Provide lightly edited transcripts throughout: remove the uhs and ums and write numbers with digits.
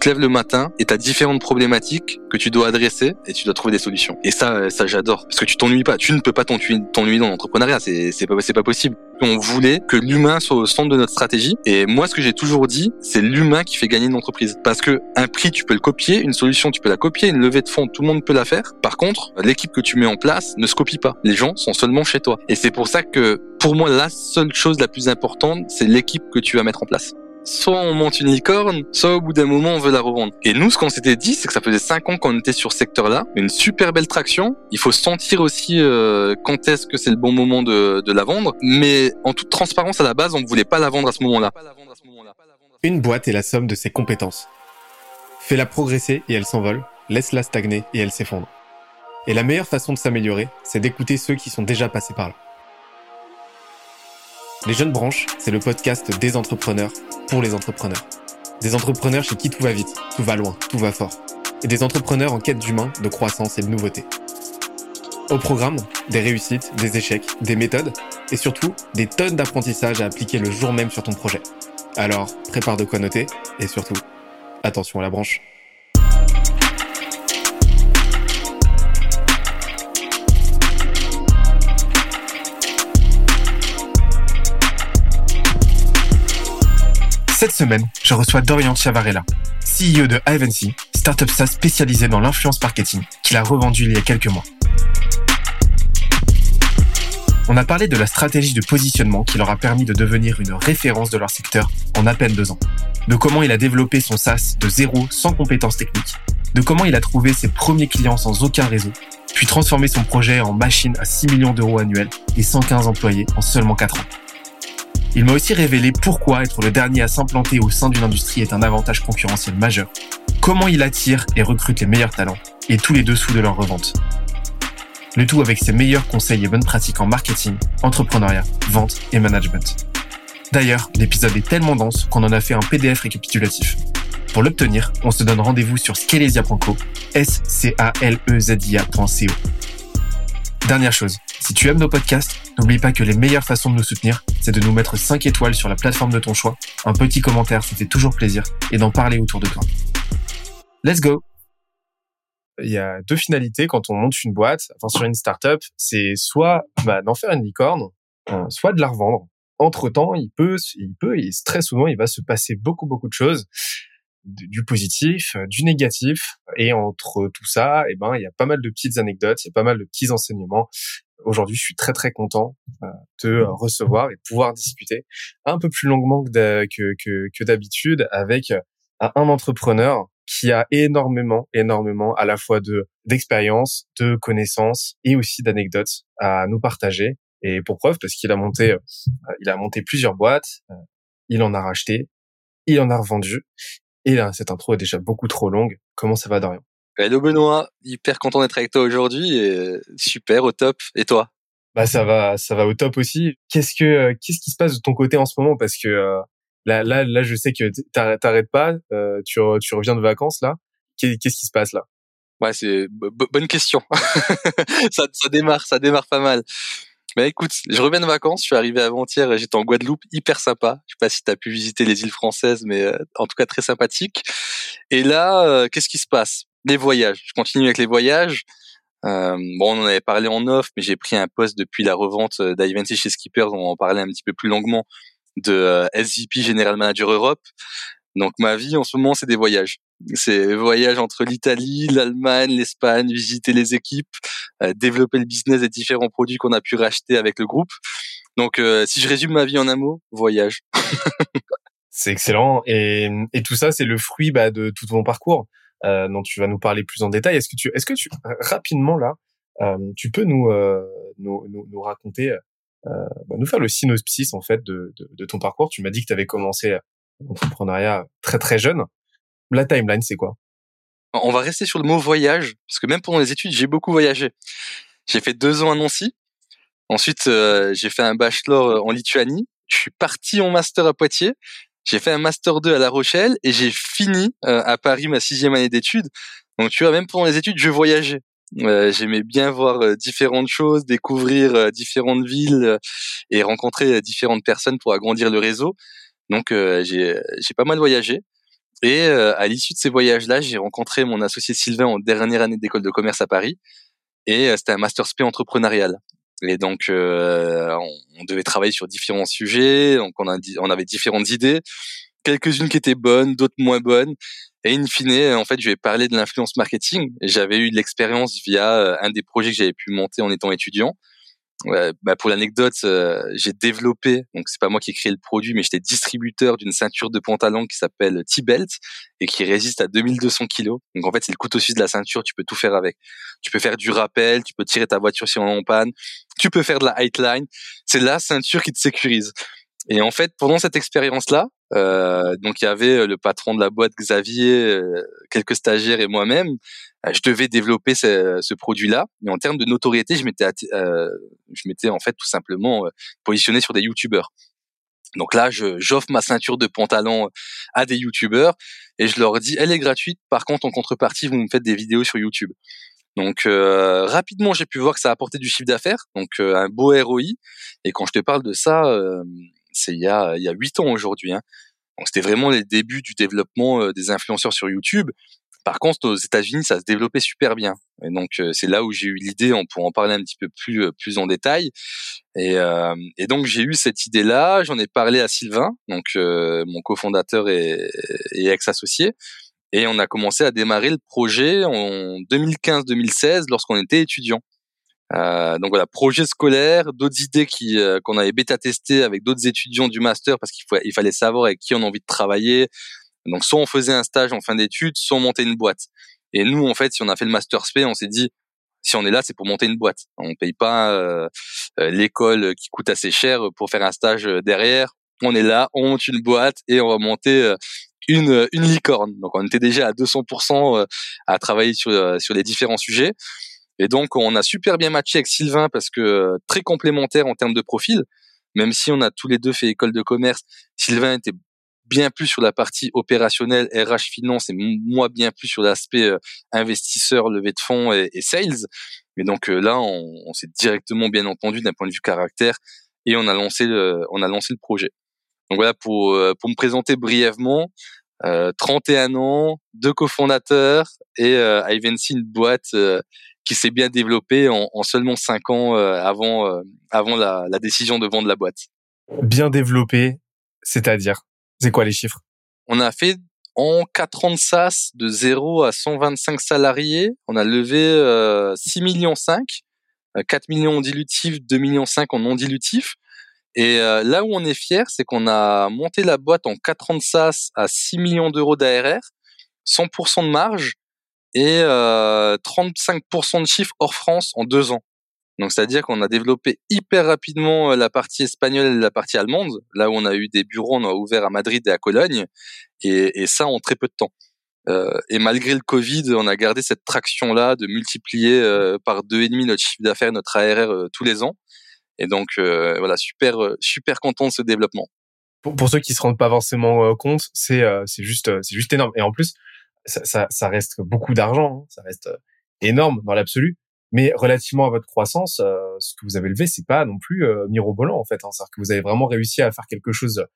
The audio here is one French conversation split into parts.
te lèves le matin et t'as différentes problématiques que tu dois adresser et tu dois trouver des solutions. Et ça j'adore. Parce que tu t'ennuies pas. Tu ne peux pas t'ennuyer dans l'entrepreneuriat. C'est pas possible. On voulait que l'humain soit au centre de notre stratégie. Et moi, ce que j'ai toujours dit, c'est l'humain qui fait gagner une entreprise. Parce que un prix, tu peux le copier. Une solution, tu peux la copier. Une levée de fonds, tout le monde peut la faire. Par contre, l'équipe que tu mets en place ne se copie pas. Les gens sont seulement chez toi. Et c'est pour ça que, pour moi, la seule chose la plus importante, c'est l'équipe que tu vas mettre en place. Soit on monte une licorne, soit au bout d'un moment on veut la revendre. Et nous, ce qu'on s'était dit, c'est que ça faisait 5 ans qu'on était sur ce secteur-là, une super belle traction. Il faut sentir aussi quand est-ce que c'est le bon moment de la vendre. Mais en toute transparence, à la base, on ne voulait pas la vendre à ce moment-là. Une boîte est la somme de ses compétences. Fais-la progresser et elle s'envole, laisse-la stagner et elle s'effondre. Et la meilleure façon de s'améliorer, c'est d'écouter ceux qui sont déjà passés par là. Les Jeunes Branches, c'est le podcast des entrepreneurs pour les entrepreneurs. Des entrepreneurs chez qui tout va vite, tout va loin, tout va fort. Et des entrepreneurs en quête d'humain, de croissance et de nouveauté. Au programme, des réussites, des échecs, des méthodes et surtout des tonnes d'apprentissages à appliquer le jour même sur ton projet. Alors, prépare de quoi noter et surtout, attention à la branche. Cette semaine, je reçois Dorian Chiavarella, CEO de Ivancy, startup SaaS spécialisée dans l'influence marketing, qu'il a revendu il y a quelques mois. On a parlé de la stratégie de positionnement qui leur a permis de devenir une référence de leur secteur en à peine 2 ans, de comment il a développé son SaaS de zéro sans compétences techniques, de comment il a trouvé ses premiers clients sans aucun réseau, puis transformé son projet en machine à 6 millions d'euros annuels et 115 employés en seulement 4 ans. Il m'a aussi révélé pourquoi être le dernier à s'implanter au sein d'une industrie est un avantage concurrentiel majeur, comment il attire et recrute les meilleurs talents, et tous les dessous de leur revente. Le tout avec ses meilleurs conseils et bonnes pratiques en marketing, entrepreneuriat, vente et management. D'ailleurs, l'épisode est tellement dense qu'on en a fait un PDF récapitulatif. Pour l'obtenir, on se donne rendez-vous sur scalezia.co, scalezia.co. Dernière chose, si tu aimes nos podcasts, n'oublie pas que les meilleures façons de nous soutenir, c'est de nous mettre 5 étoiles sur la plateforme de ton choix, un petit commentaire, ça fait toujours plaisir, et d'en parler autour de toi. Let's go! Il y a 2 finalités quand on monte une boîte, enfin sur une startup, c'est soit d'en faire une licorne, soit de la revendre. Entre-temps, il peut, et très souvent, il va se passer beaucoup de choses, du positif, du négatif, et entre tout ça, il y a pas mal de petites anecdotes, il y a pas mal de petits enseignements. Aujourd'hui, je suis très content de recevoir et de pouvoir discuter un peu plus longuement que d'habitude avec un entrepreneur qui a énormément à la fois d'expérience, de connaissances et aussi d'anecdotes à nous partager. Et pour preuve, parce qu'il a monté plusieurs boîtes, il en a racheté, il en a revendu. Et là, cette intro est déjà beaucoup trop longue. Comment ça va, Dorian? Hello Benoît, hyper content d'être avec toi aujourd'hui et super, au top. Et toi? Ça va au top aussi. Qu'est-ce qui se passe de ton côté en ce moment? Parce que là, je sais que t'arrêtes pas. Tu reviens de vacances là. Qu'est-ce qui se passe là? Ouais, c'est bonne question. ça démarre pas mal. Mais écoute, je reviens de vacances, je suis arrivé avant-hier, j'étais en Guadeloupe, hyper sympa. Je sais pas si t'as pu visiter les îles françaises, mais en tout cas très sympathique. Et là, qu'est-ce qui se passe? Les voyages. Je continue avec les voyages. On en avait parlé en off, mais j'ai pris un poste depuis la revente d'Ivancy chez Skippers. On va en parler un petit peu plus longuement de SVP General Manager Europe. Donc ma vie en ce moment, c'est des voyages. C'est voyage entre l'Italie, l'Allemagne, l'Espagne, visiter les équipes, développer le business des différents produits qu'on a pu racheter avec le groupe. Donc si je résume ma vie en un mot, voyage. C'est excellent. Et tout ça, c'est le fruit de tout ton parcours dont tu vas nous parler plus en détail. Est-ce que tu rapidement là, tu peux nous raconter, nous faire le synopsis en fait de ton parcours. Tu m'as dit que tu avais commencé l'entrepreneuriat très jeune. La timeline, c'est quoi? On va rester sur le mot voyage, parce que même pendant les études, j'ai beaucoup voyagé. J'ai fait 2 ans à Nancy. Ensuite, j'ai fait un bachelor en Lituanie. Je suis parti en master à Poitiers. J'ai fait un master 2 à La Rochelle et j'ai fini à Paris ma 6e année d'études. Donc tu vois, même pendant les études, je voyageais. J'aimais bien voir différentes choses, découvrir différentes villes et rencontrer différentes personnes pour agrandir le réseau. Donc j'ai pas mal voyagé. Et à l'issue de ces voyages-là, j'ai rencontré mon associé Sylvain en dernière année d'école de commerce à Paris. Et c'était un master spé entrepreneurial. Et donc, on devait travailler sur différents sujets. Donc, on avait différentes idées, quelques-unes qui étaient bonnes, d'autres moins bonnes. Et in fine, en fait, je vais parler de l'influence marketing. Et j'avais eu de l'expérience via un des projets que j'avais pu monter en étant étudiant. Pour l'anecdote, j'ai développé, donc c'est pas moi qui ai créé le produit, mais j'étais distributeur d'une ceinture de pantalon qui s'appelle T-Belt et qui résiste à 2200 kilos. Donc en fait, c'est le couteau suisse de la ceinture, tu peux tout faire avec. Tu peux faire du rappel, tu peux tirer ta voiture si on est en panne, tu peux faire de la Heightline. C'est la ceinture qui te sécurise. Et en fait, pendant cette expérience-là, donc il y avait le patron de la boîte, Xavier, quelques stagiaires et moi-même. Je devais développer ce produit-là. Et en termes de notoriété, je m'étais en fait tout simplement positionné sur des youtubeurs. Donc là, j'offre ma ceinture de pantalon à des youtubeurs et je leur dis, elle est gratuite. Par contre, en contrepartie, vous me faites des vidéos sur YouTube. Donc rapidement, j'ai pu voir que ça apportait du chiffre d'affaires, donc un beau ROI. Et quand je te parle de ça, c'est il y a 8 ans aujourd'hui. Hein. Donc c'était vraiment les débuts du développement des influenceurs sur YouTube. Par contre, aux États-Unis, ça se développait super bien. Et donc c'est là où j'ai eu l'idée, on pourra en parler un petit peu plus en détail. Et donc j'ai eu cette idée-là, j'en ai parlé à Sylvain, donc mon cofondateur et ex-associé. Et on a commencé à démarrer le projet en 2015-2016 lorsqu'on était étudiant. Donc voilà, projet scolaire, d'autres idées qu'on avait bêta-testées avec d'autres étudiants du master parce qu'il fallait savoir avec qui on a envie de travailler. Donc soit on faisait un stage en fin d'études, soit on montait une boîte. Et nous, en fait, si on a fait le master spé, on s'est dit, si on est là, c'est pour monter une boîte. On paye pas l'école qui coûte assez cher pour faire un stage derrière. On est là, on monte une boîte et on va monter une licorne. Donc on était déjà à 200% à travailler sur les différents sujets. Et donc on a super bien matché avec Sylvain parce que très complémentaire en termes de profil. Même si on a tous les deux fait école de commerce, Sylvain était bien plus sur la partie opérationnelle, RH, finance, et moi bien plus sur l'aspect investisseur, levée de fonds et sales. Et donc là, on s'est directement bien entendu d'un point de vue caractère et on a lancé le projet. Donc voilà, pour me présenter brièvement, 31 ans, 2 cofondateurs et Ivancy, une boîte qui s'est bien développée en seulement 5 ans avant la décision de vendre la boîte. Bien développé, c'est-à-dire, c'est quoi les chiffres? On a fait en 4 ans de SaaS de 0 à 125 salariés. On a levé 6,5 millions, 4 millions en dilutif, 2,5 millions en non dilutif. Et là où on est fier, c'est qu'on a monté la boîte en 4 ans de SaaS à 6 millions d'euros d'ARR, 100% de marge et 35% de chiffre hors France en 2 ans. Donc, c'est-à-dire qu'on a développé hyper rapidement la partie espagnole et la partie allemande. Là où on a eu des bureaux, on a ouvert à Madrid et à Cologne. Et ça en très peu de temps. Et malgré le Covid, on a gardé cette traction-là de multiplier par 2,5 notre chiffre d'affaires, notre ARR tous les ans. Et donc, voilà, super content de ce développement. Pour ceux qui se rendent pas forcément compte, c'est juste énorme. Et en plus, ça reste beaucoup d'argent, hein. Ça reste énorme dans l'absolu. Mais relativement à votre croissance, ce que vous avez levé, c'est pas non plus mirobolant en fait. Hein. C'est-à-dire que vous avez vraiment réussi à faire quelque chose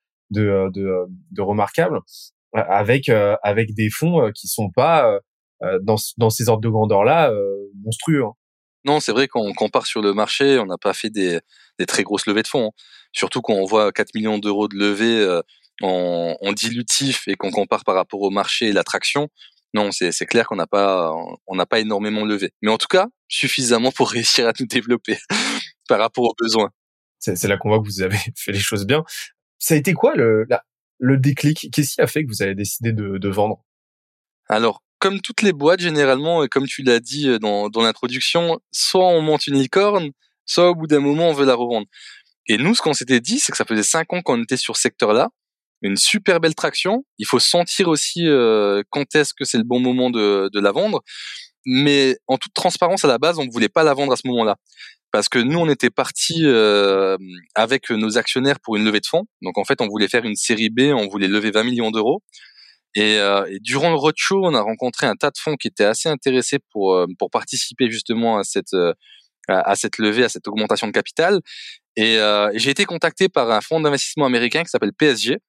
de remarquable avec des fonds qui sont pas dans ces ordres de grandeur là monstrueux. Hein. Non, c'est vrai qu'on compare sur le marché, on n'a pas fait des très grosses levées de fonds. Hein. Surtout quand on voit 4 millions d'euros de levée en dilutif et qu'on compare par rapport au marché et l'attraction. Non, c'est clair qu'on n'a pas énormément levé. Mais en tout cas, suffisamment pour réussir à nous développer par rapport aux besoins. C'est là qu'on voit que vous avez fait les choses bien. Ça a été quoi le déclic? Qu'est-ce qui a fait que vous avez décidé de vendre? Alors, comme toutes les boîtes, généralement, et comme tu l'as dit dans l'introduction, soit on monte une licorne, soit au bout d'un moment, on veut la revendre. Et nous, ce qu'on s'était dit, c'est que ça faisait 5 ans qu'on était sur ce secteur-là, une super belle traction. Il faut sentir aussi quand est-ce que c'est le bon moment de la vendre. Mais en toute transparence, à la base, on ne voulait pas la vendre à ce moment-là. Parce que nous, on était partis avec nos actionnaires pour une levée de fonds. Donc, en fait, on voulait faire une série B, on voulait lever 20 millions d'euros. Et durant le roadshow, on a rencontré un tas de fonds qui étaient assez intéressés pour participer justement à cette levée, à cette augmentation de capital. Et j'ai été contacté par un fonds d'investissement américain qui s'appelle PSG,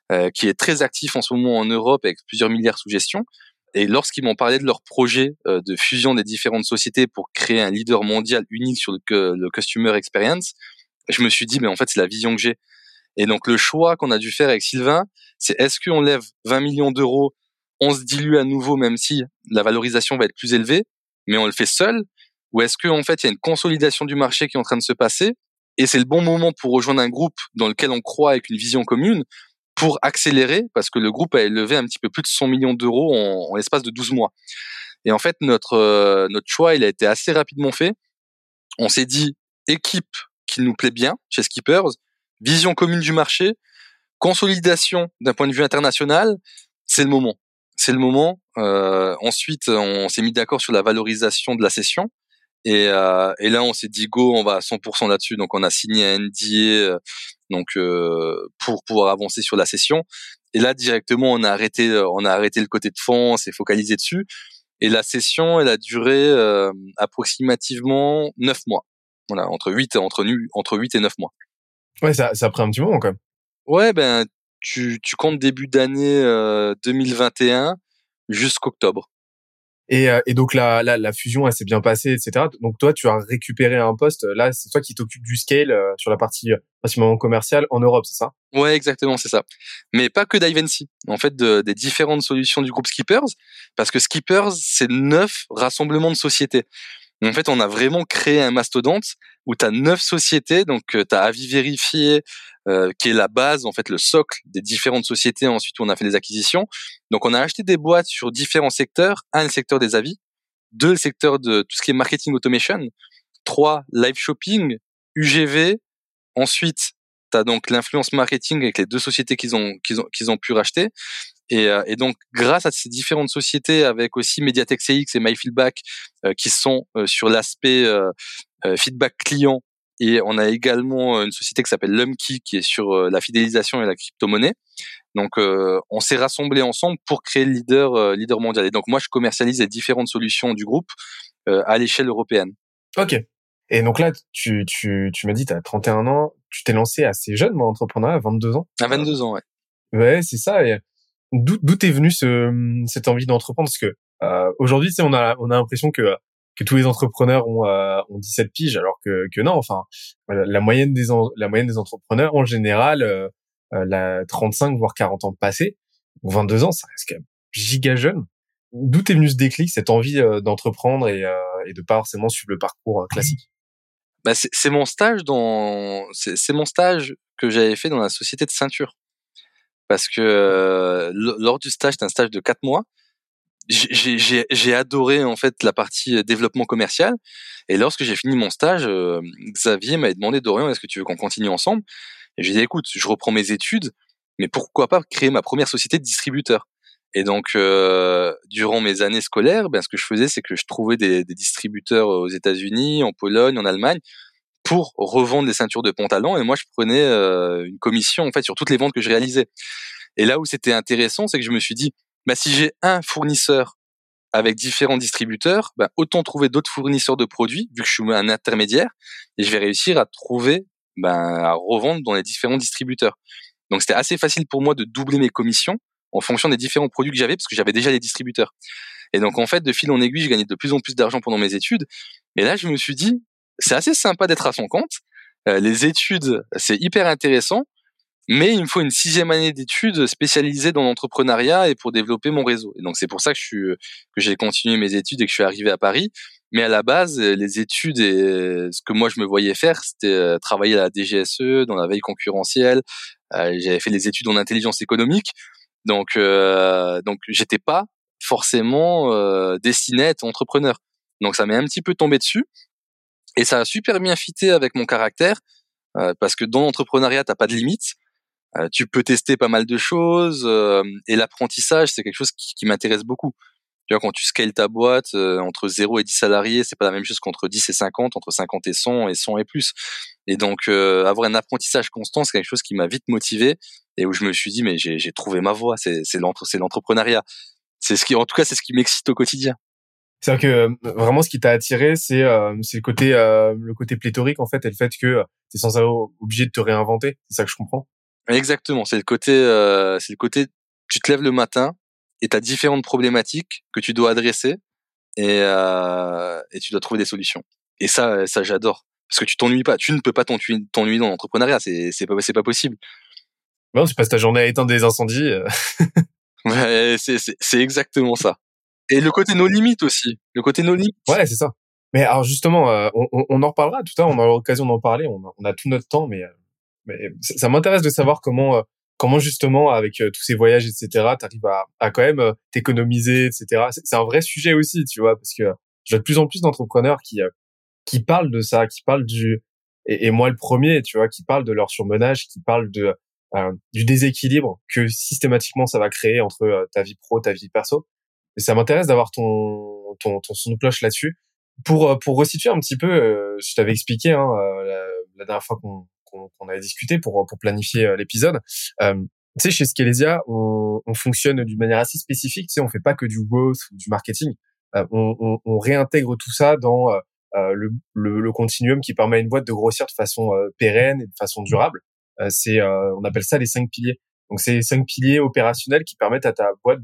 qui est très actif en ce moment en Europe avec plusieurs milliards sous gestion. Et lorsqu'ils m'ont parlé de leur projet de fusion des différentes sociétés pour créer un leader mondial unique sur le customer experience, je me suis dit, mais en fait, c'est la vision que j'ai. Et donc, le choix qu'on a dû faire avec Sylvain, c'est est-ce qu'on lève 20 millions d'euros, on se dilue à nouveau, même si la valorisation va être plus élevée, mais on le fait seul, ou est-ce qu'en fait, il y a une consolidation du marché qui est en train de se passer, et c'est le bon moment pour rejoindre un groupe dans lequel on croit avec une vision commune, pour accélérer, parce que le groupe a élevé un petit peu plus de 100 millions d'euros en l'espace de 12 mois. Et en fait, notre choix, il a été assez rapidement fait. On s'est dit, équipe qui nous plaît bien chez Skippers, vision commune du marché, consolidation d'un point de vue international, c'est le moment. C'est le moment. Ensuite, on s'est mis d'accord sur la valorisation de la session. Et là, on s'est dit go, on va à 100% là-dessus. Donc, on a signé un NDA pour pouvoir avancer sur la session. Et là, directement, on a arrêté le côté de fond, on s'est focalisé dessus. Et la session, elle a duré approximativement 9 mois. Voilà, entre 8 et 9 mois. Ouais, ça a pris un petit moment quand même. Ouais, ben tu comptes début d'année 2021 jusqu'octobre. Et donc la fusion, elle s'est bien passée, etc. Donc toi, tu as récupéré un poste. Là, c'est toi qui t'occupes du scale sur la partie principalement commerciale en Europe, c'est ça? Ouais, exactement, c'est ça. Mais pas que d'Ivancy. En fait, des différentes solutions du groupe Skippers, parce que Skippers, c'est 9 rassemblements de sociétés. En fait, on a vraiment créé un mastodonte où tu as 9 sociétés, donc tu as Avis Vérifié, qui est la base, en fait, le socle des différentes sociétés. Ensuite, on a fait les acquisitions. Donc, on a acheté des boîtes sur différents secteurs. 1, le secteur des avis. 2, le secteur de tout ce qui est marketing automation. 3, live shopping, UGV. Ensuite, tu as donc l'influence marketing avec les 2 sociétés qu'ils ont pu racheter. Et donc, grâce à ces différentes sociétés, avec aussi Mediatek CX et MyFeedback, qui sont sur l'aspect feedback client, et on a également une société qui s'appelle Lumkey, qui est sur la fidélisation et la crypto-monnaie. Donc, on s'est rassemblés ensemble pour créer le leader mondial. Et donc, moi, je commercialise les différentes solutions du groupe à l'échelle européenne. Ok. Et donc là, tu m'as dit, tu as 31 ans, tu t'es lancé assez jeune dans l'entrepreneuriat, à 22 ans. À 22 ans, ouais. Ouais, c'est ça. Et d'où t'es venu cette envie d'entreprendre? Parce que aujourd'hui, tu sais, on a l'impression que tous les entrepreneurs ont 17 piges, alors que non. Enfin, la moyenne des entrepreneurs en général, la 35 voire 40 ans passés. 22 ans, ça reste quand même giga jeune. D'où t'es venu ce déclic, cette envie d'entreprendre et de pas forcément suivre le parcours classique? Bah, c'est mon stage c'est mon stage que j'avais fait dans la société de ceinture. Parce que lors du stage, c'était un stage de 4 mois. J'ai adoré en fait la partie développement commercial. Et lorsque j'ai fini mon stage, Xavier m'avait demandé, Dorian, est-ce que tu veux qu'on continue ensemble? Et j'ai dit, écoute, je reprends mes études, mais pourquoi pas créer ma première société de distributeur? Et donc, durant mes années scolaires, ce que je faisais, c'est que je trouvais des distributeurs aux États-Unis, en Pologne, en Allemagne, pour revendre les ceintures de pantalon. Et moi, je prenais une commission en fait sur toutes les ventes que je réalisais. Et là où c'était intéressant, c'est que je me suis dit, si j'ai un fournisseur avec différents distributeurs, autant trouver d'autres fournisseurs de produits, vu que je suis un intermédiaire, et je vais réussir à trouver, à revendre dans les différents distributeurs. Donc c'était assez facile pour moi de doubler mes commissions en fonction des différents produits que j'avais, parce que j'avais déjà les distributeurs. Et donc en fait, de fil en aiguille, je gagnais de plus en plus d'argent pendant mes études. Et là, je me suis dit, c'est assez sympa d'être à son compte. Les études, c'est hyper intéressant. Mais il me faut une 6e année d'études spécialisée dans l'entrepreneuriat et pour développer mon réseau. Et donc c'est pour ça que j'ai continué mes études et que je suis arrivé à Paris. Mais à la base, les études et ce que moi je me voyais faire, c'était travailler à la DGSE, dans la veille concurrentielle. J'avais fait les études en intelligence économique, donc j'étais pas forcément destiné à être entrepreneur. Donc ça m'est un petit peu tombé dessus et ça a super bien fité avec mon caractère parce que dans l'entrepreneuriat t'as pas de limite. Tu peux tester pas mal de choses et l'apprentissage, c'est quelque chose qui m'intéresse beaucoup. Tu vois, quand tu scales ta boîte entre 0 et 10 salariés, c'est pas la même chose qu'entre 10 et 50, entre 50 et 100 et 100 et plus. Et donc avoir un apprentissage constant, c'est quelque chose qui m'a vite motivé et où je me suis dit mais j'ai trouvé ma voie, c'est l'entrepreneuriat. En tout cas, c'est ce qui m'excite au quotidien. C'est-à-dire que vraiment ce qui t'a attiré, c'est le côté pléthorique en fait, et le fait que t'es sans avoir obligé de te réinventer. C'est ça que je comprends. Exactement, c'est le côté, tu te lèves le matin et t'as différentes problématiques que tu dois adresser et tu dois trouver des solutions. Et ça j'adore. Parce que tu t'ennuies pas, tu ne peux pas t'ennuyer dans l'entrepreneuriat, c'est pas possible. Non, tu passes ta journée à éteindre des incendies. Ouais, c'est exactement ça. Et le côté no limite aussi, le côté no limite. Ouais, c'est ça. Mais alors justement, on en reparlera tout à l'heure, on aura l'occasion d'en parler, on a tout notre temps, mais ça m'intéresse de savoir comment justement avec tous ces voyages, etc., t'arrives à quand même t'économiser, etc. C'est un vrai sujet aussi, tu vois, parce que je vois de plus en plus d'entrepreneurs qui parlent de ça, qui parlent et moi le premier, tu vois, qui parlent de leur surmenage, qui parlent du déséquilibre que systématiquement ça va créer entre ta vie pro, ta vie perso. Et ça m'intéresse d'avoir ton son de cloche là-dessus pour resituer un petit peu. Je t'avais expliqué la dernière fois qu'on avait discuté pour planifier l'épisode. Tu sais, chez Scalesia, on fonctionne d'une manière assez spécifique. Tu sais, on fait pas que du growth ou du marketing. On réintègre tout ça dans le continuum qui permet à une boîte de grossir de façon pérenne et de façon durable. On appelle ça les 5 piliers. Donc, c'est les 5 piliers opérationnels qui permettent à ta boîte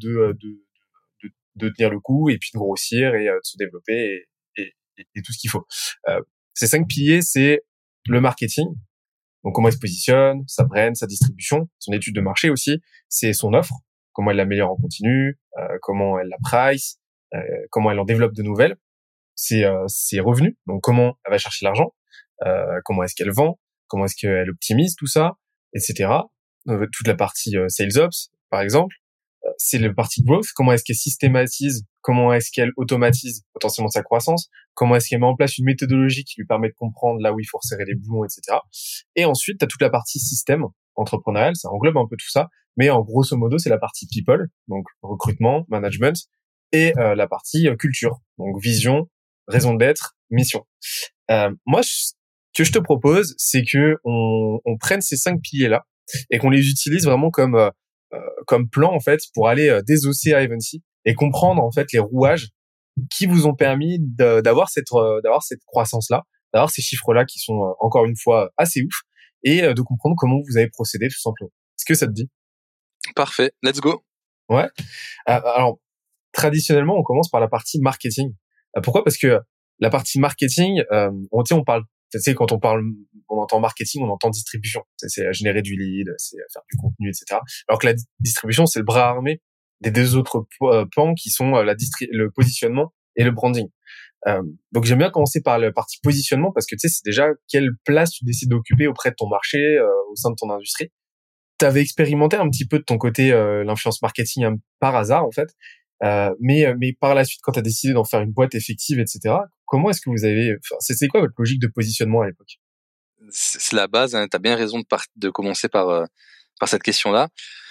de tenir le coup et puis de grossir et de se développer et tout ce qu'il faut. Ces 5 piliers, c'est le marketing. Donc, comment elle se positionne, sa brand, sa distribution, son étude de marché aussi. C'est son offre, comment elle l'améliore en continu, comment elle la price, comment elle en développe de nouvelles. C'est ses revenus, donc comment elle va chercher l'argent, comment est-ce qu'elle vend, comment est-ce qu'elle optimise tout ça, etc. Toute la partie sales ops, par exemple. C'est la partie growth, comment est-ce qu'elle systématise, comment est-ce qu'elle automatise potentiellement sa croissance, comment est-ce qu'elle met en place une méthodologie qui lui permet de comprendre là où il faut resserrer les boulons, etc. Et ensuite, tu as toute la partie système entrepreneurial, ça englobe un peu tout ça, mais en grosso modo, c'est la partie people, donc recrutement, management, et la partie culture, donc vision, raison d'être, mission. Moi, ce que je te propose, c'est que on prenne ces 5 piliers-là et qu'on les utilise vraiment comme plan en fait pour aller désosser Ivancy et comprendre en fait les rouages qui vous ont permis d'avoir cette croissance-là, d'avoir ces chiffres-là qui sont encore une fois assez ouf et de comprendre comment vous avez procédé tout simplement. Est-ce que ça te dit? Parfait, let's go. Ouais. Alors traditionnellement, on commence par la partie marketing. Pourquoi? Parce que la partie marketing, on parle, tu sais, quand on entend marketing, on entend distribution. C'est générer du lead, c'est faire du contenu, etc. Alors que la distribution, c'est le bras armé des deux autres pans qui sont le positionnement et le branding. Donc j'aime bien commencer par la partie positionnement parce que tu sais, c'est déjà quelle place tu décides d'occuper auprès de ton marché, au sein de ton industrie. Tu avais expérimenté un petit peu de ton côté l'influence marketing par hasard en fait. Mais par la suite, quand tu as décidé d'en faire une boîte effective, etc., comment est-ce que vous avez... Enfin, c'est quoi votre logique de positionnement à l'époque? C'est la base, hein, tu as bien raison de commencer par cette question-là.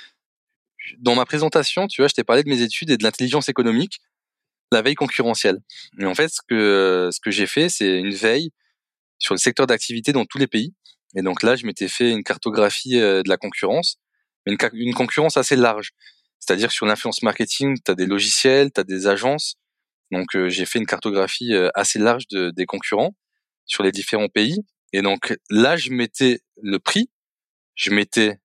Dans ma présentation, tu vois, je t'ai parlé de mes études et de l'intelligence économique, la veille concurrentielle. Et en fait, ce que j'ai fait, c'est une veille sur le secteur d'activité dans tous les pays. Et donc là, je m'étais fait une cartographie de la concurrence, mais une concurrence assez large. C'est-à-dire que sur l'influence marketing, tu as des logiciels, tu as des agences. Donc j'ai fait une cartographie assez large des concurrents sur les différents pays. Et donc là, je mettais le prix, je mettais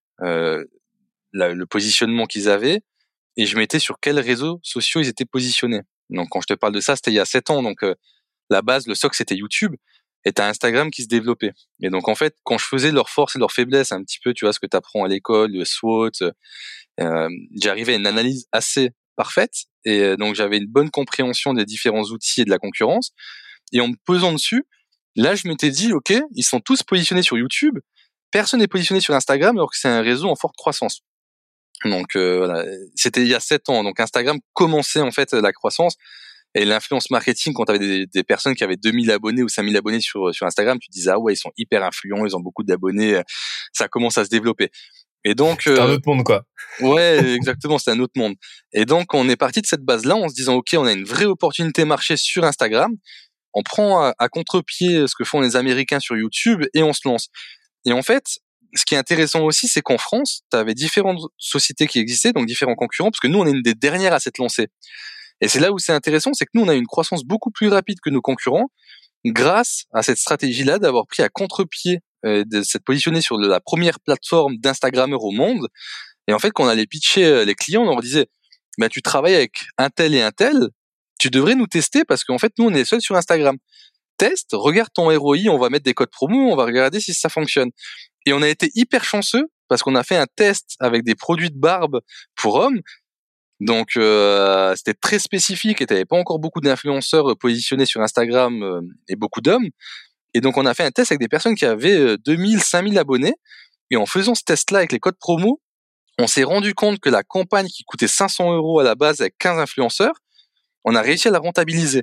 le positionnement qu'ils avaient, et je mettais sur quels réseaux sociaux ils étaient positionnés. Donc quand je te parle de ça, c'était il y a 7 ans. Donc la base, le socle, c'était YouTube. Et t'as Instagram qui se développait. Et donc en fait, quand je faisais leurs forces et leurs faiblesses, un petit peu, tu vois, ce que t'apprends à l'école, le SWOT, j'arrivais à une analyse assez parfaite. Et donc j'avais une bonne compréhension des différents outils et de la concurrence. Et en me pesant dessus, là je m'étais dit, ok, ils sont tous positionnés sur YouTube. Personne n'est positionné sur Instagram alors que c'est un réseau en forte croissance. Donc voilà, c'était il y a 7 ans. Donc Instagram commençait en fait la croissance. Et l'influence marketing, quand tu avais des personnes qui avaient 2000 abonnés ou 5000 abonnés sur Instagram, tu disais, ah ouais, ils sont hyper influents, ils ont beaucoup d'abonnés, ça commence à se développer. Et donc... C'est un autre monde, quoi. Ouais, exactement, c'est un autre monde. Et donc, on est parti de cette base-là en se disant, OK, on a une vraie opportunité marché sur Instagram, on prend à contre-pied ce que font les Américains sur YouTube et on se lance. Et en fait, ce qui est intéressant aussi, c'est qu'en France, tu avais différentes sociétés qui existaient, donc différents concurrents, parce que nous, on est une des dernières à s'être lancée. Et c'est là où c'est intéressant, c'est que nous, on a une croissance beaucoup plus rapide que nos concurrents grâce à cette stratégie-là d'avoir pris à contre-pied de s'être positionné sur la première plateforme d'Instagrammeurs au monde. Et en fait, quand on allait pitcher les clients, on leur disait, bah, tu travailles avec un tel et un tel, tu devrais nous tester parce qu'en fait, nous, on est les seuls sur Instagram. Teste, regarde ton ROI, on va mettre des codes promo, on va regarder si ça fonctionne. Et on a été hyper chanceux parce qu'on a fait un test avec des produits de barbe pour hommes. Donc, c'était très spécifique et t'avais pas encore beaucoup d'influenceurs positionnés sur Instagram et beaucoup d'hommes. Et donc, on a fait un test avec des personnes qui avaient 2000, 5000 abonnés. Et en faisant ce test-là avec les codes promo, on s'est rendu compte que la campagne qui coûtait 500 € à la base avec 15 influenceurs, on a réussi à la rentabiliser.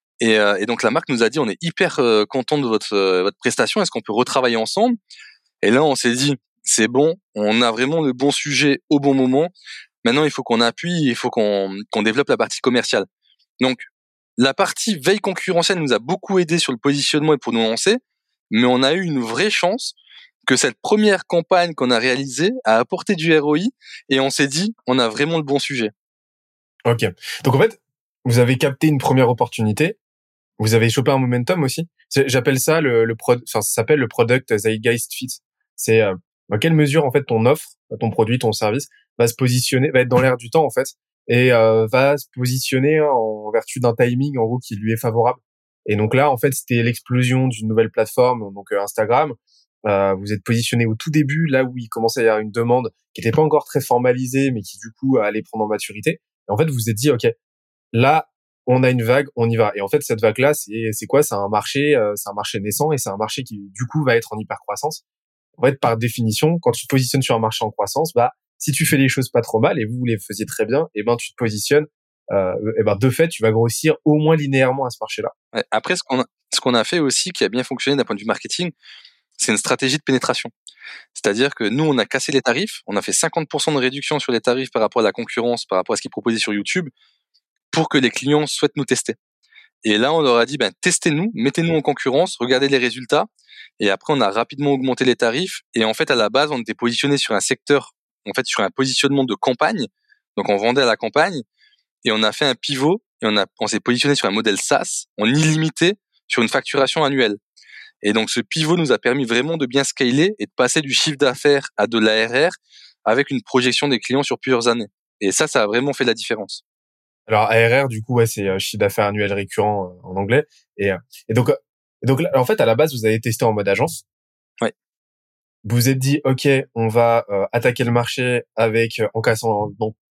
Et donc la marque nous a dit, on est hyper content de votre prestation, est-ce qu'on peut retravailler ensemble? Et là, on s'est dit, c'est bon, on a vraiment le bon sujet au bon moment. Maintenant, il faut qu'on appuie, il faut qu'on développe la partie commerciale. Donc, la partie veille concurrentielle nous a beaucoup aidé sur le positionnement et pour nous lancer, mais on a eu une vraie chance que cette première campagne qu'on a réalisée a apporté du ROI et on s'est dit, on a vraiment le bon sujet. Ok. Donc en fait, vous avez capté une première opportunité, vous avez chopé un momentum aussi. J'appelle ça ça s'appelle le product Zeitgeist Fit. C'est dans quelle mesure en fait ton offre, ton produit, ton service va se positionner, va être dans l'air du temps en fait, et va se positionner en vertu d'un timing en gros qui lui est favorable. Et donc là en fait c'était l'explosion d'une nouvelle plateforme, donc Instagram. Vous êtes positionné au tout début, là où il commençait à y avoir une demande qui n'était pas encore très formalisée, mais qui du coup allait prendre en maturité. Et en fait, vous vous êtes dit, ok, là, on a une vague, on y va. Et en fait, cette vague-là, c'est quoi? C'est un marché naissant et c'est un marché qui du coup va être en hyper croissance. En fait, par définition, quand tu te positionnes sur un marché en croissance, bah si tu fais les choses pas trop mal et vous les faisiez très bien, et ben tu te positionnes, et ben de fait, tu vas grossir au moins linéairement à ce marché-là. Ouais, après, ce qu'on a fait aussi, qui a bien fonctionné d'un point de vue marketing, c'est une stratégie de pénétration. C'est-à-dire que nous, on a cassé les tarifs, on a fait 50% de réduction sur les tarifs par rapport à la concurrence, par rapport à ce qu'ils proposaient sur YouTube, pour que les clients souhaitent nous tester. Et là, on leur a dit, ben, testez-nous, mettez-nous en concurrence, regardez les résultats. Et après, on a rapidement augmenté les tarifs. Et en fait, à la base, on était positionné sur un secteur, en fait, sur un positionnement de campagne. Donc, on vendait à la campagne et on a fait un pivot et on s'est positionné sur un modèle SaaS en illimité sur une facturation annuelle. Et donc, ce pivot nous a permis vraiment de bien scaler et de passer du chiffre d'affaires à de l'ARR avec une projection des clients sur plusieurs années. Et ça a vraiment fait la différence. Alors ARR, du coup, ouais, c'est chiffre d'affaires annuel récurrent en anglais. Et donc, là, en fait, à la base, vous avez testé en mode agence. Ouais. Vous vous êtes dit, ok, on va attaquer le marché avec en cassant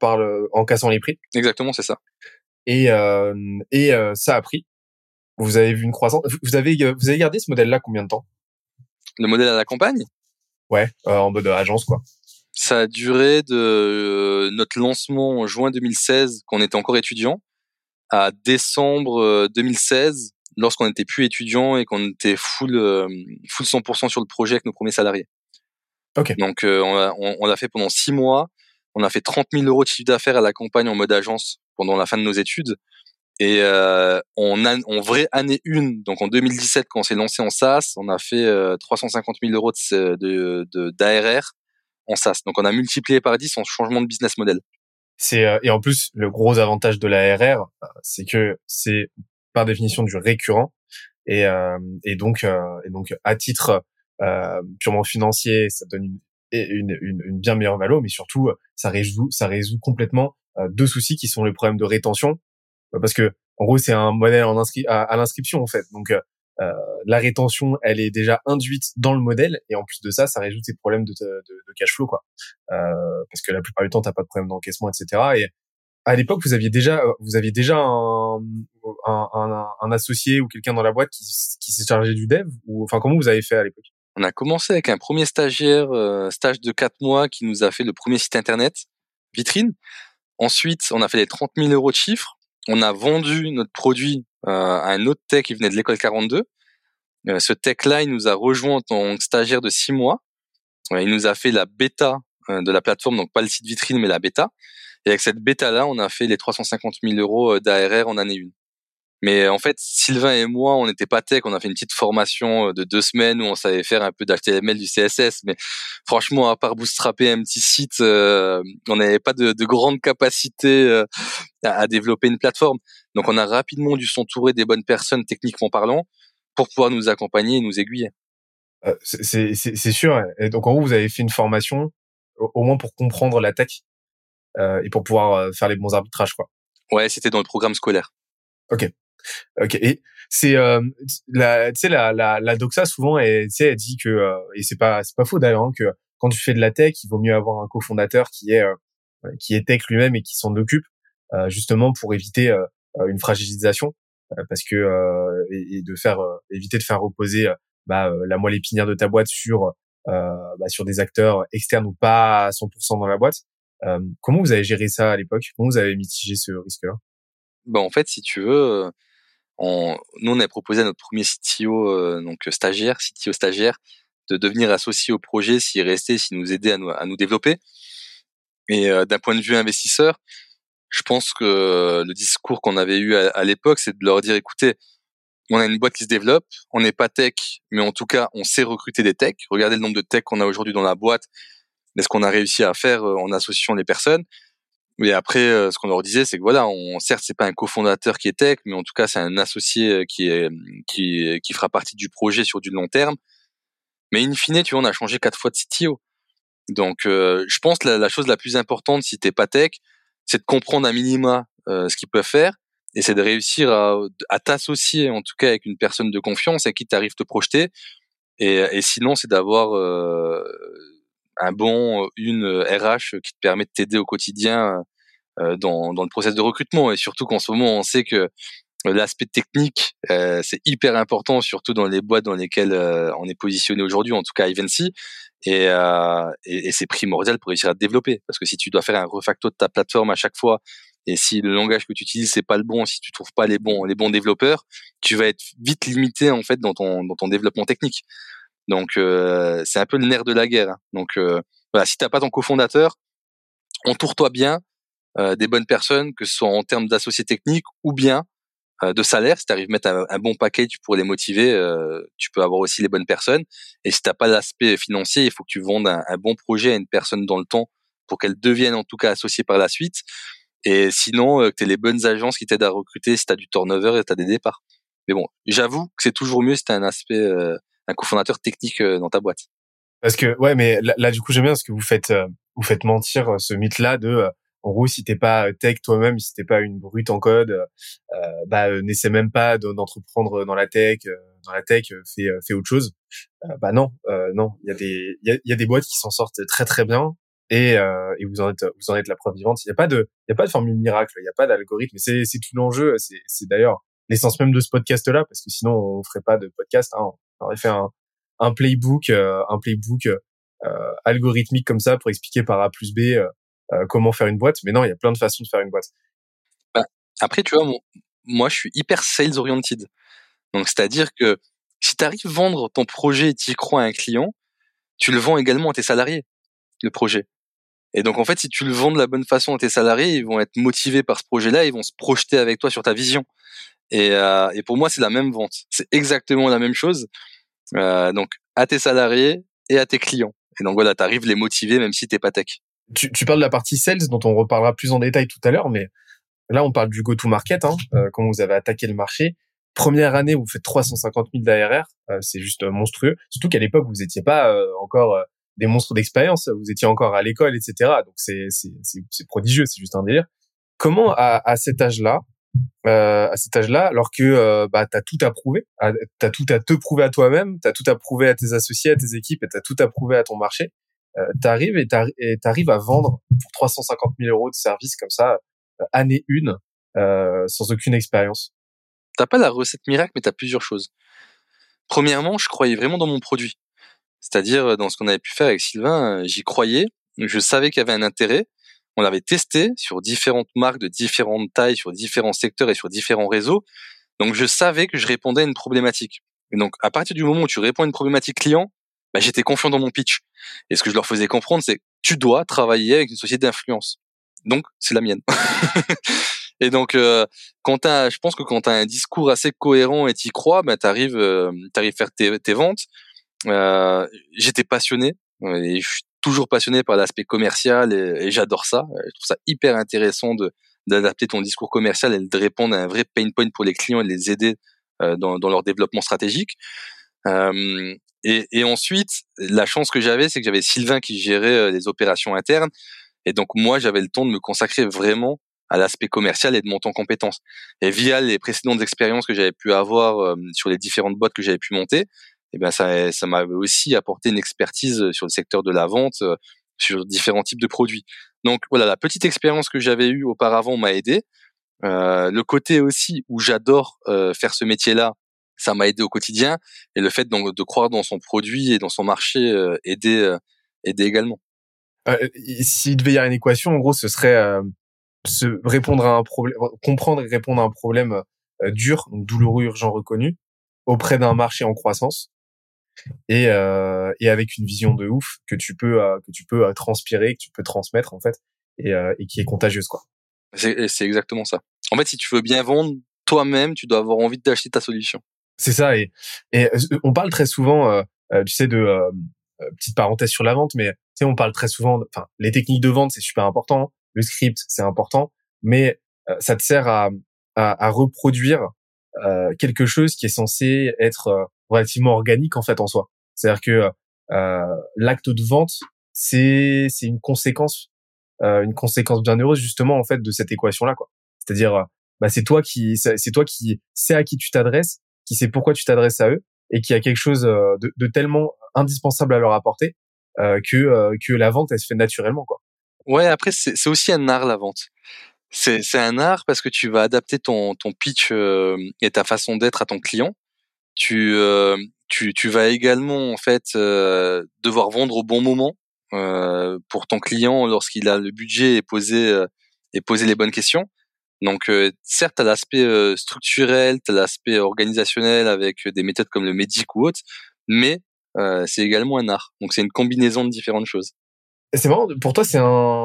les prix. Exactement, c'est ça. Et ça a pris. Vous avez vu une croissance. Vous avez gardé ce modèle-là combien de temps? Le modèle à la campagne? Ouais, en mode agence, quoi. Ça a duré de notre lancement en juin 2016, quand on était encore étudiant, à décembre 2016, lorsqu'on n'était plus étudiant et qu'on était full 100% sur le projet avec nos premiers salariés. Ok. Donc on l'a fait pendant 6 mois. On a fait 30 000 € de chiffre d'affaires à la campagne en mode agence pendant la fin de nos études. Et en vraie année 1, donc en 2017, quand on s'est lancé en SaaS, on a fait 350 000 € d'ARR en SaaS. Donc on a multiplié par 10 en changement de business model. Et en plus, le gros avantage de la RR, c'est que c'est par définition du récurrent et donc à titre purement financier, ça donne une bien meilleure valeur, mais surtout ça résout complètement deux soucis qui sont le problème de rétention, parce que en gros c'est un modèle à l'inscription en fait. Donc la rétention, elle est déjà induite dans le modèle, et en plus de ça, ça résout tes problèmes de cash flow, quoi. Parce que la plupart du temps, t'as pas de problème d'encaissement, etc. Et à l'époque, vous aviez déjà un associé ou quelqu'un dans la boîte qui s'est chargé du dev, ou enfin comment vous avez fait à l'époque? On a commencé avec un premier stagiaire, stage de 4 mois, qui nous a fait le premier site internet, Vitrine. Ensuite, on a fait les 30 000 € de chiffre. On a vendu notre produit à un autre tech qui venait de l'école 42. Ce tech-là, il nous a rejoint en tant que stagiaire de 6 mois. Il nous a fait la bêta de la plateforme, donc pas le site Vitrine, mais la bêta. Et avec cette bêta-là, on a fait les 350 000 € d'ARR en année 1. Mais en fait, Sylvain et moi, on n'était pas tech, on a fait une petite formation de 2 semaines où on savait faire un peu d'HTML, du CSS, mais franchement, à part bootstrapper un petit site, on n'avait pas de grande capacité à développer une plateforme. Donc on a rapidement dû s'entourer des bonnes personnes techniquement parlant pour pouvoir nous accompagner et nous aiguiller. C'est sûr. Et donc en gros, vous avez fait une formation au moins pour comprendre la tech et pour pouvoir faire les bons arbitrages, quoi. Ouais, c'était dans le programme scolaire. Ok. Et c'est tu sais la doxa souvent, tu sais, elle dit que et c'est pas faux d'ailleurs, hein, que quand tu fais de la tech, il vaut mieux avoir un cofondateur qui est tech lui-même et qui s'en occupe justement pour éviter une fragilisation parce que et de faire éviter de faire reposer la moelle épinière de ta boîte sur des acteurs externes ou pas à 100% dans la boîte. Comment vous avez géré ça à l'époque? Comment vous avez mitigé ce risque-là? En fait, si tu veux, nous on a proposé à notre premier CTO, CTO stagiaire, de devenir associé au projet s'il restait, s'il nous aidait à nous développer. Et d'un point de vue investisseur, je pense que le discours qu'on avait eu à l'époque, c'est de leur dire, écoutez, on a une boîte qui se développe, on n'est pas tech, mais en tout cas, on sait recruter des techs. Regardez le nombre de techs qu'on a aujourd'hui dans la boîte, mais ce qu'on a réussi à faire en associant les personnes. Et après, ce qu'on leur disait, c'est que voilà, certes, c'est pas un cofondateur qui est tech, mais en tout cas, c'est un associé qui fera partie du projet sur du long terme. Mais in fine, tu vois, on a changé 4 fois de CTO. Donc, je pense que la chose la plus importante, si t'es pas tech, c'est de comprendre à minima ce qu'ils peuvent faire, et c'est de réussir à t'associer, en tout cas, avec une personne de confiance à qui t'arrives te projeter. Et sinon, c'est d'avoir une RH qui te permet de t'aider au quotidien dans le process de recrutement. Et surtout qu'en ce moment, on sait que l'aspect technique, c'est hyper important, surtout dans les boîtes dans lesquelles on est positionné aujourd'hui, en tout cas Ivancy, et c'est primordial pour réussir à te développer. Parce que si tu dois faire un refacto de ta plateforme à chaque fois, et si le langage que tu utilises c'est pas le bon, si tu trouves pas les bons développeurs, tu vas être vite limité en fait dans ton développement technique. Donc c'est un peu le nerf de la guerre. Hein. Donc voilà, si t'as pas ton cofondateur, entoure-toi bien des bonnes personnes, que ce soit en termes d'associés techniques ou bien de salaire. Si tu arrives à mettre un bon package pour les motiver, tu peux avoir aussi les bonnes personnes. Et si t'as pas l'aspect financier, il faut que tu vendes un bon projet à une personne dans le temps pour qu'elle devienne en tout cas associée par la suite. Et sinon, que tu aies les bonnes agences qui t'aident à recruter si tu as du turnover et tu as des départs. Mais bon, j'avoue que c'est toujours mieux si tu as un aspect, un cofondateur technique dans ta boîte. Parce que ouais, mais là du coup j'aime bien parce que vous faites mentir ce mythe-là de en gros si t'es pas tech toi-même, si t'es pas une brute en code, n'essaie même pas d'entreprendre dans la tech. Fais autre chose. Non, non, il y a des boîtes qui s'en sortent très très bien et vous en êtes la preuve vivante. Il y a pas de formule miracle, il y a pas d'algorithme. C'est tout l'enjeu. C'est d'ailleurs l'essence même de ce podcast-là parce que sinon on ferait pas de podcast. Hein. On aurait fait un playbook algorithmique comme ça pour expliquer par A plus B comment faire une boîte. Mais non, il y a plein de façons de faire une boîte. Bah, après, tu vois, moi, je suis hyper sales oriented. Donc, c'est-à-dire que si tu arrives à vendre ton projet et tu y crois à un client, tu le vends également à tes salariés, le projet. Et donc, en fait, si tu le vends de la bonne façon à tes salariés, ils vont être motivés par ce projet-là, ils vont se projeter avec toi sur ta vision. Et pour moi, c'est la même vente. C'est exactement la même chose. Donc, à tes salariés et à tes clients. Et donc, voilà, t'arrives les motiver même si t'es pas tech. Tu parles de la partie sales dont on reparlera plus en détail tout à l'heure, mais là, on parle du go-to-market, hein, quand vous avez attaqué le marché. Première année, vous faites 350 000 d'ARR, c'est juste monstrueux. Surtout qu'à l'époque, vous étiez pas encore des monstres d'expérience, vous étiez encore à l'école, etc. Donc c'est prodigieux, c'est juste un délire. Comment à cet âge-là, alors que t'as tout à prouver, t'as tout à te prouver à toi-même, t'as tout à prouver à tes associés, à tes équipes, et t'as tout à prouver à ton marché. T'arrives à vendre pour 350 000 euros de service comme ça, année 1, sans aucune expérience. T'as pas la recette miracle, mais t'as plusieurs choses. Premièrement, je croyais vraiment dans mon produit. C'est-à-dire, dans ce qu'on avait pu faire avec Sylvain, j'y croyais. Je savais qu'il y avait un intérêt. On l'avait testé sur différentes marques de différentes tailles, sur différents secteurs et sur différents réseaux. Donc, je savais que je répondais à une problématique. Et donc, à partir du moment où tu réponds à une problématique client, j'étais confiant dans mon pitch. Et ce que je leur faisais comprendre, c'est que tu dois travailler avec une société d'influence. Donc, c'est la mienne. Et donc, je pense que quand t'as un discours assez cohérent et t'y crois, t'arrives faire tes ventes. J'étais passionné et je suis toujours passionné par l'aspect commercial et j'adore ça. Je trouve ça hyper intéressant d'adapter ton discours commercial et de répondre à un vrai pain point pour les clients et de les aider dans leur développement stratégique. Et ensuite, la chance que j'avais, c'est que j'avais Sylvain qui gérait les opérations internes. Et donc, moi, j'avais le temps de me consacrer vraiment à l'aspect commercial et de monter en compétences. Et via les précédentes expériences que j'avais pu avoir sur les différentes boîtes que j'avais pu monter, eh ben ça m'avait aussi apporté une expertise sur le secteur de la vente, sur différents types de produits. Donc voilà, la petite expérience que j'avais eue auparavant m'a aidé. Le côté aussi où j'adore faire ce métier-là, ça m'a aidé au quotidien. Et le fait de croire dans son produit et dans son marché aidé également. S'il devait y avoir une équation, en gros, ce serait répondre à un problème, comprendre et répondre à un problème dur, donc douloureux, urgent, reconnu, auprès d'un marché en croissance, et avec une vision de ouf que tu peux transpirer, que tu peux transmettre en fait, et qui est contagieuse, quoi. C'est exactement ça. En fait, si tu veux bien vendre toi-même, tu dois avoir envie d'acheter ta solution. C'est ça, et on parle très souvent, tu sais, de petite parenthèse sur la vente, mais tu sais, on parle très souvent, enfin, les techniques de vente, c'est super important, le script, c'est important, mais ça te sert à reproduire quelque chose qui est censé être relativement organique en fait en soi. C'est-à-dire que l'acte de vente, c'est une conséquence bien heureuse justement en fait de cette équation là, quoi. C'est-à-dire bah c'est toi qui sais à qui tu t'adresses, qui sait pourquoi tu t'adresses à eux, et qui a quelque chose de tellement indispensable à leur apporter que la vente elle se fait naturellement, quoi. Ouais, après c'est aussi un art, la vente. C'est un art parce que tu vas adapter ton pitch et ta façon d'être à ton client. Tu vas également en fait devoir vendre au bon moment pour ton client lorsqu'il a le budget et poser les bonnes questions. Donc certes, t'as l'aspect structurel, t'as l'aspect organisationnel avec des méthodes comme le MEDDIC ou autre, mais c'est également un art. Donc c'est une combinaison de différentes choses. Et c'est marrant, pour toi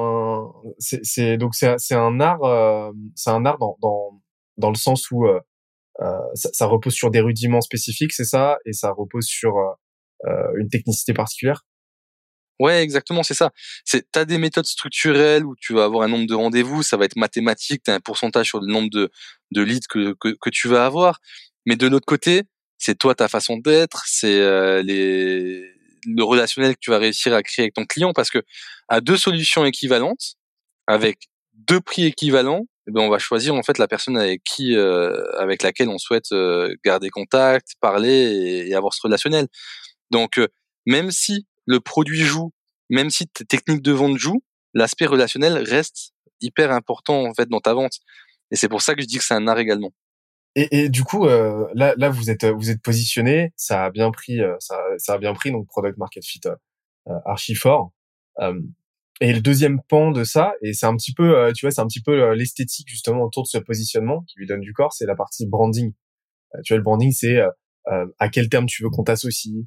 c'est un art, c'est un art dans le sens où ça repose sur des rudiments spécifiques, c'est ça, et ça repose sur une technicité particulière. Ouais, exactement, c'est ça. T'as des méthodes structurelles où tu vas avoir un nombre de rendez-vous, ça va être mathématique, t'as un pourcentage sur le nombre de leads que tu vas avoir. Mais de l'autre côté, c'est toi, ta façon d'être, c'est le relationnel que tu vas réussir à créer avec ton client, parce que à deux solutions équivalentes, avec deux prix équivalents, eh ben on va choisir en fait la personne avec laquelle on souhaite garder contact, parler et avoir ce relationnel. Donc même si le produit joue, même si tes techniques de vente jouent, l'aspect relationnel reste hyper important en fait dans ta vente. Et c'est pour ça que je dis que c'est un art également. Et du coup, là, vous êtes positionné, ça a bien pris, ça a bien pris, donc product market fit archi fort. Euh, et le deuxième pan de ça, et c'est un petit peu, tu vois, c'est un petit peu l'esthétique justement autour de ce positionnement qui lui donne du corps, c'est la partie branding. Tu vois, le branding, c'est à quel terme tu veux qu'on t'associe,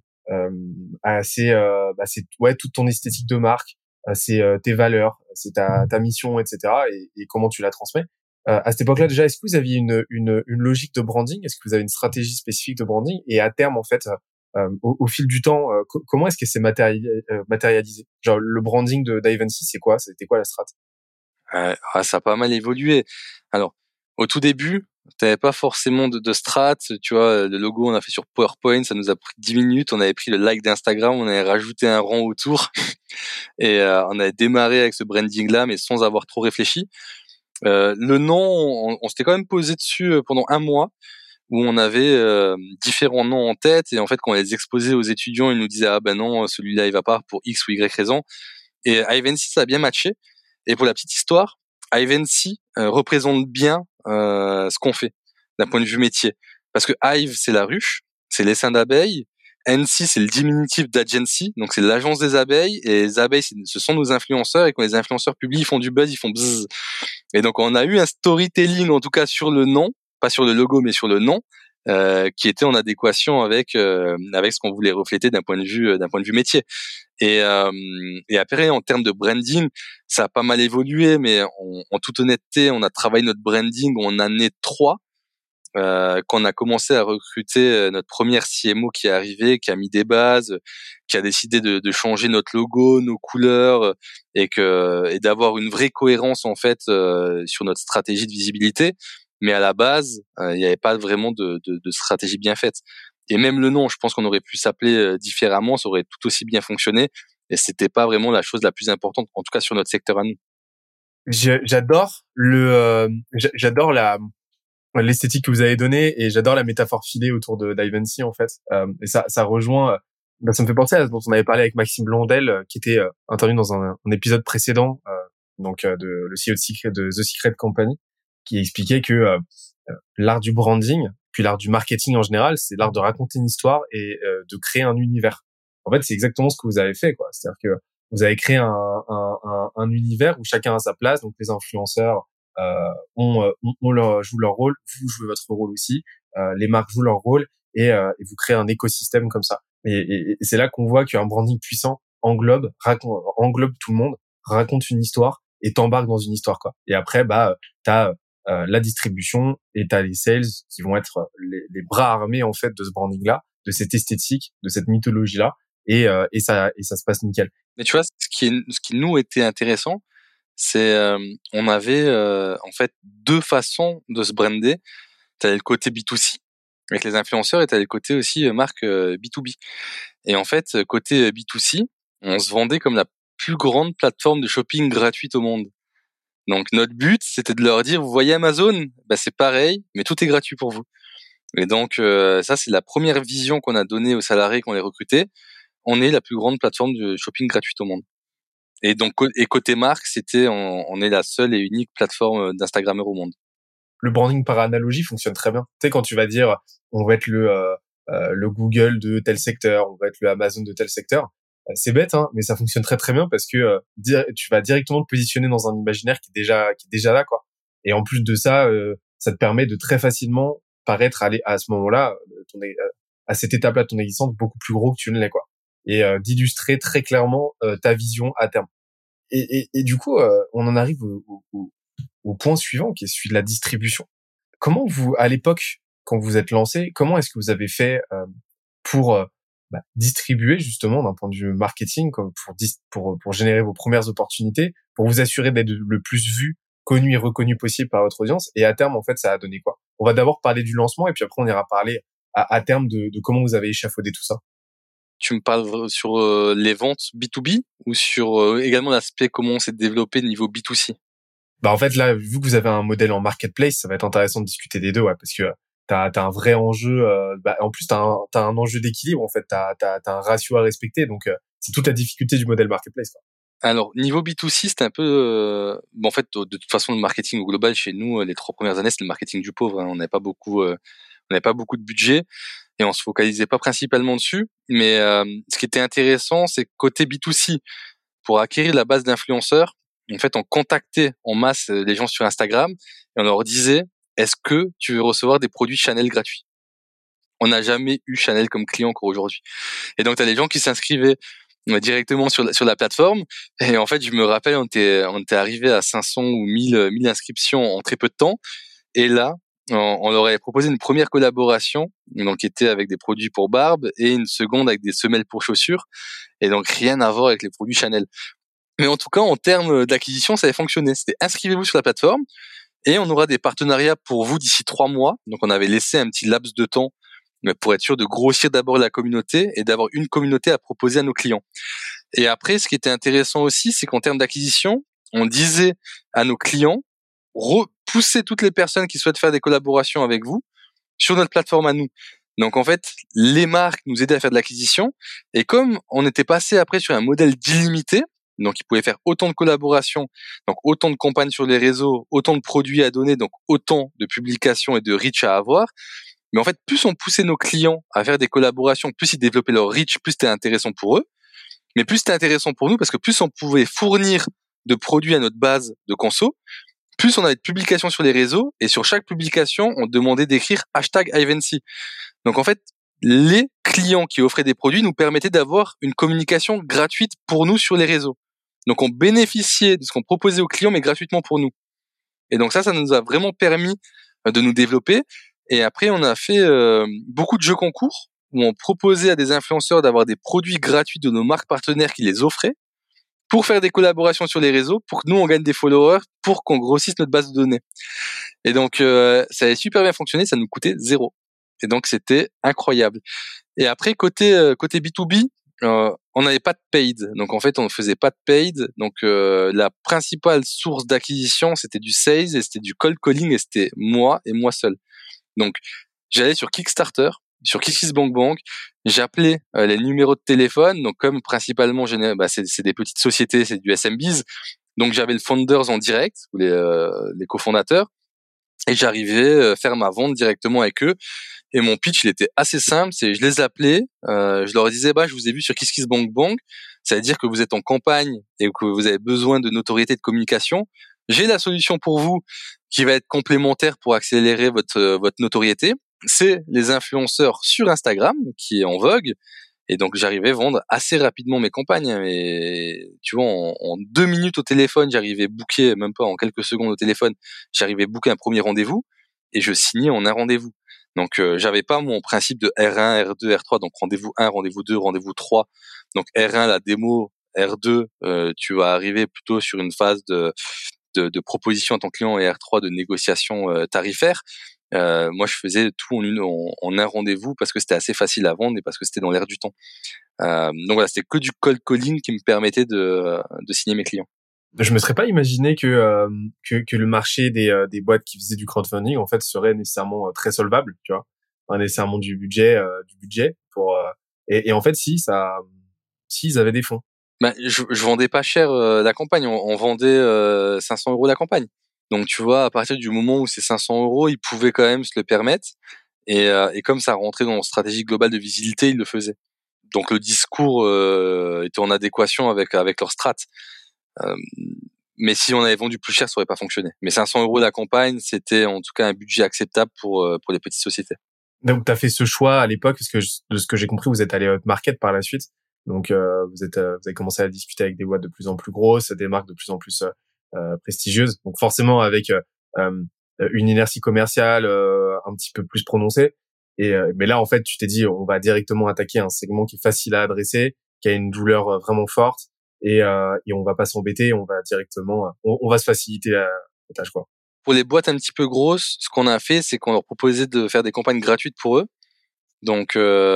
c'est ouais toute ton esthétique de marque, c'est tes valeurs, c'est ta mission, etc. Et comment tu la transmets. À cette époque-là, déjà, est-ce que vous aviez une logique de branding? Est-ce que vous avez une stratégie spécifique de branding? Et à terme, en fait, au fil du temps, comment est-ce que c'est matérialisé? Genre, le branding d'Ivancy, c'est quoi? C'était quoi la strat? Ça a pas mal évolué. Alors, au tout début, t'avais pas forcément de strat. Tu vois, le logo, on a fait sur PowerPoint, ça nous a pris 10 minutes. On avait pris le like d'Instagram, on avait rajouté un rang autour et on avait démarré avec ce branding-là, mais sans avoir trop réfléchi. Le nom, on s'était quand même posé dessus pendant un mois, où on avait différents noms en tête, et en fait quand on les exposait aux étudiants, ils nous disaient ah ben non, celui-là il va pas pour X ou Y raison. Et Ivancy, ça a bien matché. Et pour la petite histoire, Ivancy représente bien ce qu'on fait d'un point de vue métier, parce que Hive c'est la ruche, c'est l'essaim d'abeilles. NC, c'est le diminutif d'agency, donc c'est l'agence des abeilles, et les abeilles, ce sont nos influenceurs, et quand les influenceurs publient, ils font du buzz, ils font bzzz. Et donc on a eu un storytelling, en tout cas sur le nom, pas sur le logo, mais sur le nom, qui était en adéquation avec ce qu'on voulait refléter d'un point de vue métier. Et après, en termes de branding, ça a pas mal évolué, mais en toute honnêteté, on a travaillé notre branding en année 3, quand on a commencé à recruter notre première CMO qui est arrivée, qui a mis des bases, qui a décidé de changer notre logo, nos couleurs, et d'avoir une vraie cohérence en fait sur notre stratégie de visibilité. Mais à la base, il n'y avait pas vraiment de stratégie bien faite. Et même le nom, je pense qu'on aurait pu s'appeler différemment, ça aurait tout aussi bien fonctionné. Et c'était pas vraiment la chose la plus importante, en tout cas sur notre secteur à nous. J'adore j'adore l'esthétique que vous avez donnée et j'adore la métaphore filée autour de d'Ivancy en fait. Et ça rejoint, ça me fait penser à ce dont on avait parlé avec Maxime Blondel, qui était intervenu dans un épisode précédent, de le CEO de The Secret Company, qui expliquait que l'art du branding, puis l'art du marketing en général, c'est l'art de raconter une histoire et de créer un univers. En fait, c'est exactement ce que vous avez fait, quoi. C'est-à-dire que vous avez créé un univers où chacun a sa place, donc les influenceurs jouent leur rôle, vous jouez votre rôle aussi, les marques jouent leur rôle et vous créez un écosystème comme ça. Et c'est là qu'on voit qu'un branding puissant englobe tout le monde, raconte une histoire et t'embarque dans une histoire, quoi. Et après, t'as la distribution et t'as les sales qui vont être les bras armés en fait de ce branding-là, de cette esthétique, de cette mythologie-là, et ça se passe nickel. Mais tu vois, ce qui nous était intéressant, c'est on avait en fait deux façons de se brander. T'avais le côté B2C avec les influenceurs et t'avais le côté aussi marque B2B. Et en fait, côté B2C, on se vendait comme la plus grande plateforme de shopping gratuite au monde. Donc notre but, c'était de leur dire, vous voyez Amazon, c'est pareil, mais tout est gratuit pour vous. Et donc ça, c'est la première vision qu'on a donnée aux salariés qu'on les recrutait. On est la plus grande plateforme de shopping gratuite au monde. Et donc côté marque, c'était on est la seule et unique plateforme d'Instagrammeur au monde. Le branding par analogie fonctionne très bien. Tu sais, quand tu vas dire on va être le Google de tel secteur, on va être le Amazon de tel secteur, c'est bête, hein, mais ça fonctionne très très bien parce que tu vas directement te positionner dans un imaginaire qui est déjà là, quoi. Et en plus de ça, ça te permet de très facilement paraître à ce moment-là, à cette étape-là de ton existence, beaucoup plus gros que tu ne l'es, quoi. Et d'illustrer très clairement ta vision à terme. Et du coup, on en arrive au point suivant, qui est celui de la distribution. Comment vous, à l'époque, quand vous êtes lancé, comment est-ce que vous avez fait pour distribuer justement d'un point de vue marketing, pour générer vos premières opportunités, pour vous assurer d'être le plus vu, connu et reconnu possible par votre audience, et à terme, en fait, ça a donné quoi? On va d'abord parler du lancement, et puis après, on ira parler à terme de comment vous avez échafaudé tout ça. Tu me parles sur les ventes B2B ou sur également l'aspect comment on s'est développé niveau B2C? En fait, là, vu que vous avez un modèle en marketplace, ça va être intéressant de discuter des deux, ouais, parce que t'as un vrai enjeu. En plus, t'as un enjeu d'équilibre, en fait. T'as un ratio à respecter, donc c'est toute la difficulté du modèle marketplace, quoi. Alors niveau B2C, c'était un peu en fait de toute façon le marketing au global chez nous les 3 premières années c'était le marketing du pauvre, hein. On n'avait pas beaucoup de budget et on se focalisait pas principalement dessus, mais ce qui était intéressant, c'est que côté B2C, pour acquérir la base d'influenceurs, en fait on contactait en masse les gens sur Instagram et on leur disait est-ce que tu veux recevoir des produits Chanel gratuits? On n'a jamais eu Chanel comme client encore aujourd'hui. Et donc tu as des gens qui s'inscrivaient directement sur la plateforme. Et en fait, je me rappelle, on était arrivé à 500 ou 1000 inscriptions en très peu de temps. Et là, on leur avait proposé une première collaboration, donc qui était avec des produits pour barbe, et une seconde avec des semelles pour chaussures. Et donc, rien à voir avec les produits Chanel. Mais en tout cas, en termes d'acquisition, ça avait fonctionné. C'était inscrivez-vous sur la plateforme, et on aura des partenariats pour vous d'ici 3 mois. Donc, on avait laissé un petit laps de temps pour être sûr de grossir d'abord la communauté et d'avoir une communauté à proposer à nos clients. Et après, ce qui était intéressant aussi, c'est qu'en termes d'acquisition, on disait à nos clients, repoussez toutes les personnes qui souhaitent faire des collaborations avec vous sur notre plateforme à nous. Donc en fait, les marques nous aidaient à faire de l'acquisition. Et comme on était passé après sur un modèle d'illimité, donc ils pouvaient faire autant de collaborations, donc autant de campagnes sur les réseaux, autant de produits à donner, donc autant de publications et de reach à avoir. Mais en fait, plus on poussait nos clients à faire des collaborations, plus ils développaient leur reach, plus c'était intéressant pour eux. Mais plus c'était intéressant pour nous parce que plus on pouvait fournir de produits à notre base de conso, plus on avait de publications sur les réseaux et sur chaque publication, on demandait d'écrire #Ivancy. Donc en fait, les clients qui offraient des produits nous permettaient d'avoir une communication gratuite pour nous sur les réseaux. Donc on bénéficiait de ce qu'on proposait aux clients mais gratuitement pour nous. Et donc ça nous a vraiment permis de nous développer. Et après, on a fait beaucoup de jeux concours où on proposait à des influenceurs d'avoir des produits gratuits de nos marques partenaires qui les offraient pour faire des collaborations sur les réseaux, pour que nous, on gagne des followers, pour qu'on grossisse notre base de données. Et donc, ça a super bien fonctionné, ça nous coûtait 0. Et donc, c'était incroyable. Et après, côté B2B, on n'avait pas de paid. Donc, en fait, on ne faisait pas de paid. Donc, la principale source d'acquisition, c'était du sales et c'était du cold calling et c'était moi et moi seul. Donc, j'allais sur Kickstarter, sur KissKissBankBank, j'appelais les numéros de téléphone. Donc, comme principalement, c'est des petites sociétés, c'est du SMBs. Donc, j'avais le founders en direct, ou les cofondateurs, et j'arrivais à faire ma vente directement avec eux. Et mon pitch, il était assez simple, c'est je les appelais, je leur disais je vous ai vu sur KissKissBankBank, ça veut dire que vous êtes en campagne et que vous avez besoin de notoriété de communication. J'ai la solution pour vous qui va être complémentaire pour accélérer votre notoriété. C'est les influenceurs sur Instagram qui est en vogue. Et donc j'arrivais à vendre assez rapidement mes campagnes. Et tu vois, en 2 minutes au téléphone, j'arrivais à booker, même pas en quelques secondes au téléphone, j'arrivais à booker un premier rendez-vous et je signais en un rendez-vous. Donc j'avais pas mon principe de R1, R2, R3, donc rendez-vous 1, rendez-vous 2, rendez-vous 3. Donc R1 la démo, R2 tu vas arriver plutôt sur une phase de proposition à ton client et R3 de négociation tarifaire. Moi je faisais tout en un rendez-vous parce que c'était assez facile à vendre et parce que c'était dans l'air du temps. Donc voilà, c'était que du cold calling qui me permettait de signer mes clients. Je me serais pas imaginé que le marché des boîtes qui faisaient du crowdfunding en fait serait nécessairement très solvable, tu vois, pas nécessairement du budget pour et en fait si ils avaient des fonds. Je vendais pas cher la campagne, on vendait 500 € la campagne. Donc tu vois, à partir du moment où c'est 500 €, ils pouvaient quand même se le permettre. Et comme ça rentrait dans leur stratégie globale de visibilité, ils le faisaient. Donc le discours était en adéquation avec leur strat. Mais si on avait vendu plus cher, ça aurait pas fonctionné. Mais 500 € la campagne, c'était en tout cas un budget acceptable pour les petites sociétés. Donc tu as fait ce choix à l'époque parce que de ce que j'ai compris, vous êtes allé au market par la suite. Donc vous avez commencé à discuter avec des boîtes de plus en plus grosses, des marques de plus en plus prestigieuses. Donc forcément avec une inertie commerciale un petit peu plus prononcée. Mais là en fait, tu t'es dit on va directement attaquer un segment qui est facile à adresser, qui a une douleur vraiment forte et on va pas s'embêter, on va directement on va se faciliter la tâche quoi. Pour les boîtes un petit peu grosses, ce qu'on a fait, c'est qu'on leur proposait de faire des campagnes gratuites pour eux. Donc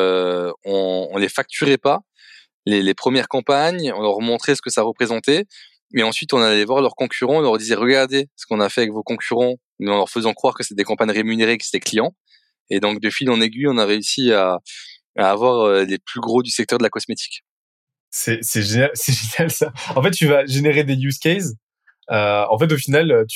on les facturait pas. Les premières campagnes, on leur montrait ce que ça représentait, mais ensuite on allait voir leurs concurrents, on leur disait regardez ce qu'on a fait avec vos concurrents, mais en leur faisant croire que c'était des campagnes rémunérées, que c'était clients. Et donc de fil en aiguille, on a réussi à avoir les plus gros du secteur de la cosmétique. C'est génial, c'est génial ça. En fait, tu vas générer des use cases. En fait, au final,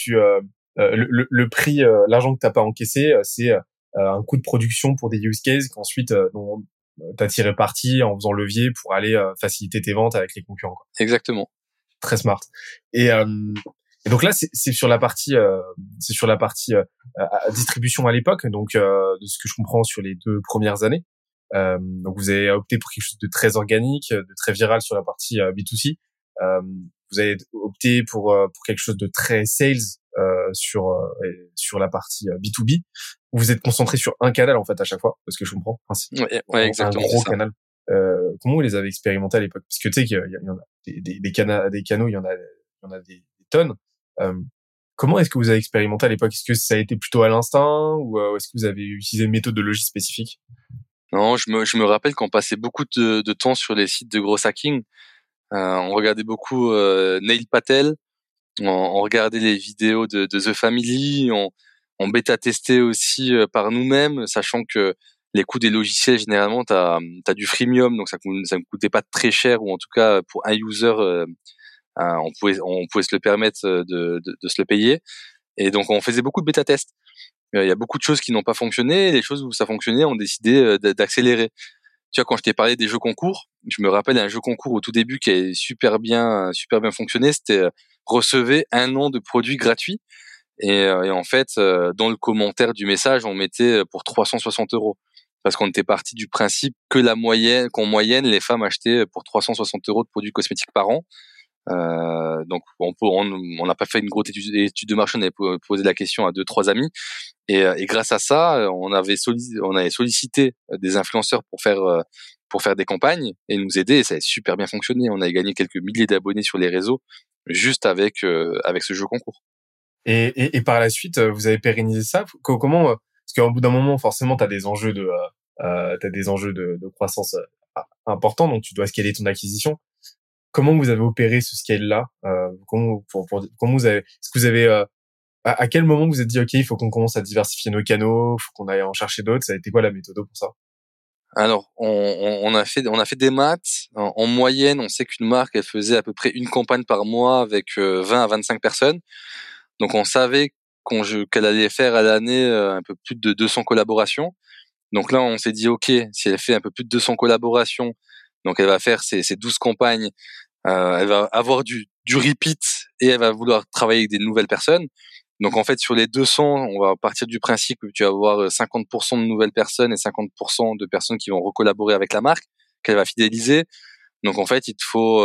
le prix, l'argent que t'as pas encaissé, c'est un coût de production pour des use cases qu'ensuite t'as tiré parti en faisant levier pour aller faciliter tes ventes avec les concurrents, quoi. Exactement. Très smart. Et donc là, c'est sur la partie distribution à l'époque. Donc de ce que je comprends sur les 2 premières années. Donc vous avez opté pour quelque chose de très organique, de très viral sur la partie B2C. Vous avez opté pour quelque chose de très sales sur la partie B2B. Vous êtes concentré sur un canal en fait à chaque fois, parce que je comprends. Enfin, ouais, exactement. Un gros canal. Comment vous les avez expérimentés à l'époque? Parce que tu sais qu'il y en a des canaux, il y en a des tonnes. Comment est-ce que vous avez expérimenté à l'époque? Est-ce que ça a été plutôt à l'instinct ou est-ce que vous avez utilisé une méthodologie spécifique? Non, je me rappelle qu'on passait beaucoup de temps sur les sites de gros hacking. On regardait beaucoup Neil Patel, on regardait les vidéos de The Family, on bêta-testait aussi par nous-mêmes, sachant que les coûts des logiciels, généralement, t'as du freemium, donc ça me coûtait pas très cher, ou en tout cas, pour un user, on pouvait se le permettre de se le payer. Et donc, on faisait beaucoup de bêta-tests. Il y a beaucoup de choses qui n'ont pas fonctionné, les choses où ça fonctionnait, on décidé d'accélérer. Tu vois, quand je t'ai parlé des jeux concours, je me rappelle un jeu concours au tout début qui a super bien fonctionné. C'était recevez 1 an de produits gratuits. Et en fait, dans le commentaire du message, on mettait pour 360 €. Parce qu'on était parti du principe que qu'en moyenne, les femmes achetaient pour 360 € de produits cosmétiques par an. Donc on n'a pas fait une grosse étude de marché, on avait posé la question à 2-3 amis et grâce à ça on avait sollicité des influenceurs pour faire des campagnes et nous aider et ça a super bien fonctionné. On a gagné quelques milliers d'abonnés sur les réseaux juste avec ce jeu concours. Et par la suite, vous avez pérennisé ça. Comment Parce qu'au bout d'un moment, forcément, t'as des enjeux de croissance importants, donc tu dois scaler ton acquisition. Comment vous avez opéré ce scale-là? Comment vous avez, est-ce que vous avez, à quel moment vous êtes dit, OK, il faut qu'on commence à diversifier nos canaux, il faut qu'on aille en chercher d'autres? Ça a été quoi la méthode pour ça? Alors, on a fait des maths. En moyenne, on sait qu'une marque, elle faisait à peu près une campagne par mois avec 20 à 25 personnes. Donc, on savait qu'elle allait faire à l'année un peu plus de 200 collaborations. Donc là, on s'est dit, OK, si elle fait un peu plus de 200 collaborations, donc elle va faire ses 12 campagnes, elle va avoir du repeat et elle va vouloir travailler avec des nouvelles personnes. Donc en fait, sur les 200, on va partir du principe que tu vas avoir 50% de nouvelles personnes et 50% de personnes qui vont recollaborer avec la marque, qu'elle va fidéliser. Donc en fait, il te faut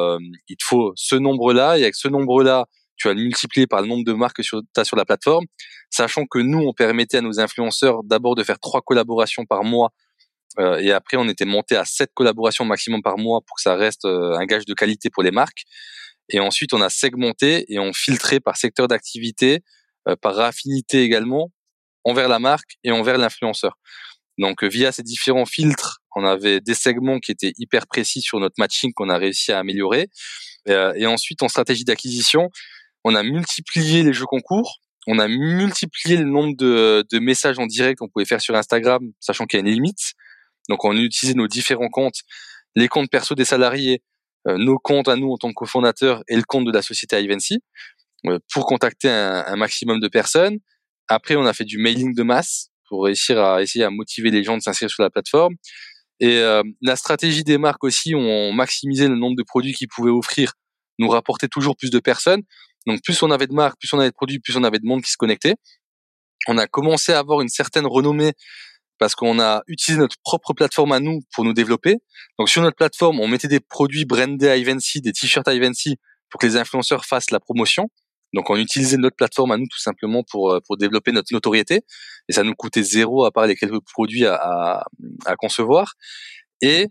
ce nombre-là, et avec ce nombre-là, tu vas le multiplier par le nombre de marques que tu as sur la plateforme, sachant que nous, on permettait à nos influenceurs d'abord de faire 3 collaborations par mois, et après on était monté à 7 collaborations maximum par mois pour que ça reste un gage de qualité pour les marques. Et ensuite, on a segmenté et on filtré par secteur d'activité, par affinité également, envers la marque et envers l'influenceur. Donc, via ces différents filtres, on avait des segments qui étaient hyper précis sur notre matching qu'on a réussi à améliorer. Et ensuite, en stratégie d'acquisition, on a multiplié les jeux concours. On a multiplié le nombre de messages en direct qu'on pouvait faire sur Instagram, sachant qu'il y a une limite. Donc, on a utilisé nos différents comptes, les comptes perso des salariés, nos comptes à nous en tant que cofondateurs et le compte de la société Ivancy, pour contacter un maximum de personnes. Après, on a fait du mailing de masse pour réussir à essayer à motiver les gens de s'inscrire sur la plateforme. Et la stratégie des marques aussi, on maximisait le nombre de produits qu'ils pouvaient offrir, nous rapportait toujours plus de personnes. Donc plus on avait de marques, plus on avait de produits, plus on avait de monde qui se connectait. On a commencé à avoir une certaine renommée parce qu'on a utilisé notre propre plateforme à nous pour nous développer. Donc sur notre plateforme, on mettait des produits brandés Ivancy, des t-shirts Ivancy pour que les influenceurs fassent la promotion. Donc on utilisait notre plateforme à nous tout simplement pour développer notre notoriété, et ça nous coûtait zéro à part les quelques produits à concevoir. Et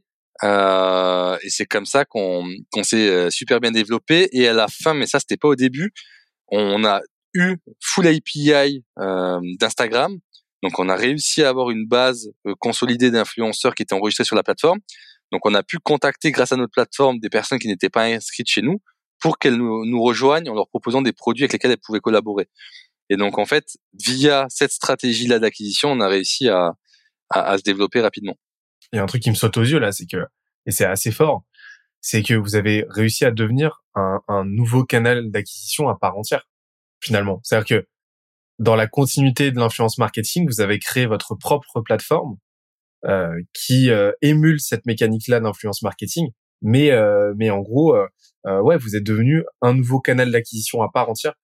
c'est comme ça qu'on s'est super bien développé. Et à la fin, mais ça c'était pas au début, on a eu full API d'Instagram. Donc on a réussi à avoir une base consolidée d'influenceurs qui étaient enregistrés sur la plateforme. Donc on a pu contacter grâce à notre plateforme des personnes qui n'étaient pas inscrites chez nous pour qu'elles nous rejoignent en leur proposant des produits avec lesquels elles pouvaient collaborer. Et donc en fait, via cette stratégie-là d'acquisition, on a réussi à se développer rapidement. Il y a un truc qui me saute aux yeux là, et c'est assez fort, c'est que vous avez réussi à devenir un nouveau canal d'acquisition à part entière, finalement. C'est-à-dire que dans la continuité de l'influence marketing, vous avez créé votre propre plateforme qui émule cette mécanique-là d'influence marketing, mais en gros, ouais, vous êtes devenu un nouveau canal d'acquisition à part entière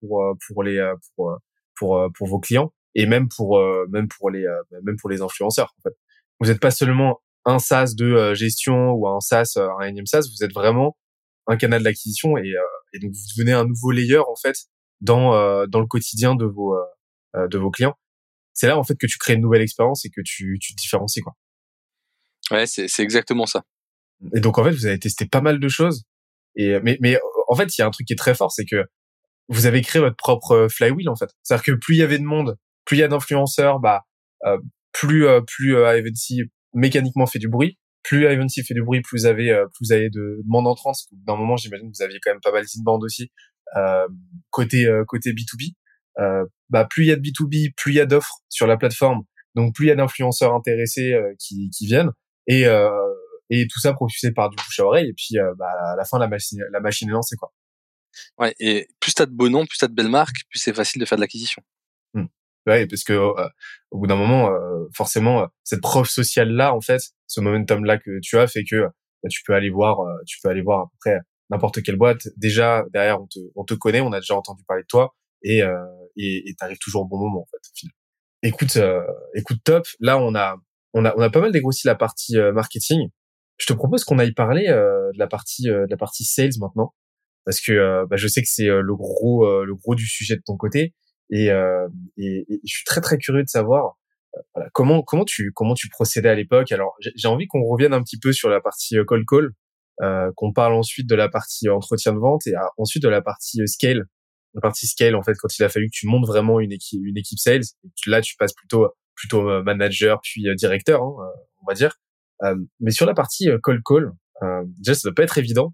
pour vos clients, et même pour les influenceurs. En fait, vous n'êtes pas seulement un SaaS de gestion ou un SaaS, un énième SaaS, vous êtes vraiment un canal d'acquisition, et donc vous devenez un nouveau layer en fait dans le quotidien de vos clients. C'est là en fait que tu crées une nouvelle expérience et que tu te différencies, quoi. Ouais, c'est exactement ça. Et donc en fait, vous avez testé pas mal de choses. Mais en fait, il y a un truc qui est très fort, c'est que vous avez créé votre propre flywheel en fait. C'est-à-dire que plus il y avait de monde, plus il y a d'influenceurs, plus Ivancy mécaniquement fait du bruit. Plus Ivancy fait du bruit, plus vous avez de monde entrant. Parce qu'au bout d'un moment, j'imagine que vous aviez quand même pas mal d'inbound aussi côté B2B. Plus il y a de B2B, plus il y a d'offres sur la plateforme. Donc plus il y a d'influenceurs intéressés qui viennent, et tout ça propulsé par du bouche à oreille, et puis à la fin la machine est lancée, quoi. Ouais, et plus t'as de beaux noms, plus t'as de belles marques, plus c'est facile de faire de l'acquisition. Ouais, parce que au bout d'un moment, forcément, cette preuve sociale là, en fait, ce momentum là que tu as fait que tu peux aller voir à peu près n'importe quelle boîte. Déjà derrière, on te connaît, on a déjà entendu parler de toi, et t'arrives toujours au bon moment, en fait, au final. Écoute, top. Là, on a pas mal dégrossi la partie marketing. Je te propose qu'on aille parler de la partie sales maintenant, parce que je sais que c'est le gros du sujet de ton côté, et je suis très très curieux de savoir voilà, comment tu procédais à l'époque. Alors j'ai envie qu'on revienne un petit peu sur la partie cold call, qu'on parle ensuite de la partie entretien de vente, et ensuite de la partie scale. La partie scale, en fait, quand il a fallu que tu montes vraiment une équipe sales, et là tu passes plutôt plutôt manager puis directeur, on va dire. Mais sur la partie cold call, déjà ça doit pas être évident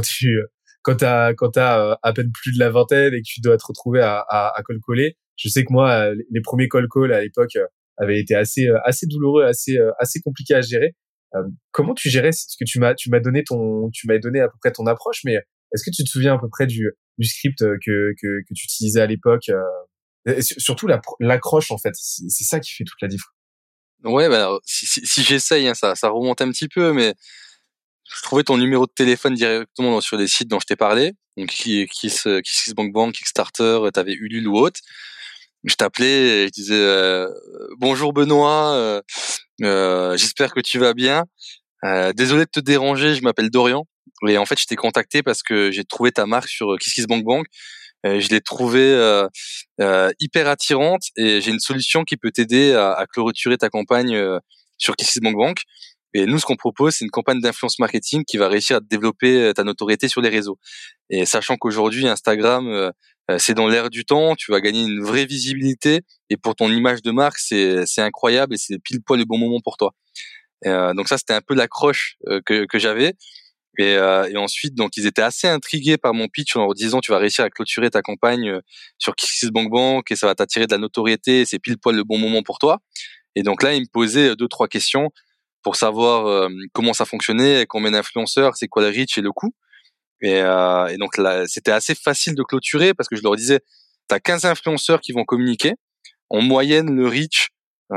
quand t'as à peine plus de la vingtaine et que tu dois te retrouver à cold caller. Je sais que moi, les premiers cold calls à l'époque avaient été assez douloureux, assez compliqués à gérer. Comment tu gérais ce que tu m'as donné à peu près ton approche, mais est-ce que tu te souviens à peu près du script que tu utilisais à l'époque, et surtout l'accroche en fait, c'est ça qui fait toute la différence. Ouais, bah alors, si j'essaye, hein, ça remonte un petit peu, mais je trouvais ton numéro de téléphone directement sur les sites dont je t'ai parlé, donc KissBankBank, Kickstarter, t'avais Ulule ou autre. Je t'appelais et je disais bonjour Benoît, j'espère que tu vas bien. Désolé de te déranger, je m'appelle Dorian. Et en fait, je t'ai contacté parce que j'ai trouvé ta marque sur KissBankBank. Je l'ai trouvée hyper attirante et j'ai une solution qui peut t'aider à clôturer ta campagne sur KissBankBank. Et nous, ce qu'on propose, c'est une campagne d'influence marketing qui va réussir à développer ta notoriété sur les réseaux. Et sachant qu'aujourd'hui, Instagram, c'est dans l'air du temps, tu vas gagner une vraie visibilité. Et pour ton image de marque, c'est incroyable et c'est pile poil le bon moment pour toi. Donc ça, c'était un peu l'accroche que j'avais. Et ensuite, donc ils étaient assez intrigués par mon pitch en leur disant tu vas réussir à clôturer ta campagne sur KissBankBank et ça va t'attirer de la notoriété. Et c'est pile poil le bon moment pour toi. Et donc là, ils me posaient 2-3 questions pour savoir comment ça fonctionnait, combien d'influenceurs, c'est quoi le reach et le coût. Et donc là, c'était assez facile de clôturer parce que je leur disais, t'as 15 influenceurs qui vont communiquer. En moyenne, le reach,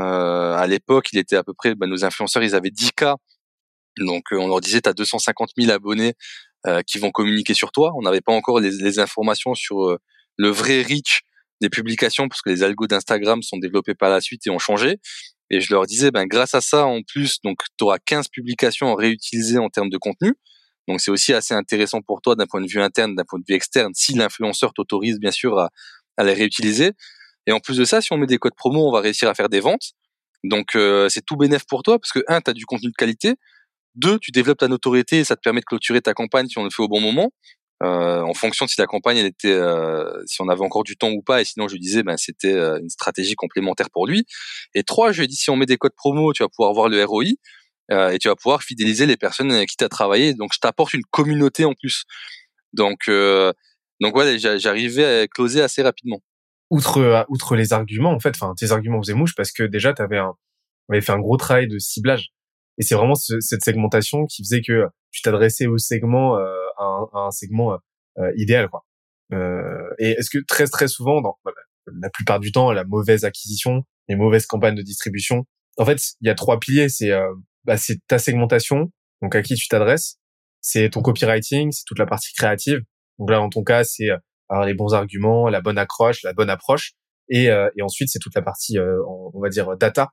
à l'époque, il était à peu près, nos influenceurs, ils avaient 10K. Donc on leur disait, t'as 250 000 abonnés qui vont communiquer sur toi. On n'avait pas encore les informations sur le vrai reach des publications parce que les algos d'Instagram sont développés par la suite et ont changé. Et je leur disais, grâce à ça, en plus, donc, tu auras 15 publications réutilisées en termes de contenu. Donc, c'est aussi assez intéressant pour toi d'un point de vue interne, d'un point de vue externe, si l'influenceur t'autorise, bien sûr, à les réutiliser. Et en plus de ça, si on met des codes promo, on va réussir à faire des ventes. Donc, c'est tout bénef pour toi parce que, un, tu as du contenu de qualité. Deux, tu développes ta notoriété et ça te permet de clôturer ta campagne si on le fait au bon moment. En fonction de si la campagne elle était si on avait encore du temps ou pas, et sinon je lui disais c'était une stratégie complémentaire pour lui. Et trois, je lui ai dit si on met des codes promo, tu vas pouvoir voir le ROI et tu vas pouvoir fidéliser les personnes avec qui tu as travaillé. Donc je t'apporte une communauté en plus. Donc ouais, j'arrivais à closer assez rapidement. Outre les arguments, en fait, enfin tes arguments faisaient mouche parce que déjà on avait fait un gros travail de ciblage. Et c'est vraiment cette segmentation qui faisait que tu t'adressais au segment, à un segment idéal, quoi. Et est-ce que très souvent, dans la plupart du temps, la mauvaise acquisition, les mauvaises campagnes de distribution, en fait, il y a trois piliers. C'est ta segmentation, donc à qui tu t'adresses, c'est ton copywriting, c'est toute la partie créative. Donc là, dans ton cas, c'est avoir les bons arguments, la bonne accroche, la bonne approche, et ensuite c'est toute la partie, on va dire data.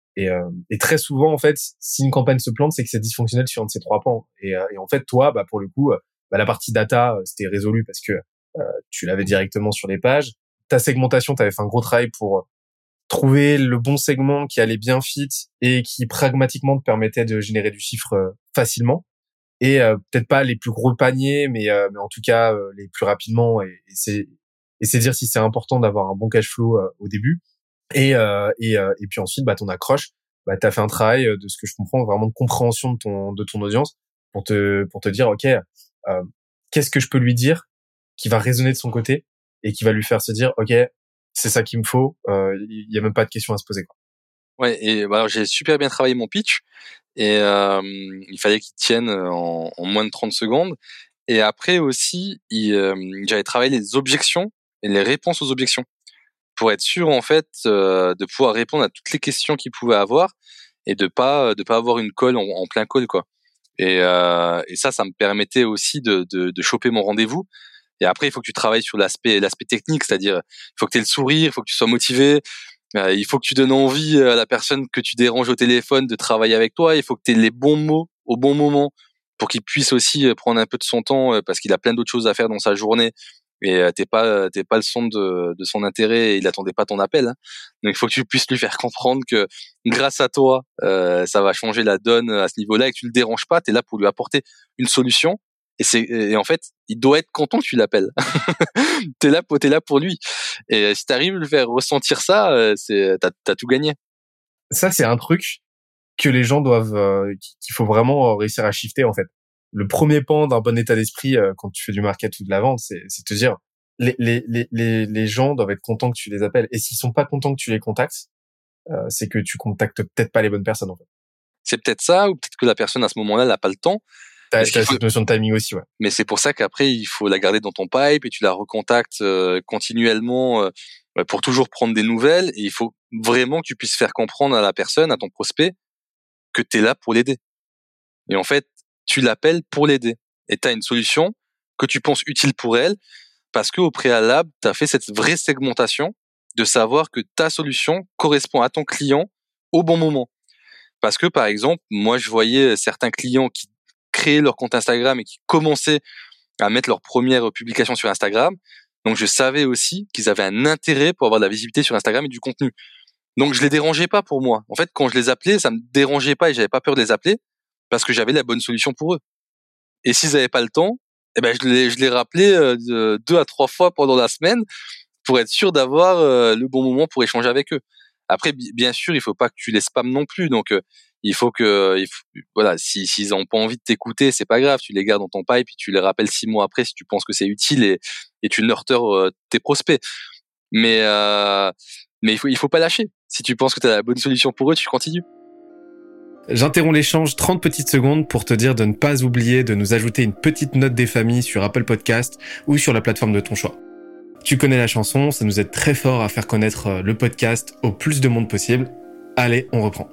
Et très souvent, en fait, si une campagne se plante, c'est que c'est dysfonctionnel sur un de ces trois pans. Et en fait, toi, pour le coup, la partie data, c'était résolu parce que tu l'avais directement sur les pages. Ta segmentation, tu avais fait un gros travail pour trouver le bon segment qui allait bien fit et qui pragmatiquement te permettait de générer du chiffre facilement. Et peut-être pas les plus gros paniers, mais en tout cas les plus rapidement. Et c'est dire si c'est important d'avoir un bon cash flow au début. Et puis ensuite, ton accroche, t'as fait un travail de ce que je comprends vraiment de compréhension de ton audience pour te dire ok, qu'est-ce que je peux lui dire qui va résonner de son côté et qui va lui faire se dire ok, c'est ça qu'il me faut. Il y a même pas de question à se poser, quoi. Ouais, et alors j'ai super bien travaillé mon pitch et il fallait qu'il tienne en moins de 30 secondes. Et après aussi, j'avais travaillé les objections et les réponses aux objections, pour être sûr en fait de pouvoir répondre à toutes les questions qu'il pouvait avoir et de pas avoir une colle en plein call, quoi. Et ça me permettait aussi de choper mon rendez-vous. Et après, il faut que tu travailles sur l'aspect technique, c'est-à-dire il faut que tu aies le sourire, il faut que tu sois motivé, il faut que tu donnes envie à la personne que tu déranges au téléphone de travailler avec toi, il faut que tu aies les bons mots au bon moment pour qu'il puisse aussi prendre un peu de son temps parce qu'il a plein d'autres choses à faire dans sa journée. Et t'es pas le centre de son intérêt et il attendait pas ton appel, hein. Donc il faut que tu puisses lui faire comprendre que grâce à toi ça va changer la donne à ce niveau-là et que tu le déranges pas, t'es là pour lui apporter une solution et en fait il doit être content que tu l'appelles. t'es là pour lui et si t'arrives à lui faire ressentir ça, t'as tout gagné. Ça, c'est un truc que les gens doivent, qu'il faut vraiment réussir à shifter, en fait. Le premier pan d'un bon état d'esprit quand tu fais du market ou de la vente, c'est te dire les gens doivent être contents que tu les appelles. Et s'ils sont pas contents que tu les contactes, c'est que tu contactes peut-être pas les bonnes personnes, en fait. C'est peut-être ça, ou peut-être que la personne à ce moment-là n'a pas le temps. T'as cette notion de timing aussi, ouais. Mais c'est pour ça qu'après, il faut la garder dans ton pipe et tu la recontactes continuellement pour toujours prendre des nouvelles. Et il faut vraiment que tu puisses faire comprendre à la personne, à ton prospect, que tu es là pour l'aider. Et en fait, tu l'appelles pour l'aider. Et tu as une solution que tu penses utile pour elle parce qu'au préalable, tu as fait cette vraie segmentation de savoir que ta solution correspond à ton client au bon moment. Parce que, par exemple, moi, je voyais certains clients qui créaient leur compte Instagram et qui commençaient à mettre leur première publication sur Instagram. Donc, je savais aussi qu'ils avaient un intérêt pour avoir de la visibilité sur Instagram et du contenu. Donc, je les dérangeais pas pour moi. En fait, quand je les appelais, ça me dérangeait pas et j'avais pas peur de les appeler parce que j'avais la bonne solution pour eux. Et s'ils avaient pas le temps, eh ben, je les rappelais 2 à 3 fois pendant la semaine pour être sûr d'avoir le bon moment pour échanger avec eux. Après, bien sûr, il faut pas que tu les spammes non plus. Donc, voilà, s'ils ont pas envie de t'écouter, c'est pas grave. Tu les gardes dans ton pipe, puis tu les rappelles 6 mois après si tu penses que c'est utile et tu nurtures tes prospects. Mais il faut pas lâcher. Si tu penses que tu as la bonne solution pour eux, tu continues. J'interromps l'échange 30 petites secondes pour te dire de ne pas oublier de nous ajouter une petite note des familles sur Apple Podcast ou sur la plateforme de ton choix. Tu connais la chanson, ça nous aide très fort à faire connaître le podcast au plus de monde possible. Allez, on reprend.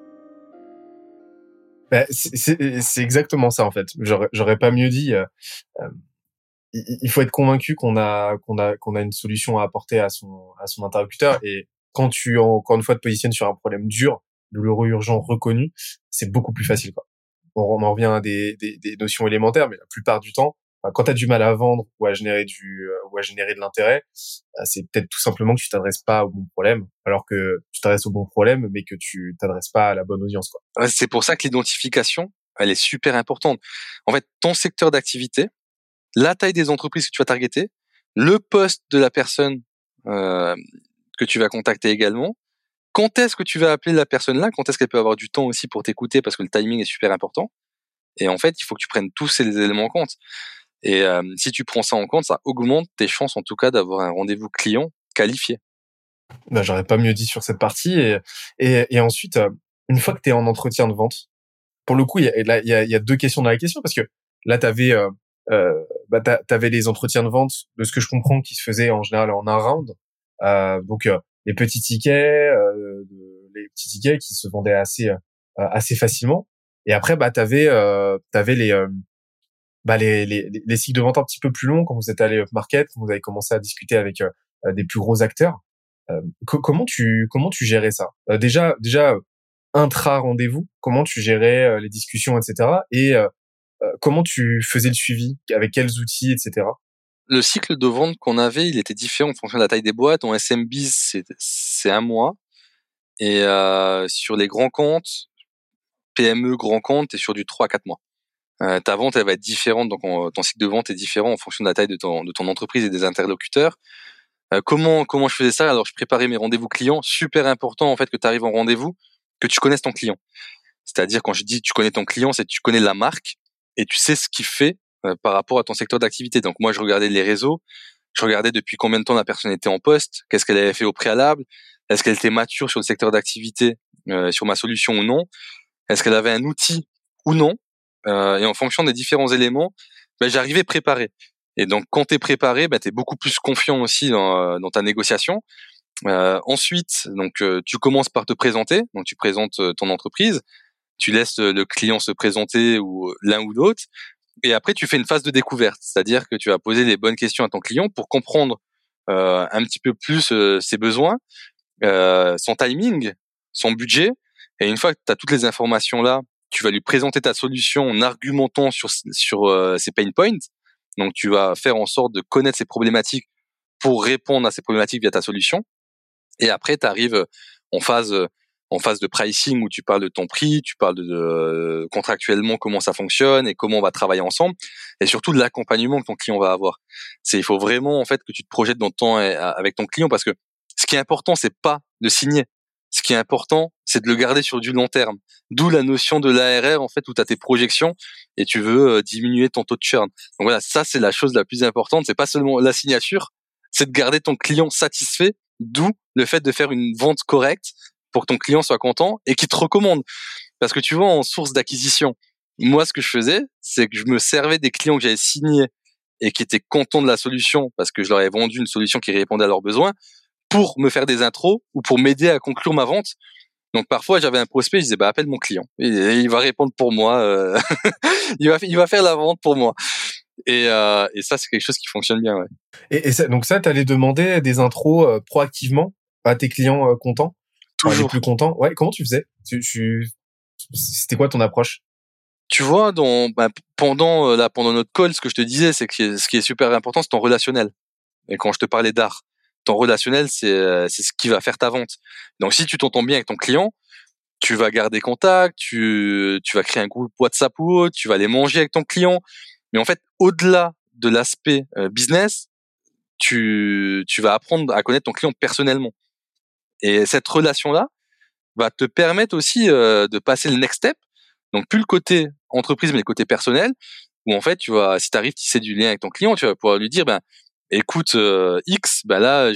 C'est exactement ça en fait. J'aurais pas mieux dit. Il faut être convaincu qu'on a une solution à apporter à son interlocuteur. Et quand tu encore une fois te positionnes sur un problème dur, douloureux, urgent, reconnu, c'est beaucoup plus facile, quoi. On en revient à des notions élémentaires, mais la plupart du temps, quand tu as du mal à vendre ou à générer de l'intérêt, c'est peut-être tout simplement que tu t'adresses pas au bon problème, alors que tu t'adresses au bon problème, mais que tu t'adresses pas à la bonne audience, quoi. Ouais, c'est pour ça que l'identification, elle est super importante. En fait, ton secteur d'activité, la taille des entreprises que tu vas targeter, le poste de la personne que tu vas contacter également, quand est-ce que tu vas appeler la personne là, quand est-ce qu'elle peut avoir du temps aussi pour t'écouter parce que le timing est super important. Et en fait, il faut que tu prennes tous ces éléments en compte. Et si tu prends ça en compte, ça augmente tes chances en tout cas d'avoir un rendez-vous client qualifié. Ben, j'aurais pas mieux dit sur cette partie. Et ensuite, une fois que tu es en entretien de vente, pour le coup, il y a deux questions dans la question, parce que là, t'avais les entretiens de vente, de ce que je comprends, qui se faisaient en général en un round. Donc les petits tickets, qui se vendaient assez facilement. Et après, t'avais les cycles de vente un petit peu plus longs quand vous êtes allé up market, quand vous avez commencé à discuter avec des plus gros acteurs. Comment tu gérais ça? Déjà intra rendez-vous, comment tu gérais les discussions, etc. Et comment tu faisais le suivi, avec quels outils, etc. Le cycle de vente qu'on avait, il était différent en fonction de la taille des boîtes. En SMB, c'est 1 mois. Et sur les grands comptes, PME, grands comptes, t'es sur du 3 à 4 mois. Ta vente, elle va être différente. Donc, ton cycle de vente est différent en fonction de la taille de ton entreprise et des interlocuteurs. Comment je faisais ça? Alors, je préparais mes rendez-vous clients. Super important, en fait, que tu arrives en rendez-vous, que tu connaisses ton client. C'est-à-dire, quand je dis tu connais ton client, c'est que tu connais la marque et tu sais ce qu'il fait par rapport à ton secteur d'activité. Donc, moi, je regardais les réseaux. Je regardais depuis combien de temps la personne était en poste, qu'est-ce qu'elle avait fait au préalable, est-ce qu'elle était mature sur le secteur d'activité, sur ma solution ou non, est-ce qu'elle avait un outil ou non, et en fonction des différents éléments, j'arrivais préparé. Et donc, quand t'es préparé, t'es beaucoup plus confiant aussi dans ta négociation. Ensuite, donc tu commences par te présenter, donc tu présentes ton entreprise, tu laisses le client se présenter ou l'un ou l'autre. Et après, tu fais une phase de découverte, c'est-à-dire que tu vas poser les bonnes questions à ton client pour comprendre un petit peu plus ses besoins, son timing, son budget. Et une fois que tu as toutes les informations là, tu vas lui présenter ta solution en argumentant sur ses pain points. Donc, tu vas faire en sorte de connaître ses problématiques pour répondre à ces problématiques via ta solution. Et après, tu arrives en phase de pricing où tu parles de ton prix, tu parles de contractuellement comment ça fonctionne et comment on va travailler ensemble, et surtout de l'accompagnement que ton client va avoir. Il faut vraiment en fait que tu te projettes dans le temps avec ton client, parce que ce qui est important, c'est pas de signer, ce qui est important, c'est de le garder sur du long terme. D'où la notion de l'ARR, en fait, où tu as tes projections et tu veux diminuer ton taux de churn. Donc voilà, ça, c'est la chose la plus importante. C'est pas seulement la signature, c'est de garder ton client satisfait, d'où le fait de faire une vente correcte pour que ton client soit content et qu'il te recommande. Parce que tu vois, en source d'acquisition, moi, ce que je faisais, c'est que je me servais des clients que j'avais signés et qui étaient contents de la solution parce que je leur avais vendu une solution qui répondait à leurs besoins pour me faire des intros ou pour m'aider à conclure ma vente. Donc parfois j'avais un prospect, je disais bah appelle mon client et il va répondre pour moi, il va faire la vente pour moi. Et ça c'est quelque chose qui fonctionne bien, ouais. Et ça, donc ça, t'allais demander des intros proactivement à tes clients contents, enfin, les plus contents. Ouais, comment tu faisais? C'était quoi ton approche? Tu vois, pendant notre call, ce que je te disais, c'est que ce qui est super important, c'est ton relationnel. Et quand je te parlais d'art, ton relationnel, c'est ce qui va faire ta vente. Donc si tu t'entends bien avec ton client, tu vas garder contact, tu vas créer un groupe WhatsApp ou autre, tu vas aller manger avec ton client. Mais en fait, au-delà de l'aspect business, tu vas apprendre à connaître ton client personnellement. Et cette relation-là va te permettre aussi de passer le next step. Donc plus le côté entreprise, mais le côté personnel, où en fait, si tu arrives à tisser du lien avec ton client, tu vas pouvoir lui dire, écoute, X, là,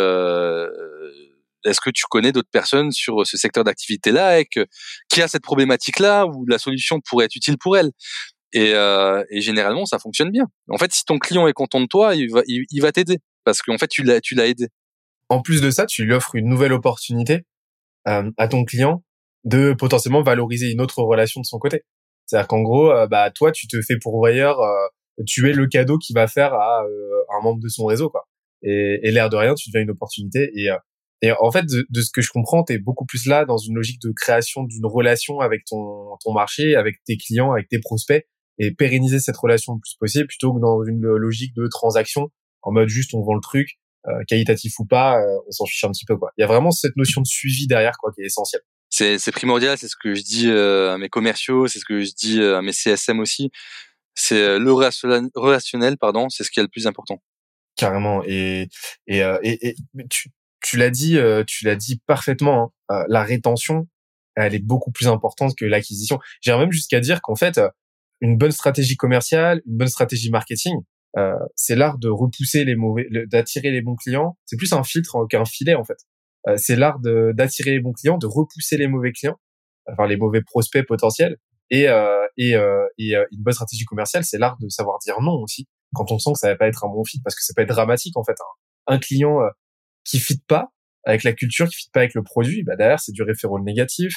est-ce que tu connais d'autres personnes sur ce secteur d'activité-là et qui a cette problématique-là où la solution pourrait être utile pour elle? Et généralement, ça fonctionne bien. En fait, si ton client est content de toi, il va t'aider parce qu'en fait, tu l'as aidé. En plus de ça, tu lui offres une nouvelle opportunité à ton client de potentiellement valoriser une autre relation de son côté. C'est-à-dire qu'en gros, toi, tu te fais pourvoyeur, tu es le cadeau qu'il va faire à un membre de son réseau, quoi. Et l'air de rien, tu deviens une opportunité. Et en fait, de ce que je comprends, t'es beaucoup plus là dans une logique de création d'une relation avec ton marché, avec tes clients, avec tes prospects, et pérenniser cette relation le plus possible, plutôt que dans une logique de transaction, en mode juste on vend le truc, qualitatif ou pas, on s'en fiche un petit peu, quoi. Il y a vraiment cette notion de suivi derrière, quoi, qui est essentielle. C'est primordial, c'est ce que je dis à mes commerciaux, c'est ce que je dis à mes CSM aussi. C'est le relationnel, pardon, c'est ce qui est le plus important. Carrément. Et tu l'as dit parfaitement, hein. La rétention, elle est beaucoup plus importante que l'acquisition. J'irais même jusqu'à dire qu'en fait, une bonne stratégie commerciale, une bonne stratégie marketing, c'est l'art de repousser d'attirer les bons clients. C'est plus un filtre qu'un filet, en fait. C'est l'art d'attirer les bons clients, de repousser les mauvais clients, enfin les mauvais prospects potentiels. Et une bonne stratégie commerciale, c'est l'art de savoir dire non aussi quand on sent que ça va pas être un bon fit, parce que ça peut être dramatique en fait. Un client qui fit pas avec la culture, qui fit pas avec le produit, derrière c'est du référent négatif,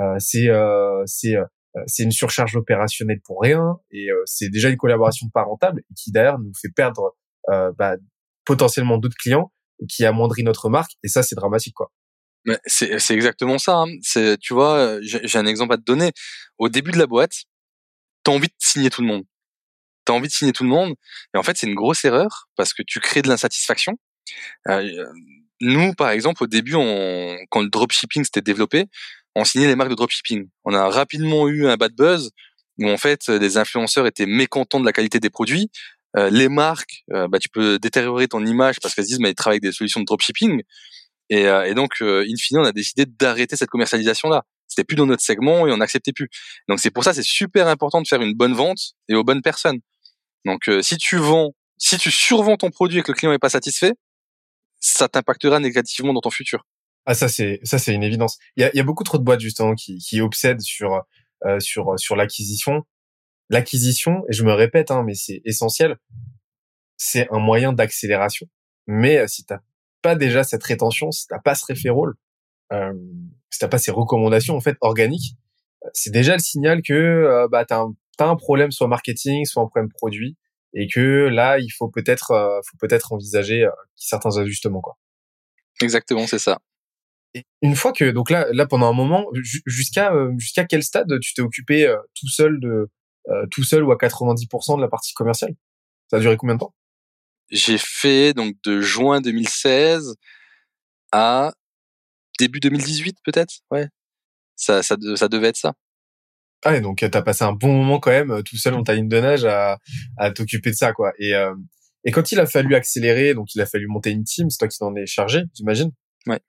c'est une surcharge opérationnelle pour rien, et c'est déjà une collaboration pas rentable et qui derrière nous fait perdre potentiellement d'autres clients, qui amoindrit notre marque, et ça c'est dramatique, quoi. Mais c'est exactement ça, hein. Tu vois, j'ai un exemple à te donner. Au début de la boîte, t'as envie de signer tout le monde. Et en fait, c'est une grosse erreur parce que tu crées de l'insatisfaction. Nous, par exemple, au début, quand le dropshipping s'était développé, on signait les marques de dropshipping. On a rapidement eu un bad buzz où en fait, les influenceurs étaient mécontents de la qualité des produits. Les marques, tu peux détériorer ton image parce qu'elles se disent, mais ils travaillent avec des solutions de dropshipping. Et donc, in fine, on a décidé d'arrêter cette commercialisation-là. C'était plus dans notre segment et on n'acceptait plus. Donc c'est pour ça, c'est super important de faire une bonne vente et aux bonnes personnes. Donc si tu survends ton produit et que le client n'est pas satisfait, ça t'impactera négativement dans ton futur. Ah, ça c'est une évidence. Il y a beaucoup trop de boîtes justement qui obsèdent sur l'acquisition. L'acquisition, et je me répète, mais c'est essentiel. C'est un moyen d'accélération. Mais si t'as pas déjà cette rétention, si t'as pas ce référent, si t'as pas ces recommandations en fait organiques, c'est déjà le signal que t'as un problème soit marketing, soit un problème produit, et que là il faut peut-être envisager certains ajustements, quoi. Exactement, c'est ça. Et une fois que donc là pendant un moment, jusqu'à quel stade tu t'es occupé tout seul ou à 90% de la partie commerciale? Ça a duré combien de temps? J'ai fait donc de juin 2016 à début 2018 peut-être. Ouais. Ça devait être ça. Ah ouais, donc t'as passé un bon moment quand même tout seul dans ta ligne de nage à t'occuper de ça, quoi. Et quand il a fallu accélérer, donc il a fallu monter une team, c'est toi qui t'en es chargé, j'imagine. Ouais.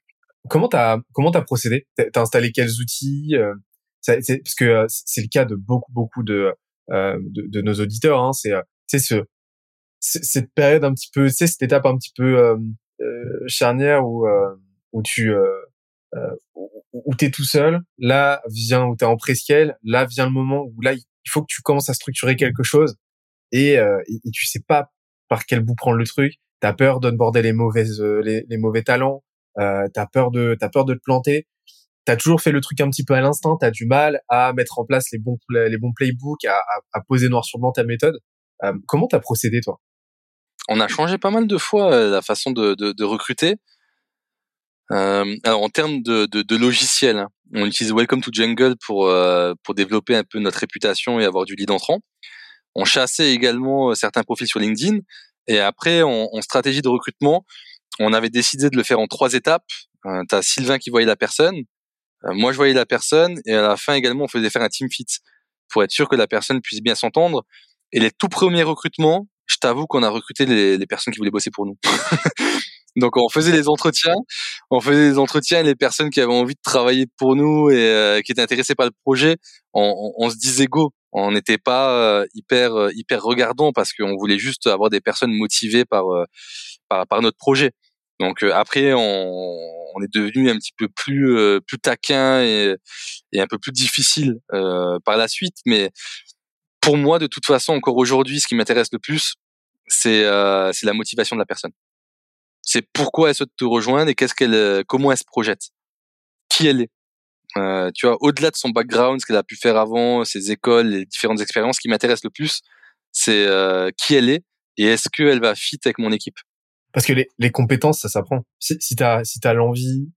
Comment t'as procédé? T'as installé quels outils? Parce que c'est le cas de beaucoup de nos auditeurs. Hein, c'est cette période un petit peu, cette étape un petit peu charnière où tu où t'es tout seul. Là vient où t'es en prescale. Là vient le moment où là il faut que tu commences à structurer quelque chose et tu sais pas par quel bout prendre le truc. T'as peur d'onboarder les mauvais talents. T'as peur de te planter. T'as toujours fait le truc un petit peu à l'instinct. T'as du mal à mettre en place les bons playbooks, à poser noir sur blanc ta méthode. Comment t'as procédé toi? On a changé pas mal de fois la façon de recruter. Alors en termes de logiciel, hein, on utilise Welcome to Jungle pour développer un peu notre réputation et avoir du lead entrant. On chassait également certains profils sur LinkedIn. Et après, en stratégie de recrutement, on avait décidé de le faire en 3 étapes. T'as Sylvain qui voyait la personne, moi je voyais la personne, et à la fin également, on faisait faire un team fit pour être sûr que la personne puisse bien s'entendre. Et les tout premiers recrutements, je t'avoue qu'on a recruté les personnes qui voulaient bosser pour nous. Donc on faisait les entretiens, et les personnes qui avaient envie de travailler pour nous et qui étaient intéressées par le projet, on se disait go. On n'était pas hyper regardant parce qu'on voulait juste avoir des personnes motivées par notre projet. Donc après on est devenu un petit peu plus taquin et un peu plus difficile par la suite. Mais pour moi, de toute façon, encore aujourd'hui, ce qui m'intéresse le plus, c'est la motivation de la personne. C'est pourquoi elle souhaite te rejoindre et comment elle se projette, qui elle est. Tu vois, au-delà de son background, ce qu'elle a pu faire avant, ses écoles, les différentes expériences, ce qui m'intéresse le plus, c'est qui elle est et est-ce qu'elle va fit avec mon équipe. Parce que les compétences, ça s'apprend. Si t'as l'envie,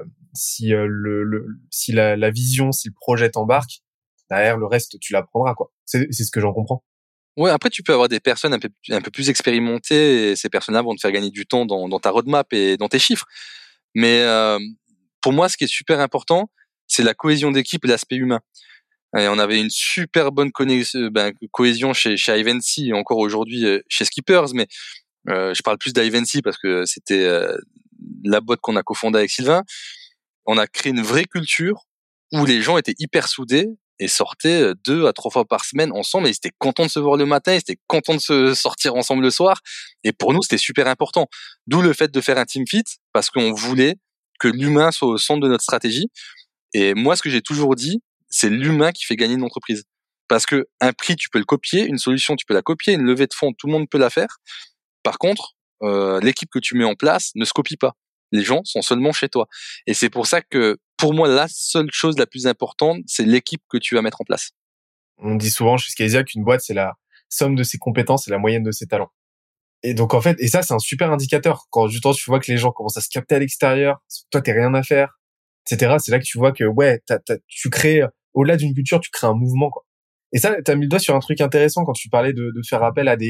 si la vision, si le projet t'embarque, derrière le reste, tu l'apprendras, quoi. C'est ce que j'en comprends. Ouais, après tu peux avoir des personnes un peu plus expérimentées et ces personnes-là vont te faire gagner du temps dans ta roadmap et dans tes chiffres. Mais pour moi, ce qui est super important, c'est la cohésion d'équipe et l'aspect humain. Et on avait une super bonne cohésion chez Ivancy et encore aujourd'hui chez Skippers, mais je parle plus d'Ivancy parce que c'était la boîte qu'on a cofondée avec Sylvain. On a créé une vraie culture où les gens étaient hyper soudés et sortaient 2 à 3 fois par semaine ensemble et ils étaient contents de se voir le matin, ils étaient contents de se sortir ensemble le soir. Et pour nous, c'était super important. D'où le fait de faire un team fit parce qu'on voulait que l'humain soit au centre de notre stratégie. Et moi, ce que j'ai toujours dit, c'est l'humain qui fait gagner une entreprise. Parce que un prix, tu peux le copier, une solution, tu peux la copier, une levée de fonds, tout le monde peut la faire. Par contre, l'équipe que tu mets en place ne se copie pas. Les gens sont seulement chez toi. Et c'est pour ça que, pour moi, la seule chose la plus importante, c'est l'équipe que tu vas mettre en place. On dit souvent chez Skysia qu'une boîte, c'est la somme de ses compétences et la moyenne de ses talents. Et donc, en fait, et ça, c'est un super indicateur. Quand justement, tu vois que les gens commencent à se capter à l'extérieur, toi, t'es rien à faire, etc. C'est là que tu vois que, ouais, tu crées, au-delà d'une culture, tu crées un mouvement, quoi. Et ça, t'as mis le doigt sur un truc intéressant quand tu parlais de faire appel à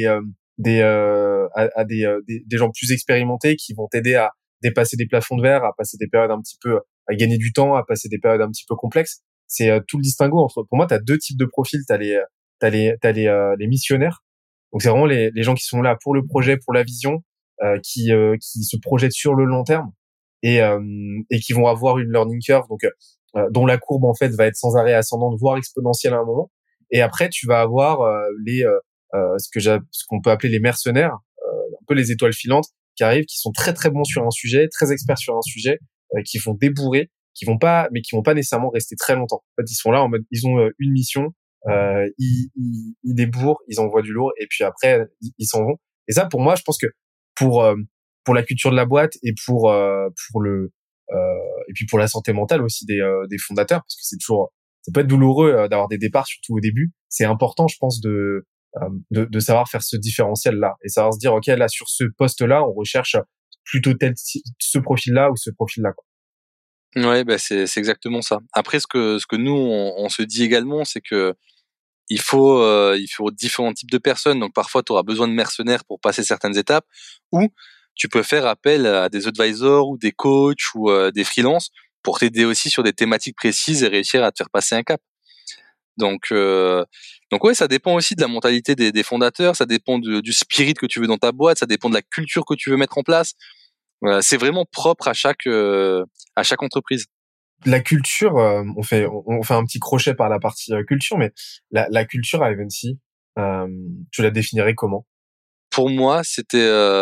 des gens plus expérimentés qui vont t'aider à dépasser des plafonds de verre, à passer des périodes un petit peu, à gagner du temps, à passer des périodes un petit peu complexes. C'est tout le distinguo entre, pour moi, t'as 2 types de profils. T'as les missionnaires. Donc c'est vraiment les gens qui sont là pour le projet, pour la vision, qui se projettent sur le long terme et qui vont avoir une learning curve, donc dont la courbe en fait va être sans arrêt ascendante, voire exponentielle à un moment. Et après, tu vas avoir ce qu'on peut appeler les mercenaires, un peu les étoiles filantes qui arrivent, qui sont très très bons sur un sujet, très experts sur un sujet, qui vont débourrer, qui vont pas nécessairement rester très longtemps. En fait, ils sont là en mode, ils ont une mission, ils débourrent, ils envoient du lourd et puis après ils s'en vont. Et ça, pour moi, je pense que pour euh, pour la culture de la boîte et pour le et puis pour la santé mentale aussi des fondateurs, parce que ça peut être douloureux d'avoir des départs, surtout au début. C'est important, je pense, de savoir faire ce différentiel là et savoir se dire, ok, là sur ce poste là, on recherche plutôt ce profil là ou ce profil là, quoi. Ouais, bah c'est exactement ça. Après, ce que nous on se dit également, c'est que il faut différents types de personnes. Donc parfois, tu auras besoin de mercenaires pour passer certaines étapes, ou tu peux faire appel à des advisors ou des coachs ou des freelances pour t'aider aussi sur des thématiques précises et réussir à te faire passer un cap. Donc, donc ouais, ça dépend aussi de la mentalité des fondateurs, ça dépend du spirit que tu veux dans ta boîte, ça dépend de la culture que tu veux mettre en place. Voilà, c'est vraiment propre à chaque entreprise. La culture, on fait un petit crochet par la partie culture, mais la culture à Eventy, tu la définirais comment? Pour moi, c'était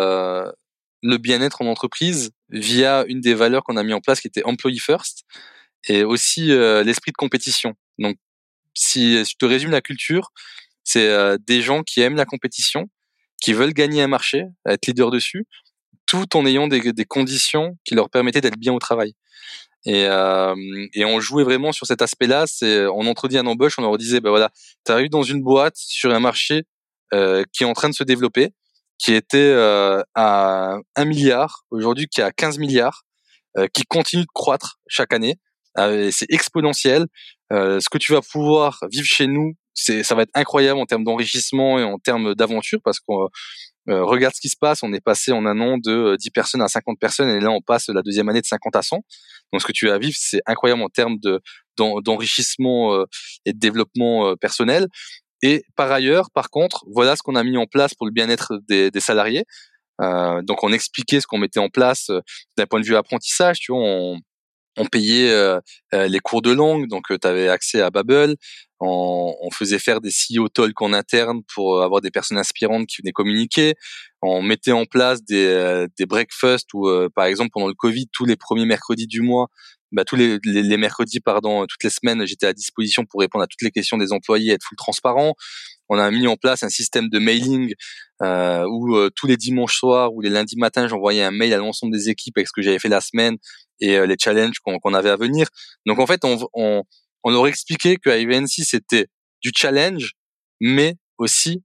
le bien-être en entreprise via une des valeurs qu'on a mis en place qui était Employee First et aussi l'esprit de compétition. Donc, si je te résume la culture, c'est des gens qui aiment la compétition, qui veulent gagner un marché, être leader dessus, tout en ayant des conditions qui leur permettaient d'être bien au travail. Et on jouait vraiment sur cet aspect-là. C'est on entredit un embauche, on leur disait ben voilà, t'arrives dans une boîte sur un marché qui est en train de se développer, qui était à 1 milliard aujourd'hui, qui est à 15 milliards, qui continue de croître chaque année. C'est exponentiel. Ce que tu vas pouvoir vivre chez nous, ça va être incroyable en termes d'enrichissement et en termes d'aventure parce qu'on regarde ce qui se passe, on est passé en un an de 10 personnes à 50 personnes et là on passe la deuxième année de 50 à 100. Donc ce que tu vas vivre, c'est incroyable en termes d'enrichissement et de développement personnel. Et par ailleurs, par contre, voilà ce qu'on a mis en place pour le bien-être des salariés. Donc on expliquait ce qu'on mettait en place d'un point de vue apprentissage. Tu vois, on payait les cours de langue, donc tu avais accès à Babbel. On faisait faire des CEO Talk en interne pour avoir des personnes inspirantes qui venaient communiquer. On mettait en place des breakfasts où, par exemple, pendant le Covid, tous les premiers mercredis du mois, tous les mercredis, toutes les semaines, j'étais à disposition pour répondre à toutes les questions des employés, être full transparent. On a mis en place un système de mailing où tous les dimanches soirs ou les lundis matins, j'envoyais un mail à l'ensemble des équipes avec ce que j'avais fait la semaine et les challenges qu'on avait à venir. Donc en fait, on leur expliquait qu'à Eventy, c'était du challenge, mais aussi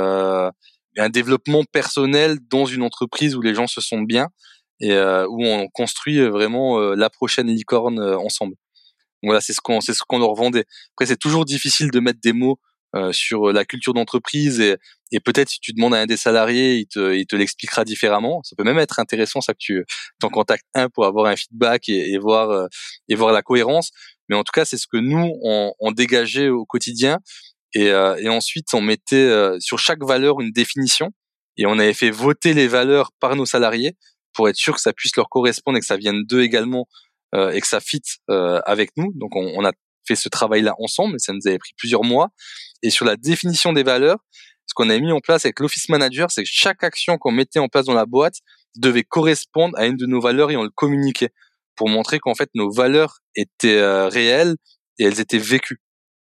un développement personnel dans une entreprise où les gens se sentent bien et où on construit vraiment la prochaine licorne ensemble. Donc voilà, c'est ce qu'on leur vendait. Après, c'est toujours difficile de mettre des mots sur la culture d'entreprise et peut-être si tu demandes à un des salariés, il te l'expliquera différemment. Ça peut même être intéressant ça que tu t'en contactes un pour avoir un feedback et voir la cohérence. Mais en tout cas, c'est ce que nous on dégageait au quotidien et ensuite on mettait sur chaque valeur une définition et on avait fait voter les valeurs par nos salariés pour être sûr que ça puisse leur correspondre et que ça vienne d'eux également et que ça fit avec nous. Donc on a fait ce travail-là ensemble, et ça nous avait pris plusieurs mois. Et sur la définition des valeurs, ce qu'on a mis en place avec l'office manager, c'est que chaque action qu'on mettait en place dans la boîte devait correspondre à une de nos valeurs et on le communiquait pour montrer qu'en fait nos valeurs étaient réelles et elles étaient vécues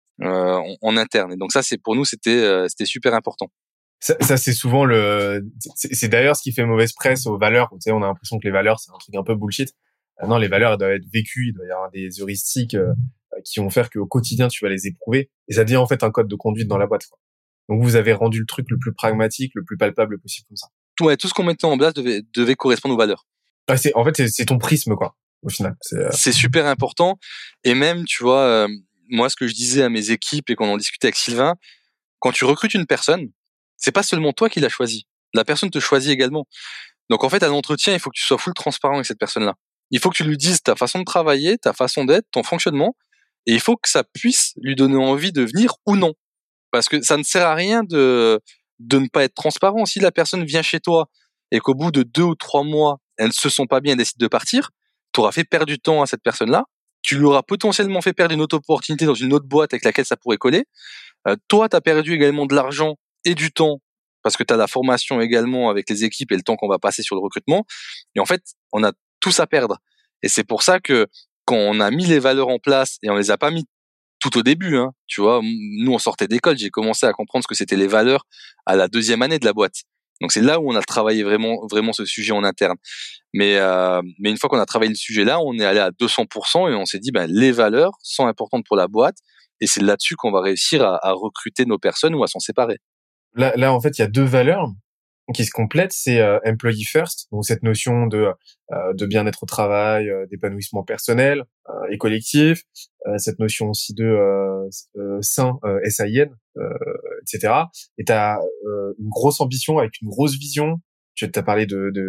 en interne. Et donc ça, c'est pour nous, c'était super important. Ça c'est souvent c'est d'ailleurs ce qui fait mauvaise presse aux valeurs. Tu sais, on a l'impression que les valeurs c'est un truc un peu bullshit. Non, les valeurs elles doivent être vécues, il doit y avoir des heuristiques qui vont faire qu'au quotidien tu vas les éprouver et ça devient en fait un code de conduite dans la boîte, quoi. Donc vous avez rendu le truc le plus pragmatique, le plus palpable possible comme ça. Ouais, tout ce qu'on mettait en place devait correspondre aux valeurs. Ah, c'est ton prisme, quoi, au final. C'est super important et même tu vois moi ce que je disais à mes équipes et quand on en discutait avec Sylvain, quand tu recrutes une personne, c'est pas seulement toi qui l'as choisi, la personne te choisit également. Donc en fait à l'entretien, il faut que tu sois full transparent avec cette personne-là. Il faut que tu lui dises ta façon de travailler, ta façon d'être, ton fonctionnement. Et il faut que ça puisse lui donner envie de venir ou non. Parce que ça ne sert à rien de ne pas être transparent. Si la personne vient chez toi et qu'au bout de 2 ou 3 mois, elle ne se sent pas bien et décide de partir, tu auras fait perdre du temps à cette personne-là. Tu lui auras potentiellement fait perdre une autre opportunité dans une autre boîte avec laquelle ça pourrait coller. Toi, tu as perdu également de l'argent et du temps parce que tu as la formation également avec les équipes et le temps qu'on va passer sur le recrutement. Et en fait, on a tous à perdre. Et c'est pour ça que quand on a mis les valeurs en place et on les a pas mis tout au début, hein, tu vois, nous on sortait d'école, j'ai commencé à comprendre ce que c'était les valeurs à la 2e année de la boîte. Donc c'est là où on a travaillé vraiment ce sujet en interne. Mais une fois qu'on a travaillé le sujet là, on est allé à 200% et on s'est dit les valeurs sont importantes pour la boîte et c'est là-dessus qu'on va réussir à recruter nos personnes ou à s'en séparer. Là en fait, il y a 2 valeurs qui se complètent, c'est employee first, donc cette notion de bien-être au travail, d'épanouissement personnel et collectif, cette notion aussi de sain, SAIN, etc. Et t'as une grosse ambition avec une grosse vision. T'as parlé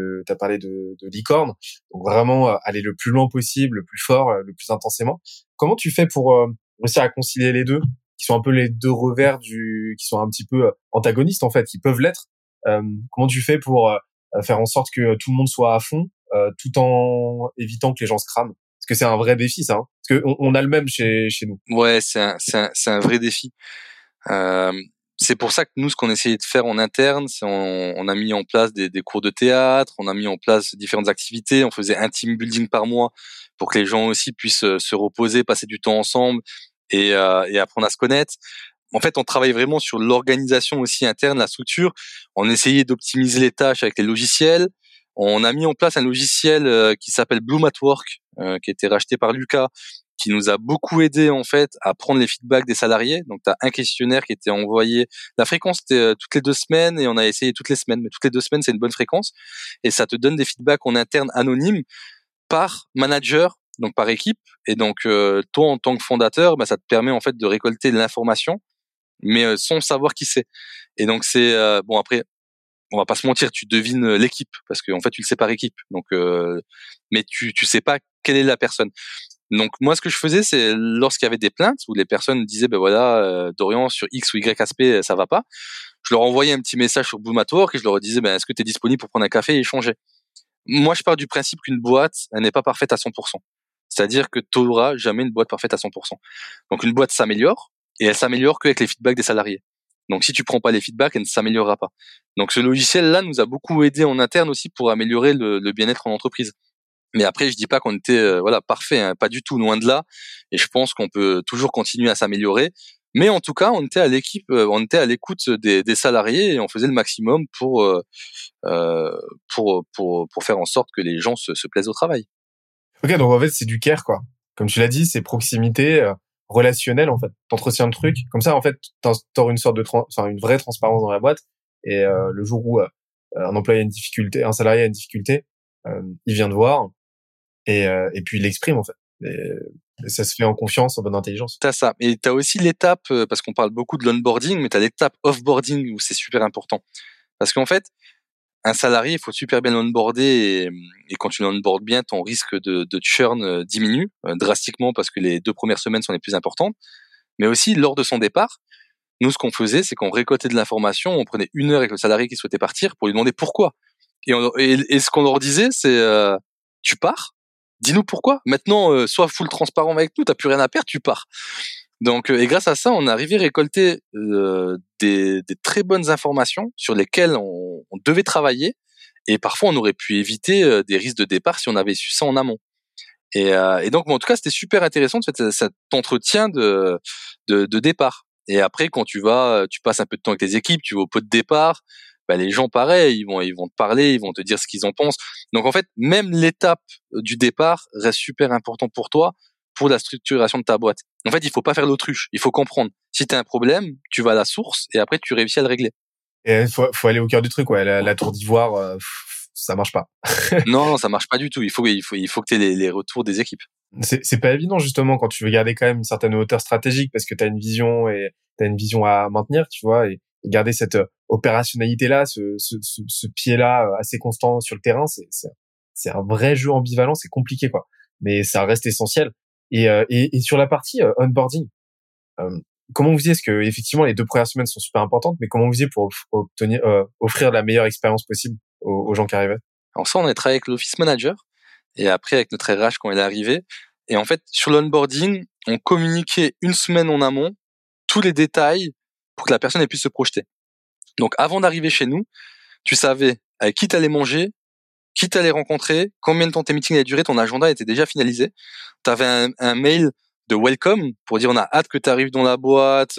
de licorne, donc vraiment aller le plus loin possible, le plus fort, le plus intensément. Comment tu fais pour réussir à concilier les deux, qui sont un peu les deux revers qui sont un petit peu antagonistes en fait, qui peuvent l'être? Comment tu fais pour faire en sorte que tout le monde soit à fond tout en évitant que les gens se crament? Parce que c'est un vrai défi, ça. Hein. Parce que on a le même chez nous. Ouais, c'est un vrai défi. Euh, c'est pour ça que nous, ce qu'on essayait de faire en interne, c'est on a mis en place des cours de théâtre, on a mis en place différentes activités, on faisait un team building par mois pour que les gens aussi puissent se reposer, passer du temps ensemble et apprendre à se connaître. En fait, on travaille vraiment sur l'organisation aussi interne, la structure. On essayait d'optimiser les tâches avec les logiciels. On a mis en place un logiciel qui s'appelle Bloom at Work, qui a été racheté par Lucas, qui nous a beaucoup aidé en fait à prendre les feedbacks des salariés. Donc, tu as un questionnaire qui était envoyé. La fréquence c'était toutes les 2 semaines et on a essayé toutes les semaines. Mais toutes les 2 semaines, c'est une bonne fréquence et ça te donne des feedbacks en interne anonymes par manager, donc par équipe. Et donc, toi en tant que fondateur, bah, ça te permet en fait de récolter de l'information mais sans savoir qui c'est. Et donc c'est bon après on va pas se mentir, tu devines l'équipe parce qu'en fait tu le sais par équipe. Donc mais tu sais pas quelle est la personne. Donc moi ce que je faisais c'est lorsqu'il y avait des plaintes où les personnes disaient ben voilà Dorian sur X ou Y aspect ça va pas, je leur envoyais un petit message sur Bloom at Work et je leur disais ben est-ce que tu es disponible pour prendre un café et échanger. Moi je pars du principe qu'une boîte elle n'est pas parfaite à 100%. C'est-à-dire que tu n'auras jamais une boîte parfaite à 100%. Donc une boîte s'améliore et elle s'améliore qu'avec les feedbacks des salariés. Donc si tu prends pas les feedbacks, elle ne s'améliorera pas. Donc ce logiciel-là nous a beaucoup aidé en interne aussi pour améliorer le bien-être en entreprise. Mais après, je dis pas qu'on était voilà parfait, hein, pas du tout, loin de là. Et je pense qu'on peut toujours continuer à s'améliorer. Mais en tout cas, on était à l'équipe, on était à l'écoute des salariés et on faisait le maximum pour faire en sorte que les gens se plaisent au travail. Ok, donc en fait, c'est du care, quoi. Comme tu l'as dit, c'est proximité relationnelle, en fait. T'entretiens le truc. Comme ça, en fait, t'auras une sorte de une vraie transparence dans la boîte. Et le jour où un employé a une difficulté, un salarié a une difficulté, il vient te voir et puis il l'exprime, en fait. Et ça se fait en confiance, en bonne intelligence. T'as ça. Et t'as aussi l'étape, parce qu'on parle beaucoup de l'onboarding, mais t'as l'étape offboarding où c'est super important. Parce qu'en fait, un salarié, il faut super bien l'onboarder et quand tu l'onboardes bien, ton risque de churn diminue drastiquement parce que les 2 premières semaines sont les plus importantes. Mais aussi, lors de son départ, nous, ce qu'on faisait, c'est qu'on récoltait de l'information, on prenait 1 heure avec le salarié qui souhaitait partir pour lui demander pourquoi. Et ce qu'on leur disait, c'est tu pars, dis-nous pourquoi. Maintenant, sois full transparent avec nous, t'as plus rien à perdre, tu pars. Donc, et grâce à ça, on est arrivé à récolter des très bonnes informations sur lesquelles on devait travailler. Et parfois, on aurait pu éviter des risques de départ si on avait su ça en amont. Et donc, en tout cas, c'était super intéressant de cet entretien de départ. Et après, quand tu passes un peu de temps avec tes équipes, tu vas au pot de départ, bah, les gens, pareil, ils vont te parler, ils vont te dire ce qu'ils en pensent. Donc, en fait, même l'étape du départ reste super important pour toi, pour la structuration de ta boîte. En fait, il faut pas faire l'autruche. Il faut comprendre. Si tu as un problème, tu vas à la source et après, tu réussis à le régler. Et faut aller au cœur du truc, ouais. La tour d'ivoire, ça marche pas. Non, ça marche pas du tout. Il faut que tu aies les retours des équipes. C'est pas évident, justement, quand tu veux garder quand même une certaine hauteur stratégique parce que t'as une vision et t'as une vision à maintenir, tu vois, et garder cette opérationnalité-là, ce pied-là assez constant sur le terrain, c'est un vrai jeu ambivalent, c'est compliqué, quoi. Mais ça reste essentiel. Et sur la partie onboarding, euh, comment vous faisiez? Est-ce que effectivement les 2 premières semaines sont super importantes, mais comment vous faisiez pour offrir la meilleure expérience possible aux gens qui arrivaient? Alors ça, on a travaillé avec l'office manager et après avec notre RH quand il est arrivé. Et en fait, sur l'onboarding, on communiquait 1 semaine en amont tous les détails pour que la personne puisse se projeter. Donc avant d'arriver chez nous, tu savais avec qui t'allais manger, qui t'allais rencontrer, combien de temps tes meetings allaient durer, ton agenda était déjà finalisé. T'avais un mail de welcome pour dire on a hâte que tu arrives dans la boîte,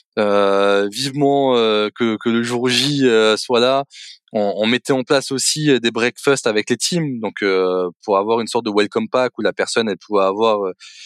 vivement que le jour J soit là. On mettait en place aussi des breakfasts avec les teams, donc pour avoir une sorte de welcome pack où la personne elle pouvait avoir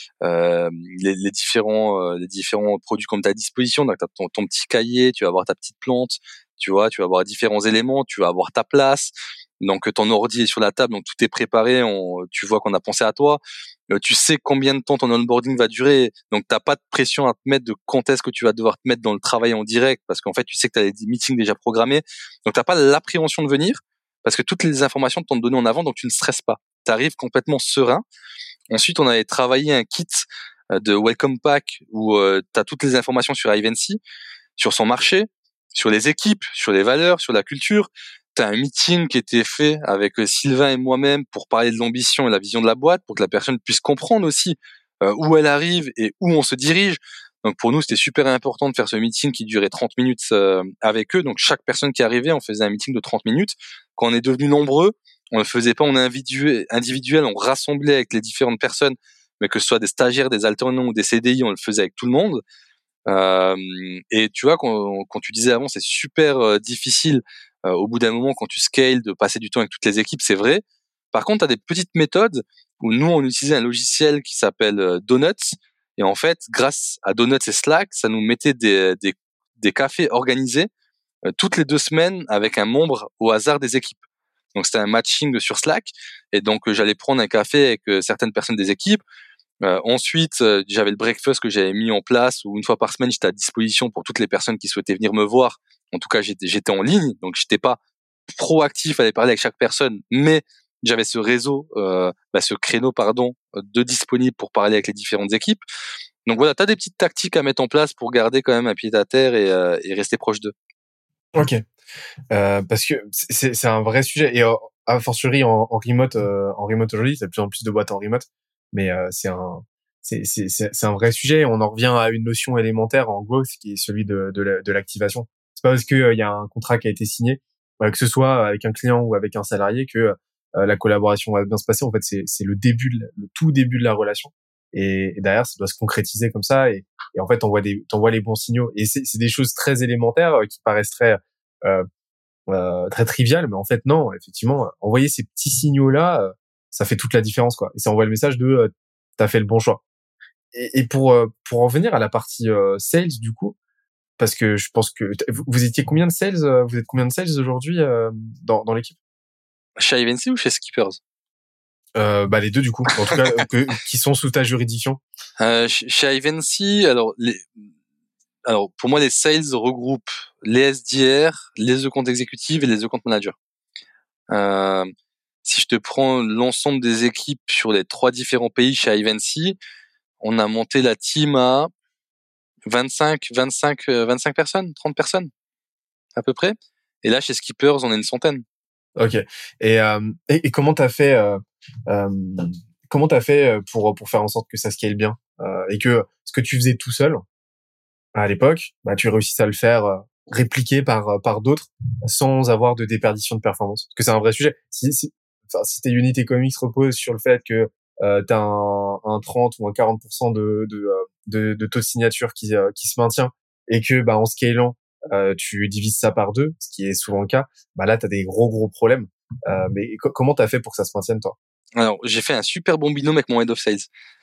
les différents produits comme tu as à disposition. Donc t'as ton petit cahier, tu vas avoir ta petite plante, tu vois, tu vas avoir différents éléments, tu vas avoir ta place. Donc ton ordi est sur la table, donc tout est préparé. Tu vois qu'on a pensé à toi. Tu sais combien de temps ton onboarding va durer, donc t'as pas de pression à te mettre de quand est-ce que tu vas devoir te mettre dans le travail en direct, parce qu'en fait tu sais que tu as des meetings déjà programmés, donc t'as pas l'appréhension de venir, parce que toutes les informations t'ont donné en avant, donc tu ne stresses pas. Tu arrives complètement serein. Ensuite, on avait travaillé un kit de welcome pack où tu as toutes les informations sur Ivancy, sur son marché, sur les équipes, sur les valeurs, sur la culture. t'as un meeting qui était fait avec Sylvain et moi-même pour parler de l'ambition et la vision de la boîte, pour que la personne puisse comprendre aussi où elle arrive et où on se dirige. Donc pour nous, c'était super important de faire ce meeting qui durait 30 minutes avec eux. Donc chaque personne qui arrivait, on faisait un meeting de 30 minutes. Quand on est devenus nombreux, on ne le faisait pas en individuel, on rassemblait avec les différentes personnes, mais que ce soit des stagiaires, des alternants ou des CDI, on le faisait avec tout le monde. Et tu vois, quand tu disais avant, c'est super difficile au bout d'un moment quand tu scales de passer du temps avec toutes les équipes, c'est vrai. Par contre, tu as des petites méthodes où nous, on utilisait un logiciel qui s'appelle Donuts. Et en fait, grâce à Donuts et Slack, ça nous mettait des cafés organisés toutes les 2 semaines avec un membre au hasard des équipes. Donc, c'était un matching sur Slack. Et donc, j'allais prendre un café avec certaines personnes des équipes. Ensuite, j'avais le breakfast que j'avais mis en place où une fois par semaine, j'étais à disposition pour toutes les personnes qui souhaitaient venir me voir. En tout cas, j'étais en ligne, donc j'étais pas proactif à aller parler avec chaque personne, mais j'avais ce réseau, ce créneau, de disponible pour parler avec les différentes équipes. Donc voilà, t'as des petites tactiques à mettre en place pour garder quand même un pied à terre et rester proche d'eux. Ok, parce que c'est un vrai sujet et a fortiori en remote aujourd'hui, c'est de plus en plus de boîtes en remote, mais c'est un vrai sujet. On en revient à une notion élémentaire en growth qui est celui de l'activation. C'est pas parce que il y a un contrat qui a été signé, que ce soit avec un client ou avec un salarié, que la collaboration va bien se passer. En fait, c'est le tout début de la relation. Et derrière, ça doit se concrétiser comme ça. Et en fait, t'envoies les bons signaux. Et c'est des choses très élémentaires qui paraissent très triviales, mais en fait non. Effectivement, envoyer ces petits signaux là, ça fait toute la différence, quoi. Et ça envoie le message de t'as fait le bon choix. Et pour en venir à la partie sales du coup, parce que je pense que vous étiez combien de sales, vous êtes combien de sales aujourd'hui dans l'équipe? Chez Ivancy ou chez Skippers? Les deux du coup. En tout cas, qui sont sous ta juridiction. Chez Ivancy, alors pour moi les sales regroupent les SDR, les comptes exécutifs et les comptes managers. Si je te prends l'ensemble des équipes sur les 3 différents pays chez Ivancy, on a monté la team à 25 personnes, 30 personnes à peu près. Et là chez Skippers, on est une centaine. Ok. Et comment t'as fait pour faire en sorte que ça scale bien et que ce que tu faisais tout seul à l'époque, tu réussisses à le faire répliquer par d'autres sans avoir de déperdition de performance. Parce que c'est un vrai sujet. Si tes unit economics reposent sur le fait que t'as un 30 ou un 40% de taux de signature qui se maintient et que en scalant tu divises ça par 2, ce qui est souvent le cas, là t'as des gros problèmes. Mais comment t'as fait pour que ça se maintienne, toi? Alors j'ai fait un super bon binôme avec mon head of sales.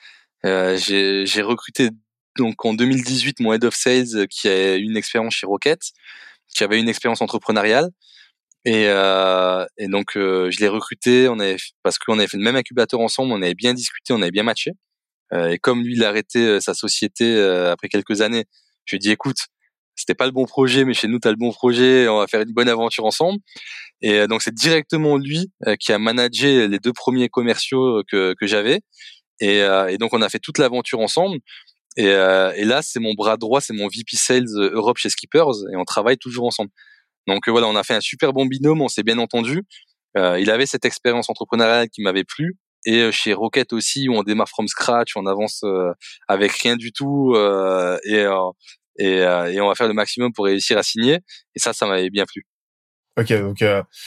J'ai recruté donc en 2018 mon head of sales qui a une expérience chez Rocket, qui avait une expérience entrepreneuriale. Et donc je l'ai recruté, parce qu'on avait fait le même incubateur ensemble, on avait bien discuté, on avait bien matché. Et comme lui il a arrêté sa société après quelques années, je lui ai dit écoute, c'était pas le bon projet, mais chez nous t'as le bon projet, on va faire une bonne aventure ensemble. Et donc c'est directement lui qui a managé les 2 premiers commerciaux que j'avais. Et donc on a fait toute l'aventure ensemble. Et là c'est mon bras droit, c'est mon VP Sales Europe chez Skippers, et on travaille toujours ensemble. Donc voilà, on a fait un super bon binôme, on s'est bien entendu. Il avait cette expérience entrepreneuriale qui m'avait plu, et chez Rocket aussi où on démarre from scratch, on avance avec rien du tout, et on va faire le maximum pour réussir à signer. Et ça m'avait bien plu. Ok, donc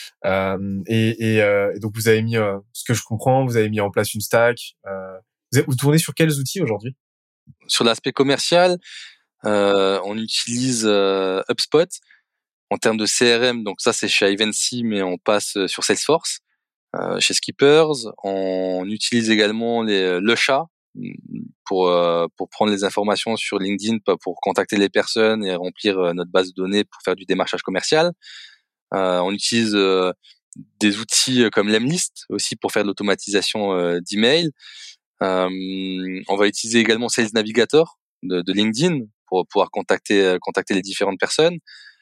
et donc vous avez mis, ce que je comprends, vous avez mis en place une stack. Vous tournez sur quels outils aujourd'hui? Sur l'aspect commercial, on utilise HubSpot. En termes de CRM, donc ça c'est chez Ivancy, mais on passe sur Salesforce. Chez Skippers, on utilise également le chat pour prendre les informations sur LinkedIn, pour contacter les personnes et remplir notre base de données pour faire du démarchage commercial. On utilise des outils comme Lemlist aussi pour faire de l'automatisation d'email. On va utiliser également Sales Navigator de LinkedIn pour pouvoir contacter les différentes personnes.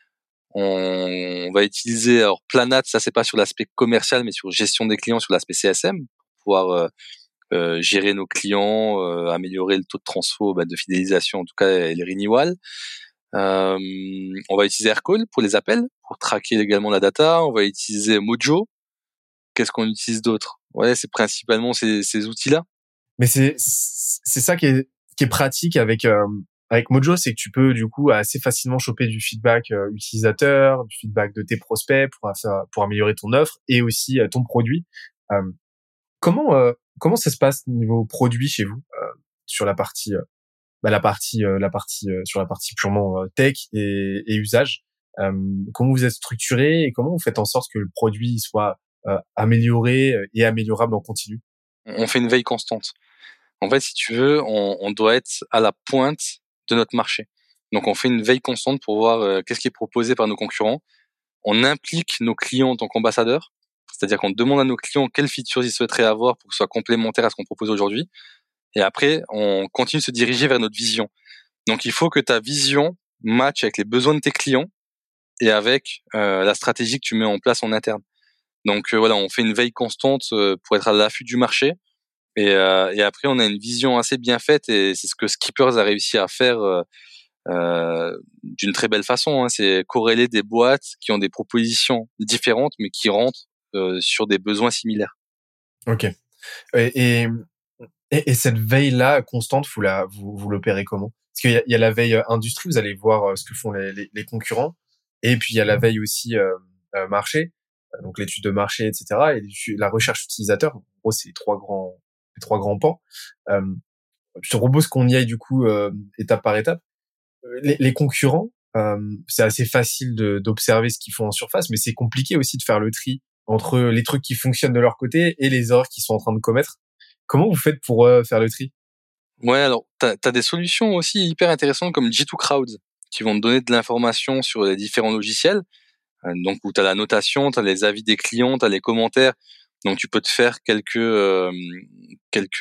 On va utiliser Planat, ça c'est pas sur l'aspect commercial mais sur gestion des clients, sur l'aspect CSM, pour pouvoir gérer nos clients, améliorer le taux de transfo, de fidélisation en tout cas, et les renewals. On va utiliser Aircall pour les appels, pour traquer également la data. On va utiliser Mojo. Qu'est-ce qu'on utilise d'autre? Ouais, c'est principalement ces outils-là. Mais c'est ça qui est pratique avec Mojo, c'est que tu peux du coup assez facilement choper du feedback utilisateur, du feedback de tes prospects pour améliorer ton offre et aussi ton produit. Euh, comment ça se passe niveau produit chez vous sur la partie sur la partie purement tech et usage. Comment vous êtes structuré et comment vous faites en sorte que le produit soit amélioré et améliorable en continu? On fait une veille constante. En fait, si tu veux, on doit être à la pointe de notre marché. Donc, on fait une veille constante pour voir qu'est-ce qui est proposé par nos concurrents. On implique nos clients en tant qu'ambassadeurs, c'est-à-dire qu'on demande à nos clients quelles features ils souhaiteraient avoir pour que ce soit complémentaire à ce qu'on propose aujourd'hui. Et après, on continue de se diriger vers notre vision. Donc, il faut que ta vision matche avec les besoins de tes clients et avec la stratégie que tu mets en place en interne. Donc, voilà, on fait une veille constante pour être à l'affût du marché. Et après, on a une vision assez bien faite et c'est ce que Skippers a réussi à faire d'une très belle façon. Hein. C'est corréler des boîtes qui ont des propositions différentes mais qui rentrent sur des besoins similaires. Ok. Et, et cette veille-là constante, vous l'opérez comment? Parce qu'il y a la veille industrie, vous allez voir ce que font les concurrents, et puis il y a la veille aussi marché, donc l'étude de marché, etc. Et la recherche utilisateur. En gros, c'est les trois grands pans. Je te propose qu'on y aille du coup étape par étape. Les concurrents, c'est assez facile d'observer ce qu'ils font en surface, mais c'est compliqué aussi de faire le tri entre les trucs qui fonctionnent de leur côté et les erreurs qu'ils sont en train de commettre. Comment vous faites pour faire le tri? Ouais, alors t'as des solutions aussi hyper intéressantes comme G2Crowd qui vont te donner de l'information sur les différents logiciels. Donc où t'as la notation, t'as les avis des clients, t'as les commentaires. Donc tu peux te faire quelques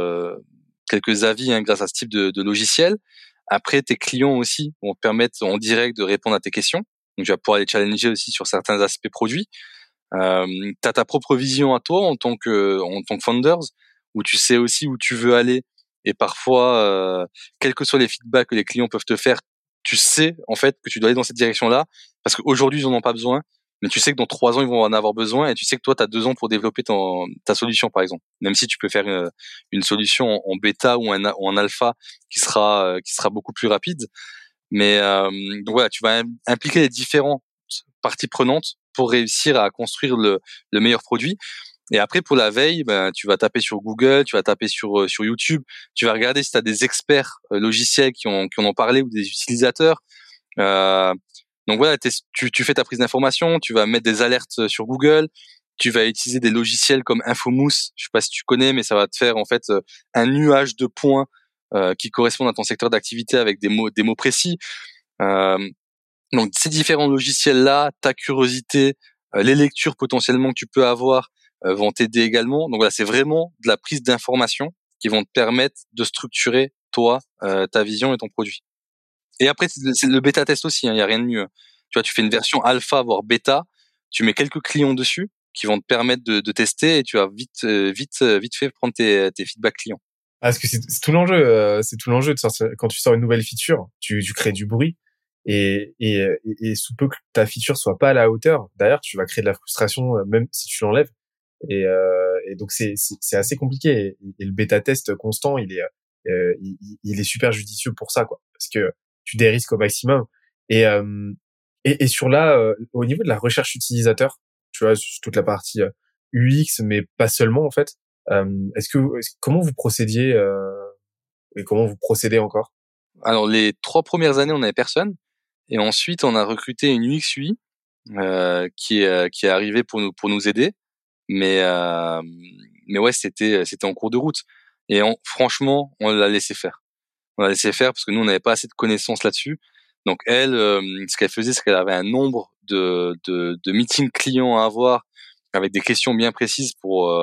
avis grâce à ce type de logiciel. Après, tes clients aussi vont te permettre en direct de répondre à tes questions. Donc tu vas pouvoir les challenger aussi sur certains aspects produits. T'as ta propre vision à toi en tant que founders, où tu sais aussi où tu veux aller. Et parfois, quels que soient les feedbacks que les clients peuvent te faire, tu sais en fait que tu dois aller dans cette direction-là, parce qu'aujourd'hui ils en ont pas besoin, mais tu sais que dans 3 ans ils vont en avoir besoin, et tu sais que toi t'as 2 ans pour développer ta solution par exemple. Même si tu peux faire une solution en bêta ou en alpha qui sera beaucoup plus rapide, mais donc voilà, tu vas impliquer les différentes parties prenantes pour réussir à construire le meilleur produit. Et après, pour la veille, ben, tu vas taper sur Google, tu vas taper sur YouTube, tu vas regarder si tu as des experts logiciels qui en ont parlé ou des utilisateurs. Euh, donc voilà, tu fais ta prise d'information, tu vas mettre des alertes sur Google, tu vas utiliser des logiciels comme Infomous, je sais pas si tu connais, mais ça va te faire en fait un nuage de points qui correspondent à ton secteur d'activité avec des mots précis. Euh, donc ces différents logiciels-là, ta curiosité, les lectures potentiellement que tu peux avoir vont t'aider également. Donc voilà, c'est vraiment de la prise d'informations qui vont te permettre de structurer toi, ta vision et ton produit. Et après, c'est le bêta test aussi, il y a rien de mieux. Tu vois, tu fais une version alpha voire bêta, tu mets quelques clients dessus qui vont te permettre de tester et tu vas vite fait prendre tes feedbacks clients. Ah, parce que c'est tout l'enjeu de sortir. Quand tu sors une nouvelle feature, tu crées du bruit et sous peu que ta feature soit pas à la hauteur, d'ailleurs tu vas créer de la frustration même si tu l'enlèves et donc c'est assez compliqué et le bêta test constant il est super judicieux pour ça quoi, parce que tu dérisques au maximum et sur au niveau de la recherche utilisateur, tu vois, sur toute la partie UX mais pas seulement en fait. Comment vous procédiez et comment vous procédez encore? Alors les 3 premières années, on n'avait personne. Et ensuite, on a recruté une UX UI qui est arrivée pour nous aider. Mais ouais, c'était en cours de route. Et franchement, on l'a laissé faire. On l'a laissé faire parce que nous, on n'avait pas assez de connaissances là-dessus. Donc elle, ce qu'elle faisait, c'est qu'elle avait un nombre de meetings clients à avoir avec des questions bien précises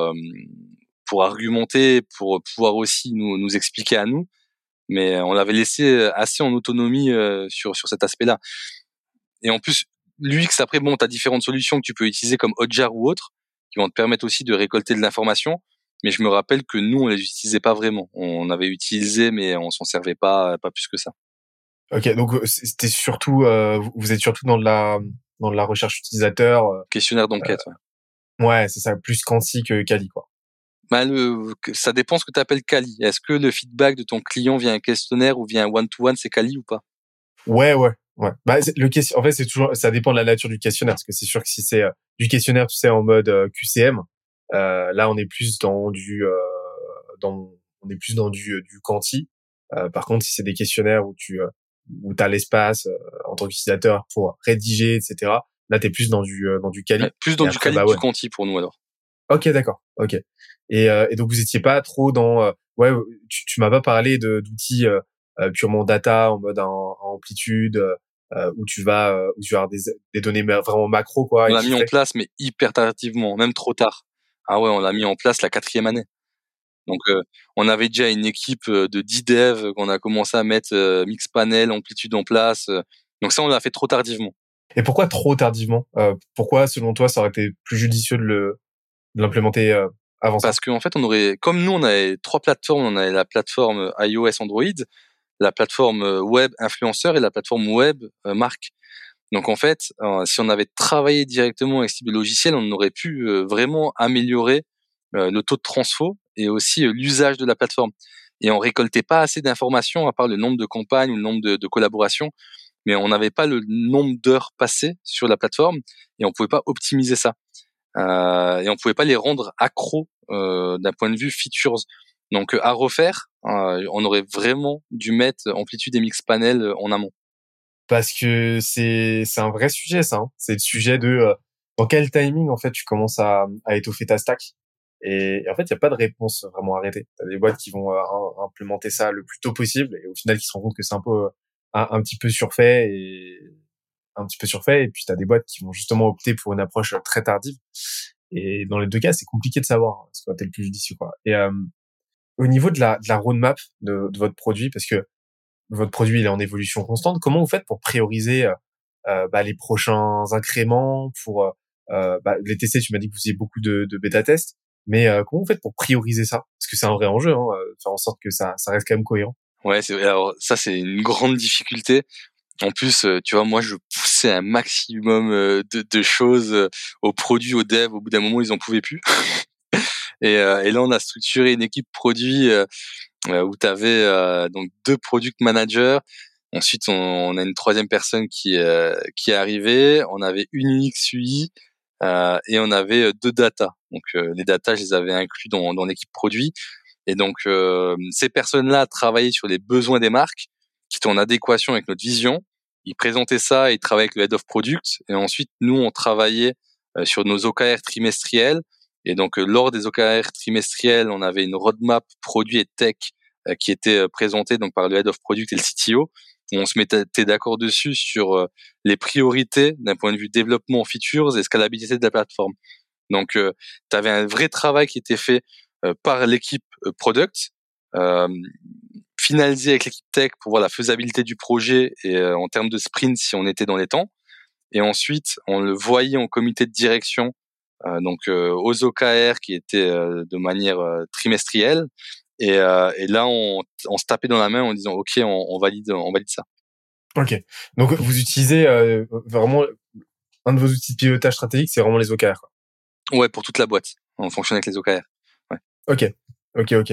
pour argumenter, pour pouvoir aussi nous expliquer à nous. Mais on l'avait laissé assez en autonomie sur cet aspect-là. Et en plus, l'UX, après, bon, tu as différentes solutions que tu peux utiliser comme Hotjar ou autres, qui vont te permettre aussi de récolter de l'information. Mais je me rappelle que nous, on les utilisait pas vraiment. On avait utilisé, mais on s'en servait pas plus que ça. Ok, donc c'était surtout, vous êtes surtout dans de la recherche utilisateur. Questionnaire d'enquête. Ouais, c'est ça, plus quanti que quali, quoi. Bah, ça dépend ce que tu appelles quali. Est-ce que le feedback de ton client via un questionnaire ou via un one-to-one, c'est quali ou pas? Ouais. Bah, en fait, c'est toujours, ça dépend de la nature du questionnaire, parce que c'est sûr que si c'est du questionnaire, tu sais, en mode QCM, là, on est plus on est plus dans du quanti. Par contre, si c'est des questionnaires où t'as l'espace en tant qu'utilisateur pour rédiger, etc. Là, t'es plus dans du quali. Ouais, plus Et dans du après, quali bah que du ouais. quanti pour nous alors. Ok, d'accord. Ok. Et donc vous étiez pas trop dans ouais, tu m'as pas parlé d'outils purement data en mode en amplitude où tu vas avoir des données vraiment macro, quoi, On et l'a mis en chiffrées. place, mais hyper tardivement, même trop tard. Ah ouais, on l'a mis en place la 4e année. Donc, on avait déjà une équipe de 10 devs qu'on a commencé à mettre Mixpanel, Amplitude en place. Donc ça, on l'a fait trop tardivement. Et pourquoi trop tardivement? Pourquoi, selon toi, ça aurait été plus judicieux de l'implémenter avant ça? Parce qu'en fait, comme nous, on avait 3 plateformes. On avait la plateforme iOS Android, la plateforme web influenceur et la plateforme web marque. Donc en fait, si on avait travaillé directement avec ce type de logiciel, on aurait pu vraiment améliorer le taux de transfo et aussi l'usage de la plateforme. Et on récoltait pas assez d'informations à part le nombre de campagnes ou le nombre de collaborations, mais on n'avait pas le nombre d'heures passées sur la plateforme et on pouvait pas optimiser ça. Et on pouvait pas les rendre accros d'un point de vue features. Donc à refaire, on aurait vraiment dû mettre Amplitude et Mixpanel en amont. Parce que c'est un vrai sujet, ça, hein. C'est le sujet de dans quel timing en fait tu commences à étoffer ta stack. Et en fait, il y a pas de réponse vraiment arrêtée. T'as des boîtes qui vont implémenter ça le plus tôt possible et au final qui se rendent compte que c'est un peu un petit peu surfait et un petit peu surfait. Et puis t'as des boîtes qui vont justement opter pour une approche très tardive. Et dans les deux cas, c'est compliqué de savoir ce qui va être le plus judicieux, quoi. Et au niveau de la roadmap de votre produit, parce que votre produit il est en évolution constante. Comment vous faites pour prioriser bah, les prochains incréments, pour bah, les tester? Tu m'as dit que vous faisiez beaucoup de bêta tests, mais comment vous faites pour prioriser ça? Parce que c'est un vrai enjeu, hein, faire en sorte que ça reste quand même cohérent. Ouais, alors ça c'est une grande difficulté. En plus, tu vois, moi je poussais un maximum de choses aux produits, aux devs. Au bout d'un moment, ils en pouvaient plus. Et là, on a structuré une équipe produit où tu avais donc 2 product managers. Ensuite, on a une 3e personne qui est arrivée. On avait une UX UI et on avait 2 data. Donc les data, je les avais inclus dans l'équipe produit. Et donc ces personnes-là travaillaient sur les besoins des marques qui étaient en adéquation avec notre vision. Ils présentaient ça, ils travaillaient avec le head of product. Et ensuite, nous, on travaillait sur nos OKR trimestriels. Et donc, lors des OKR trimestriels, on avait une roadmap produit et tech qui était présentée donc par le head of product et le CTO. Où on se mettait d'accord dessus sur les priorités d'un point de vue développement features et scalabilité de la plateforme. Donc, tu avais un vrai travail qui était fait par l'équipe product, finalisé avec l'équipe tech pour voir la faisabilité du projet et en termes de sprint si on était dans les temps. Et ensuite, on le voyait en comité de direction, donc aux OKR qui étaient de manière trimestrielle. Et là, on se tapait dans la main en disant OK, on valide ça. Ok. Donc vous utilisez vraiment un de vos outils de pilotage stratégique, c'est vraiment les OKR, quoi. Ouais, pour toute la boîte. On fonctionne avec les OKR. Ouais. Ok.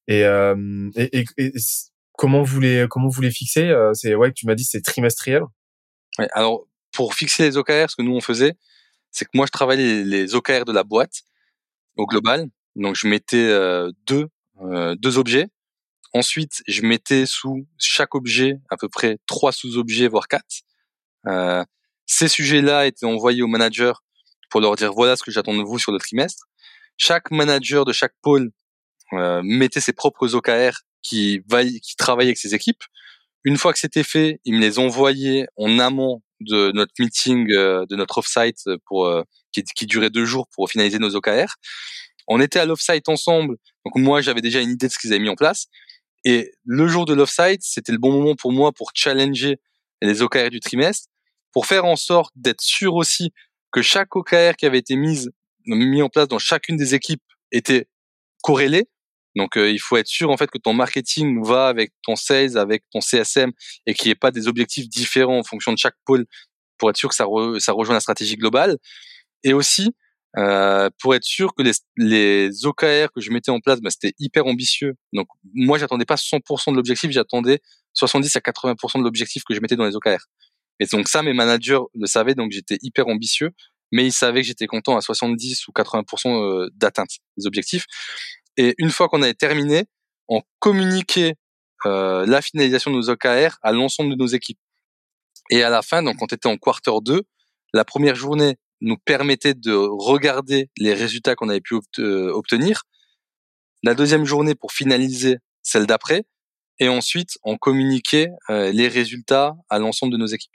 Et comment vous les fixez? C'est ouais, tu m'as dit c'est trimestriel. Ouais. Alors, pour fixer les OKR, ce que nous on faisait, c'est que moi je travaillais les OKR de la boîte au global. Donc je mettais deux objets. Ensuite, je mettais sous chaque objet à peu près 3 sous-objets, voire 4. Euh, Ces sujets-là étaient envoyés aux managers pour leur dire voilà ce que j'attends de vous sur le trimestre. Chaque manager de chaque pôle mettait ses propres OKR qui travaillaient avec ses équipes. Une fois que c'était fait, ils me les envoyaient en amont de notre meeting, de notre off-site qui durait 2 jours pour finaliser nos OKR. On était à l'off-site ensemble. Donc moi, j'avais déjà une idée de ce qu'ils avaient mis en place. Et le jour de l'off-site, c'était le bon moment pour moi pour challenger les OKR du trimestre, pour faire en sorte d'être sûr aussi que chaque OKR qui avait été mis en place dans chacune des équipes était corrélé. Donc il faut être sûr en fait que ton marketing va avec ton sales, avec ton CSM, et qu'il n'y ait pas des objectifs différents en fonction de chaque pôle, pour être sûr que ça rejoint la stratégie globale. Et aussi pour être sûr que les OKR que je mettais en place, c'était hyper ambitieux. Donc moi j'attendais pas 100% de l'objectif, j'attendais 70 à 80% de l'objectif que je mettais dans les OKR. Et donc ça, mes managers le savaient, donc j'étais hyper ambitieux, mais ils savaient que j'étais content à 70 ou 80% d'atteinte des objectifs. Et une fois qu'on avait terminé, on communiquait la finalisation de nos OKR à l'ensemble de nos équipes. Et à la fin, donc quand on était en quarter 2, la première journée nous permettait de regarder les résultats qu'on avait pu obtenir. La deuxième journée pour finaliser celle d'après. Et ensuite, on communiquait les résultats à l'ensemble de nos équipes.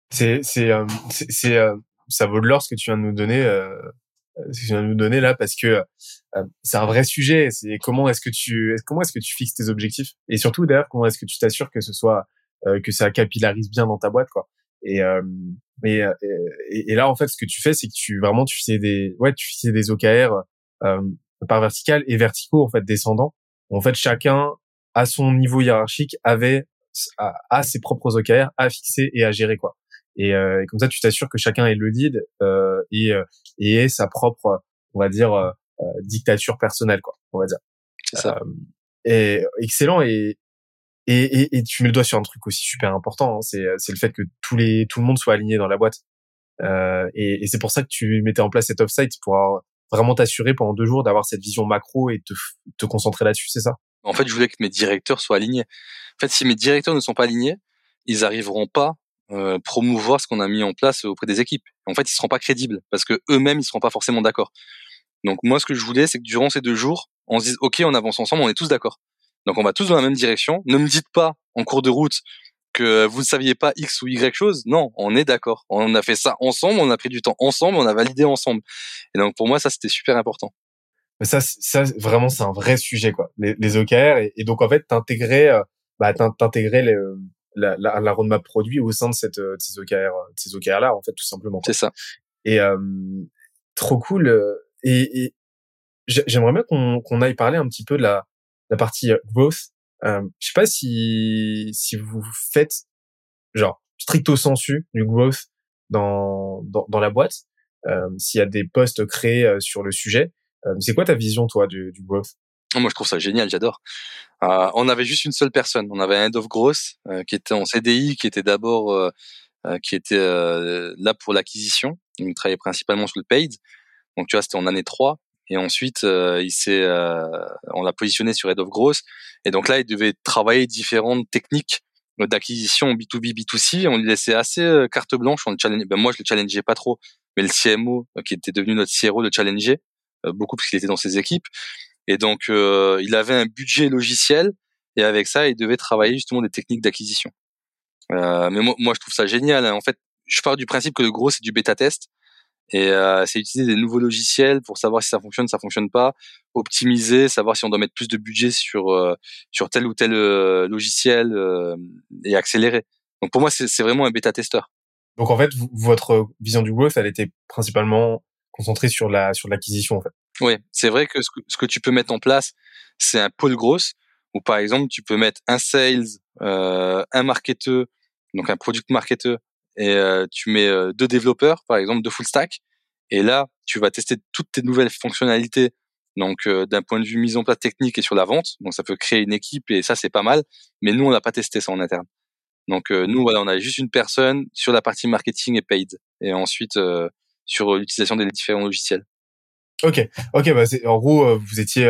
Ça vaut de l'or ce que tu viens de nous donner. Là, parce que c'est un vrai sujet. C'est comment est-ce que tu fixes tes objectifs, et surtout d'ailleurs comment est-ce que tu t'assures que ce soit que ça capillarise bien dans ta boîte, quoi. Et là en fait ce que tu fais, c'est que tu fixais des OKR par vertical et verticaux, en fait descendants. En fait chacun à son niveau hiérarchique a ses propres OKR à fixer et à gérer, quoi. Et comme ça tu t'assures que chacun est le lead et ait sa propre, on va dire, dictature personnelle, quoi, on va dire. C'est ça. Et excellent. Et tu mets le doigt sur un truc aussi super important, hein, c'est le fait que tout le monde soit aligné dans la boîte. Et c'est pour ça que tu mettais en place cet off-site, pour vraiment t'assurer pendant 2 jours d'avoir cette vision macro et te concentrer là-dessus, c'est ça? En fait, je voulais que mes directeurs soient alignés. En fait, si mes directeurs ne sont pas alignés, ils arriveront pas promouvoir ce qu'on a mis en place auprès des équipes. En fait, ils seront pas crédibles parce que eux-mêmes, ils seront pas forcément d'accord. Donc moi, ce que je voulais, c'est que durant ces 2 jours, on se dise, OK, on avance ensemble, on est tous d'accord. Donc on va tous dans la même direction. Ne me dites pas en cours de route que vous ne saviez pas X ou Y chose. Non, on est d'accord. On a fait ça ensemble, on a pris du temps ensemble, on a validé ensemble. Et donc pour moi, ça, c'était super important. Ça vraiment, c'est un vrai sujet, quoi. Les OKR, et donc en fait, t'intégrais la roadmap produit au sein de ces OKR là, en fait, tout simplement, quoi. C'est ça. Et trop cool. Et j'aimerais bien qu'on aille parler un petit peu de la partie growth. Je sais pas si vous faites genre stricto sensu du growth dans la boîte, s'il y a des postes créés sur le sujet. C'est quoi ta vision, toi, du growth? Moi, je trouve ça génial, j'adore. On avait juste une seule personne. On avait un head of growth qui était en CDI, qui était d'abord là pour l'acquisition. Il travaillait principalement sur le paid. Donc tu vois, c'était en année 3. Et ensuite, on l'a positionné sur head of growth. Et donc là, il devait travailler différentes techniques d'acquisition B2B, B2C. On lui laissait assez carte blanche. Moi, je le challengeais pas trop, mais le CMO, qui était devenu notre CRO, le challengeait beaucoup parce qu'il était dans ses équipes. Et donc, il avait un budget logiciel. Et avec ça, il devait travailler justement des techniques d'acquisition. Mais moi, je trouve ça génial, hein. En fait, je pars du principe que le gros, c'est du bêta test. Et c'est utiliser des nouveaux logiciels pour savoir si ça fonctionne pas, optimiser, savoir si on doit mettre plus de budget sur tel ou tel logiciel et accélérer. Donc pour moi, c'est vraiment un bêta testeur. Donc en fait, votre vision du growth, elle était principalement concentrée sur l'acquisition, en fait. Oui, c'est vrai que ce que tu peux mettre en place, c'est un pôle grosse où par exemple tu peux mettre un sales, un marketeur, donc un product marketer, et tu mets 2 développeurs, par exemple 2 full stack, et là tu vas tester toutes tes nouvelles fonctionnalités, donc d'un point de vue mise en place technique et sur la vente, donc ça peut créer une équipe et ça c'est pas mal, mais nous on n'a pas testé ça en interne. Donc nous voilà, on avait juste une personne sur la partie marketing et paid, et ensuite sur l'utilisation des différents logiciels. Ok, bah en gros vous étiez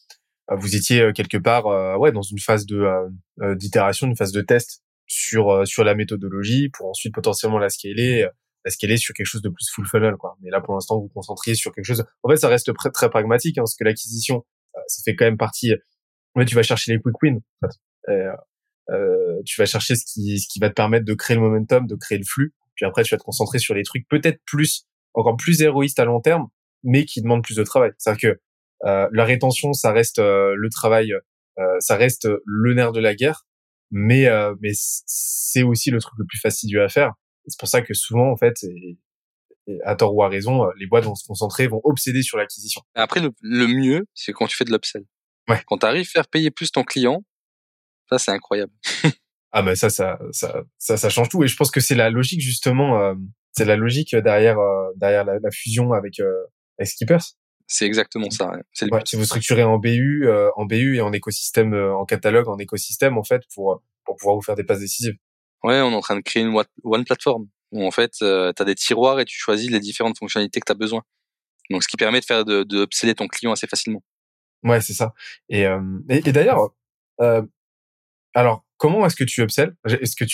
quelque part dans une phase d'itération, une phase de test sur la méthodologie, pour ensuite potentiellement la scaler sur quelque chose de plus full funnel, quoi. Mais là pour l'instant vous vous concentriez sur quelque chose. En fait ça reste très, très pragmatique, hein, parce que l'acquisition ça fait quand même partie. En fait, tu vas chercher les quick wins, en fait. Tu vas chercher ce qui va te permettre de créer le momentum, de créer le flux. Puis après tu vas te concentrer sur les trucs peut-être encore plus héroïstes à long terme, mais qui demandent plus de travail. C'est-à-dire que la rétention, ça reste le travail, ça reste le nerf de la guerre, mais c'est aussi le truc le plus fastidieux à faire. Et c'est pour ça que souvent, en fait, et à tort ou à raison, les boîtes vont se concentrer, vont obséder sur l'acquisition. Après, le mieux, c'est quand tu fais de l'upsell. Ouais. Quand tu arrives à faire payer plus ton client, ça c'est incroyable. Ah bah ça change tout, et je pense que c'est la logique justement, c'est la logique derrière la fusion avec Skippers. C'est exactement ça. Ouais. C'est le Ouais, but. si vous structurez en BU et en écosystème, en catalogue, en écosystème en fait pour pouvoir vous faire des passes décisives. Ouais, on est en train de créer une one platform où en fait, tu as des tiroirs et tu choisis les différentes fonctionnalités que tu as besoin. Donc, ce qui permet de upseller ton client assez facilement. Ouais, c'est ça. Et d'ailleurs, alors comment est-ce que tu upsell? Est-ce que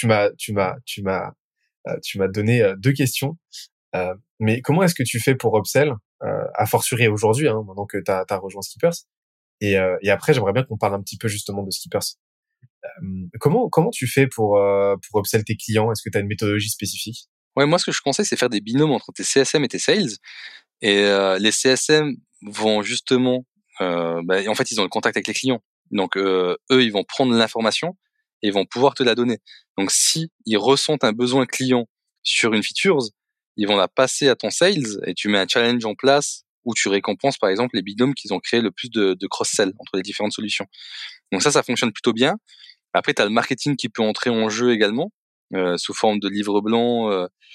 tu m'as donné deux questions, mais comment est-ce que tu fais pour upsell, à fortiori aujourd'hui, hein, maintenant que t'as rejoint Skippers, et après j'aimerais bien qu'on parle un petit peu justement de Skippers. Comment tu fais pour upsell tes clients? Est-ce que tu as une méthodologie spécifique? Ouais, moi, ce que je conseille, c'est faire des binômes entre tes CSM et tes sales. Et les CSM vont justement, en fait, ils ont le contact avec les clients. Donc, eux, ils vont prendre l'information et ils vont pouvoir te la donner. Donc, si ils ressentent un besoin client sur une features, ils vont la passer à ton sales et tu mets un challenge en place où tu récompenses, par exemple, les binômes qui ont créé le plus de cross-sell entre les différentes solutions. Donc ça fonctionne plutôt bien. Après, tu as le marketing qui peut entrer en jeu également, sous forme de livre blanc.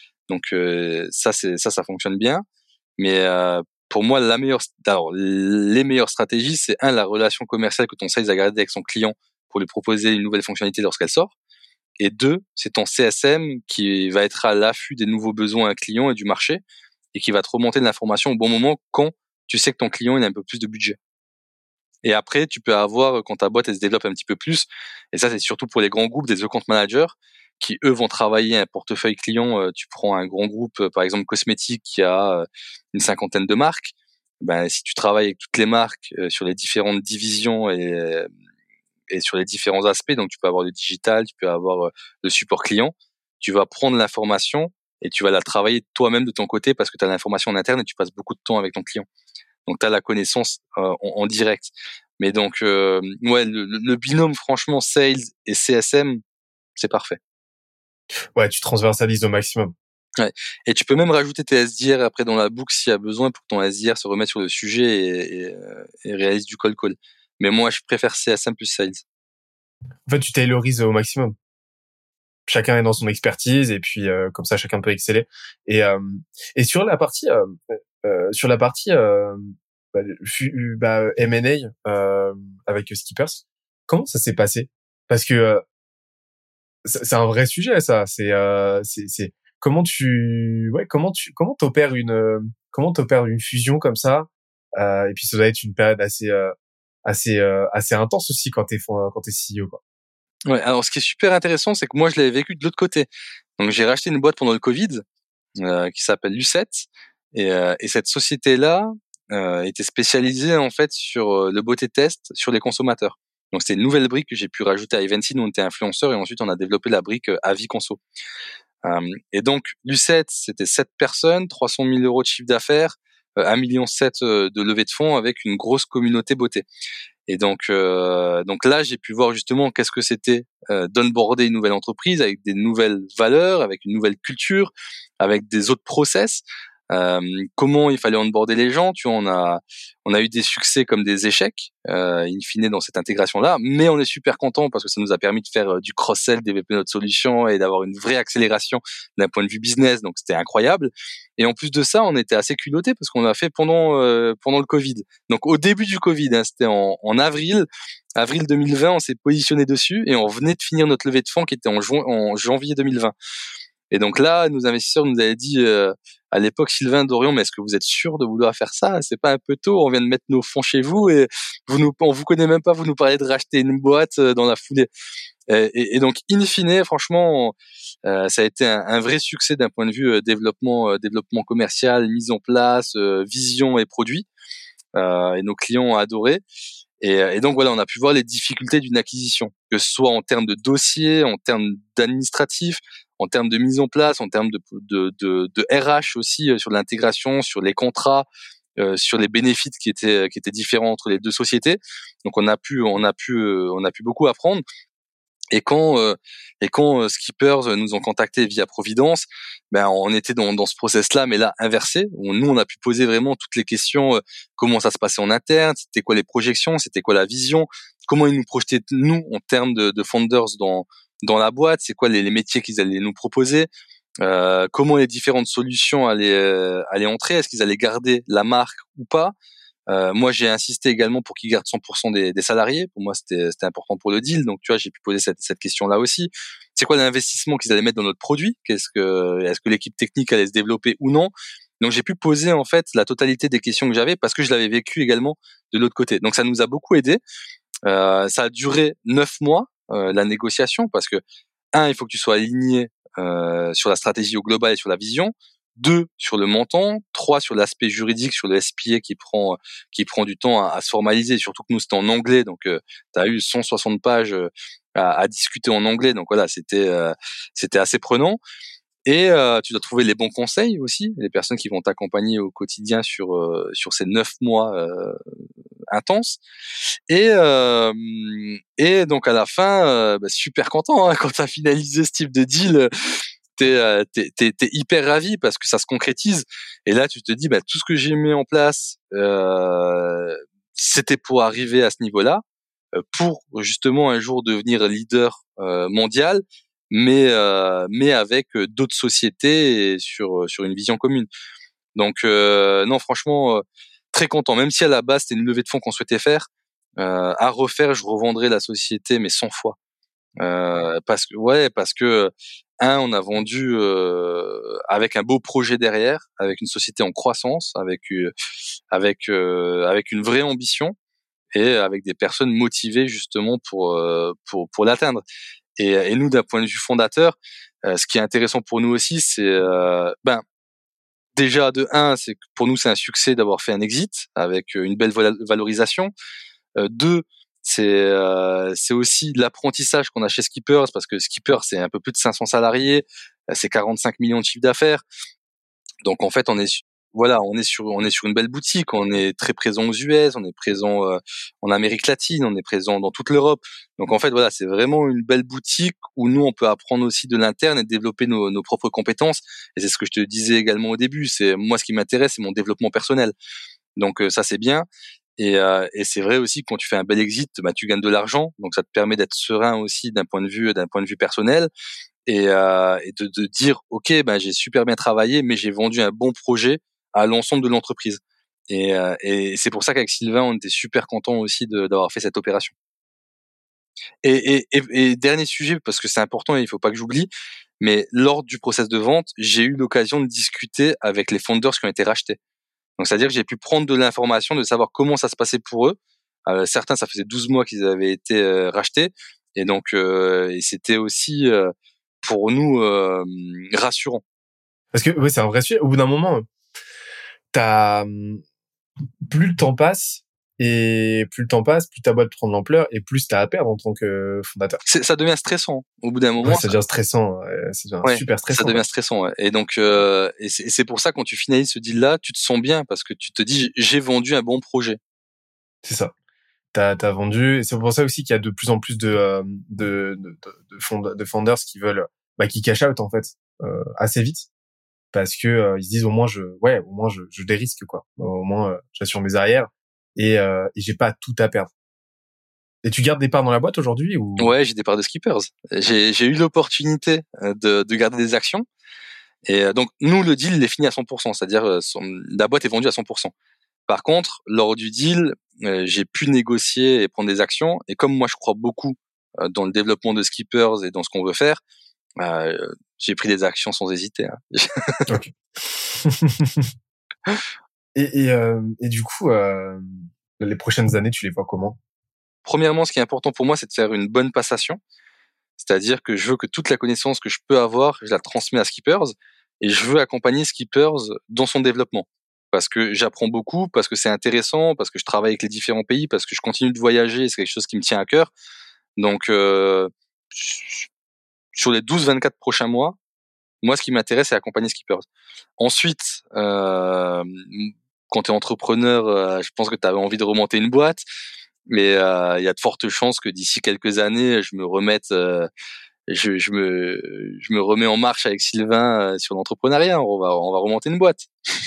Ça fonctionne bien. Mais pour moi, les meilleures stratégies, c'est la relation commerciale que ton sales a gardée avec son client pour lui proposer une nouvelle fonctionnalité lorsqu'elle sort. Et deux, c'est ton CSM qui va être à l'affût des nouveaux besoins clients et du marché et qui va te remonter de l'information au bon moment quand tu sais que ton client il a un peu plus de budget. Et après, tu peux avoir, quand ta boîte elle se développe un petit peu plus, et ça c'est surtout pour les grands groupes, des account managers qui eux vont travailler un portefeuille client. Tu prends un grand groupe, par exemple cosmétique, qui a une cinquantaine de marques. Ben si tu travailles avec toutes les marques sur les différentes divisions et sur les différents aspects, donc tu peux avoir le digital, tu peux avoir le support client, tu vas prendre l'information et tu vas la travailler toi-même de ton côté parce que tu as l'information en interne et tu passes beaucoup de temps avec ton client. Donc, tu as la connaissance en direct. Mais donc, ouais, le binôme, franchement, sales et CSM, c'est parfait. Ouais, tu transversalises au maximum. Ouais. Et tu peux même rajouter tes SDR après dans la boucle s'il y a besoin pour que ton SDR se remette sur le sujet et réalise du call. Mais moi, je préfère CSM plus sales. En fait, tu tailorises au maximum. Chacun est dans son expertise et puis comme ça, chacun peut exceller. Et, euh, et sur la partie M&A avec Skippers, comment ça s'est passé? Parce que c'est un vrai sujet, ça. C'est comment t'opères une fusion comme ça. Et puis ça doit être une période assez intense aussi quand t'es CEO, quoi. Ouais, alors ce qui est super intéressant, c'est que moi, je l'avais vécu de l'autre côté. Donc, j'ai racheté une boîte pendant le Covid qui s'appelle Lucet. Et cette société-là était spécialisée en fait sur le beauté test sur les consommateurs. Donc c'était une nouvelle brique que j'ai pu rajouter à Eventy. Nous on était influenceurs et ensuite on a développé la brique Avis Conso. Et donc Lucet, c'était 7 personnes, 300 000 euros de chiffre d'affaires, 1,7 million de levée de fonds avec une grosse communauté beauté. Et donc là, j'ai pu voir justement qu'est-ce que c'était d'onboarder une nouvelle entreprise avec des nouvelles valeurs, avec une nouvelle culture, avec des autres process. Comment il fallait onboarder les gens. Tu vois, on a eu des succès comme des échecs, in fine, dans cette intégration-là. Mais on est super content parce que ça nous a permis de faire du cross-sell, développer notre solution et d'avoir une vraie accélération d'un point de vue business. Donc, c'était incroyable. Et en plus de ça, on était assez culottés parce qu'on l'a fait pendant le Covid. Donc, au début du Covid, hein, c'était en avril 2020, on s'est positionné dessus et on venait de finir notre levée de fonds qui était en janvier 2020. Et donc là, nos investisseurs nous avaient dit à l'époque, Sylvain Dorion, mais est-ce que vous êtes sûr de vouloir faire ça? C'est pas un peu tôt? On vient de mettre nos fonds chez vous et on vous connaît même pas. Vous nous parlez de racheter une boîte dans la foulée. Et donc, in fine, franchement, ça a été un vrai succès d'un point de vue développement commercial, mise en place, vision et produit. Et nos clients ont adoré. Et donc voilà, on a pu voir les difficultés d'une acquisition, que ce soit en termes de dossier, en termes d'administratif, en termes de mise en place, en termes de RH aussi sur l'intégration, sur les contrats, sur les bénéfices qui étaient différents entre les deux sociétés. Donc on a pu beaucoup apprendre. Et quand Skippers nous ont contactés via Providence, ben on était dans ce process-là, mais là inversé, où nous on a pu poser vraiment toutes les questions, comment ça se passait en interne, c'était quoi les projections, c'était quoi la vision, comment ils nous projetaient nous en termes de founders dans la boîte, c'est quoi les métiers qu'ils allaient nous proposer, comment les différentes solutions allaient entrer, est-ce qu'ils allaient garder la marque ou pas. Moi, j'ai insisté également pour qu'ils gardent 100% des salariés. Pour moi, c'était important pour le deal. Donc, tu vois, j'ai pu poser cette question-là aussi. C'est quoi l'investissement qu'ils allaient mettre dans notre produit? Est-ce que l'équipe technique allait se développer ou non? Donc, j'ai pu poser, en fait, la totalité des questions que j'avais parce que je l'avais vécu également de l'autre côté. Donc, ça nous a beaucoup aidé. Ça a duré 9 mois, la négociation, parce que, il faut que tu sois aligné, sur la stratégie au global et sur la vision. 2, sur le montant. 3, sur l'aspect juridique, sur le SPA qui prend du temps à se formaliser. Surtout que nous, c'était en anglais. Donc, tu as eu 160 pages à discuter en anglais. Donc, voilà, c'était assez prenant. Et tu dois trouver les bons conseils aussi, les personnes qui vont t'accompagner au quotidien sur ces 9 mois intenses. Et donc à la fin, super content quand tu as finalisé ce type de deal. T'es hyper ravi parce que ça se concrétise. Et là, tu te dis, tout ce que j'ai mis en place, c'était pour arriver à ce niveau-là, pour justement un jour devenir leader mondial, mais avec d'autres sociétés et sur une vision commune. Donc non, franchement, très content. Même si à la base c'était une levée de fonds qu'on souhaitait faire, à refaire, je revendrai la société mais 100 fois. Parce que on a vendu avec un beau projet derrière, avec une société en croissance, avec une vraie ambition et avec des personnes motivées justement pour l'atteindre. Et nous, d'un point de vue fondateur, ce qui est intéressant pour nous aussi, c'est déjà de c'est que pour nous c'est un succès d'avoir fait un exit avec une belle valorisation. 2, c'est aussi de l'apprentissage qu'on a chez Skippers, parce que Skippers c'est un peu plus de 500 salariés, c'est 45 millions de chiffre d'affaires. Donc en fait on est sur une belle boutique, on est très présent aux US, on est présent en Amérique latine, on est présent dans toute l'Europe. Donc en fait voilà, c'est vraiment une belle boutique où nous on peut apprendre aussi de l'interne et développer nos propres compétences. Et c'est ce que je te disais également au début, c'est moi ce qui m'intéresse, c'est mon développement personnel. Donc ça c'est bien. Et c'est vrai aussi que quand tu fais un bel exit, tu gagnes de l'argent, donc ça te permet d'être serein aussi d'un point de vue personnel et de dire ok, j'ai super bien travaillé, mais j'ai vendu un bon projet à l'ensemble de l'entreprise. Et c'est pour ça qu'avec Sylvain, on était super content aussi d'avoir fait cette opération. Et dernier sujet, parce que c'est important et il faut pas que j'oublie, mais lors du process de vente, j'ai eu l'occasion de discuter avec les founders qui ont été rachetés. Donc, c'est-à-dire que j'ai pu prendre de l'information, de savoir comment ça se passait pour eux. Certains, ça faisait 12 mois qu'ils avaient été rachetés. Et donc, et c'était aussi pour nous rassurant. Parce que c'est un vrai sujet. Au bout d'un moment, plus le temps passe, plus ta boîte prend de l'ampleur et plus t'as à perdre en tant que fondateur. Ça devient stressant au bout d'un moment. Ouais, ça devient stressant. Ça devient super stressant. Ça devient stressant. Ouais. Et donc, et c'est pour ça quand tu finalises ce deal-là, tu te sens bien parce que tu te dis j'ai vendu un bon projet. C'est ça. T'as vendu. Et c'est pour ça aussi qu'il y a de plus en plus de founders qui veulent, qui cash out en fait assez vite. Parce que ils se disent au moins je dérisque quoi. Au moins j'assure mes arrières et j'ai pas tout à perdre. Et tu gardes des parts dans la boîte aujourd'hui ou? Ouais, j'ai des parts de Skippers. J'ai eu l'opportunité de garder des actions. Et donc nous le deal il est fini à 100%, c'est-à-dire la boîte est vendue à 100%. Par contre, lors du deal, j'ai pu négocier et prendre des actions. Et comme moi je crois beaucoup dans le développement de Skippers et dans ce qu'on veut faire, j'ai pris des actions sans hésiter. Okay. et du coup, les prochaines années, tu les vois comment? Premièrement, ce qui est important pour moi, c'est de faire une bonne passation. C'est-à-dire que je veux que toute la connaissance que je peux avoir, je la transmets à Skippers. Et je veux accompagner Skippers dans son développement. Parce que j'apprends beaucoup, parce que c'est intéressant, parce que je travaille avec les différents pays, parce que je continue de voyager, c'est quelque chose qui me tient à cœur. Donc, sur les 12-24 prochains mois, moi, ce qui m'intéresse, c'est accompagner Skippers. Ensuite, quand tu es entrepreneur, je pense que tu avais envie de remonter une boîte. Mais il y a de fortes chances que d'ici quelques années, je me remette, je me remets en marche avec Sylvain sur l'entrepreneuriat. On va remonter une boîte,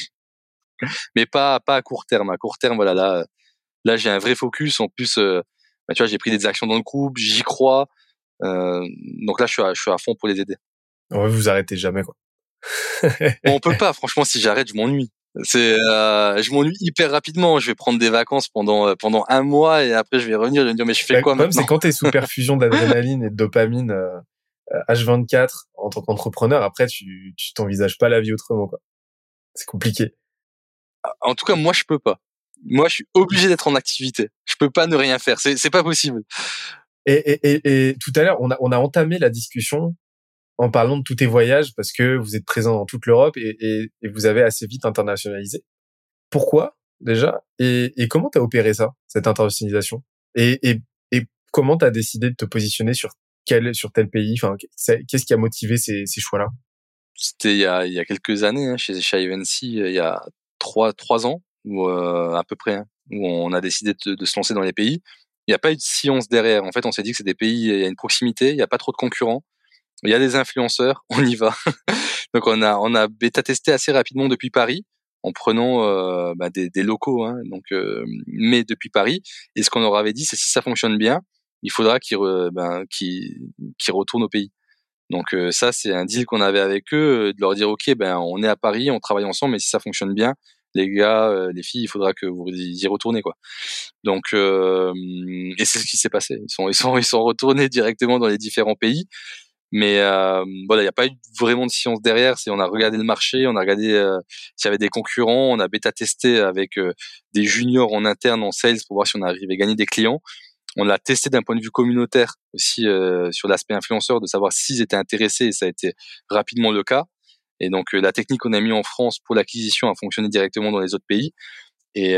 mais pas à court terme. À court terme, voilà, là j'ai un vrai focus. En plus, tu vois, j'ai pris des actions dans le groupe, j'y crois. Donc là, je suis à fond pour les aider. Ouais, vous arrêtez jamais, quoi. Bon, on peut pas, franchement, si j'arrête, je m'ennuie. Je m'ennuie hyper rapidement. Je vais prendre des vacances pendant un mois et après je vais revenir. Je vais me dire mais je fais quoi Le problème, maintenant? c'est quand t'es sous perfusion d'adrénaline et de dopamine H24 en tant qu'entrepreneur, après tu t'envisages pas la vie autrement, quoi. C'est compliqué. En tout cas, moi, je peux pas. Moi, je suis obligé d'être en activité. Je peux pas ne rien faire. C'est pas possible. Et tout à l'heure, on a entamé la discussion en parlant de tous tes voyages parce que vous êtes présent dans toute l'Europe et vous avez assez vite internationalisé. Pourquoi déjà et comment t'as opéré ça, cette internationalisation et comment t'as décidé de te positionner sur tel pays? Enfin, qu'est-ce qui a motivé ces choix-là? C'était il y a quelques années, hein, chez Ivancy, il y a trois ans, ou à peu près, hein, où on a décidé de se lancer dans les pays. Il n'y a pas eu de science derrière. En fait, on s'est dit que c'est des pays, il y a une proximité, il n'y a pas trop de concurrents, il y a des influenceurs, on y va. Donc on a bêta testé assez rapidement depuis Paris, en prenant des locaux, hein, donc mais depuis Paris. Et ce qu'on leur avait dit, c'est si ça fonctionne bien, il faudra qu'ils retournent au pays. Donc ça, c'est un deal qu'on avait avec eux, de leur dire ok, ben on est à Paris, on travaille ensemble, mais si ça fonctionne bien, les gars, les filles, il faudra que vous y retournez, quoi. Donc et c'est ce qui s'est passé. Ils sont retournés directement dans les différents pays. Mais voilà, il n'y a pas eu vraiment de science derrière. On a regardé le marché, on a regardé s'il y avait des concurrents, on a bêta testé avec des juniors en interne en sales pour voir si on arrivait à gagner des clients. On l'a testé d'un point de vue communautaire aussi sur l'aspect influenceur, de savoir s'ils étaient intéressés, et ça a été rapidement le cas. Et donc la technique qu'on a mis en France pour l'acquisition a fonctionné directement dans les autres pays. Et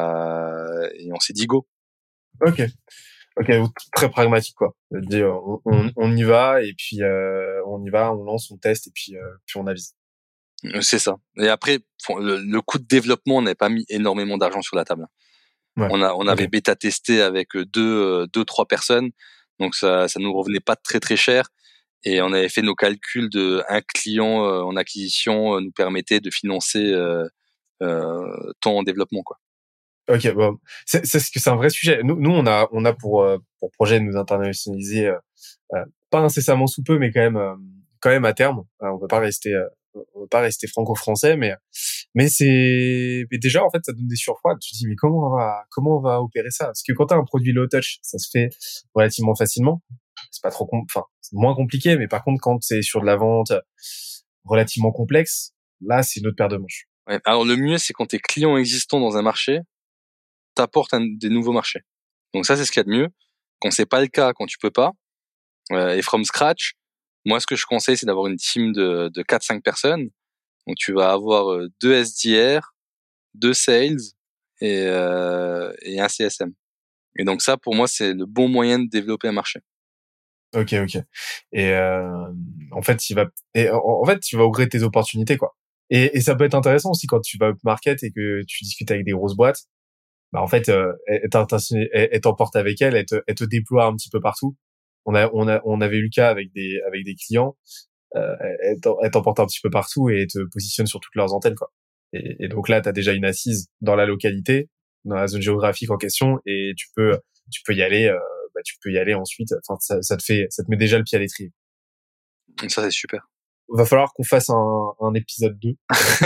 on s'est dit go. Ok. Ok, très pragmatique, quoi. Dire, on y va et puis on y va, on lance, on teste et puis on avise. C'est ça. Et après, le coût de développement, on n'avait pas mis énormément d'argent sur la table. Ouais. On avait bêta testé avec trois personnes, donc ça nous revenait pas très très cher. Et on avait fait nos calculs de un client en acquisition nous permettait de financer tant en développement, quoi. Ok, bon, c'est un vrai sujet. Nous on a pour projet de nous internationaliser, pas incessamment sous peu, mais quand même à terme. On veut pas rester franco-français, mais mais déjà en fait ça donne des surfroides. Tu te dis mais comment on va opérer ça? Parce que quand t'as un produit low touch, ça se fait relativement facilement. C'est pas trop enfin c'est moins compliqué, mais par contre quand c'est sur de la vente relativement complexe, là c'est une autre paire de manches. Ouais. Alors le mieux, c'est quand tes clients existants dans un marché t'apportent des nouveaux marchés. Donc ça, c'est ce qu'il y a de mieux. Quand c'est pas le cas, quand tu peux pas, et from scratch, moi ce que je conseille, c'est d'avoir une team de 4-5 personnes. Donc tu vas avoir 2 SDR, 2 sales et un CSM. Et donc ça, pour moi, c'est le bon moyen de développer un marché. Ok. Et en fait, en fait, tu vas ouvrir tes opportunités, quoi. Et ça peut être intéressant aussi quand tu vas up market et que tu discutes avec des grosses boîtes. Bah en fait, elle t'emporte avec elle, elle te déploie un petit peu partout. On avait eu le cas avec des clients. Elle t'emporte un petit peu partout et elle te positionne sur toutes leurs antennes, quoi. Et donc là, t'as déjà une assise dans la localité, dans la zone géographique en question, et tu peux y aller. Tu peux y aller ensuite. Enfin, ça te met déjà le pied à l'étrier. Donc ça, c'est super. Va falloir qu'on fasse un épisode 2.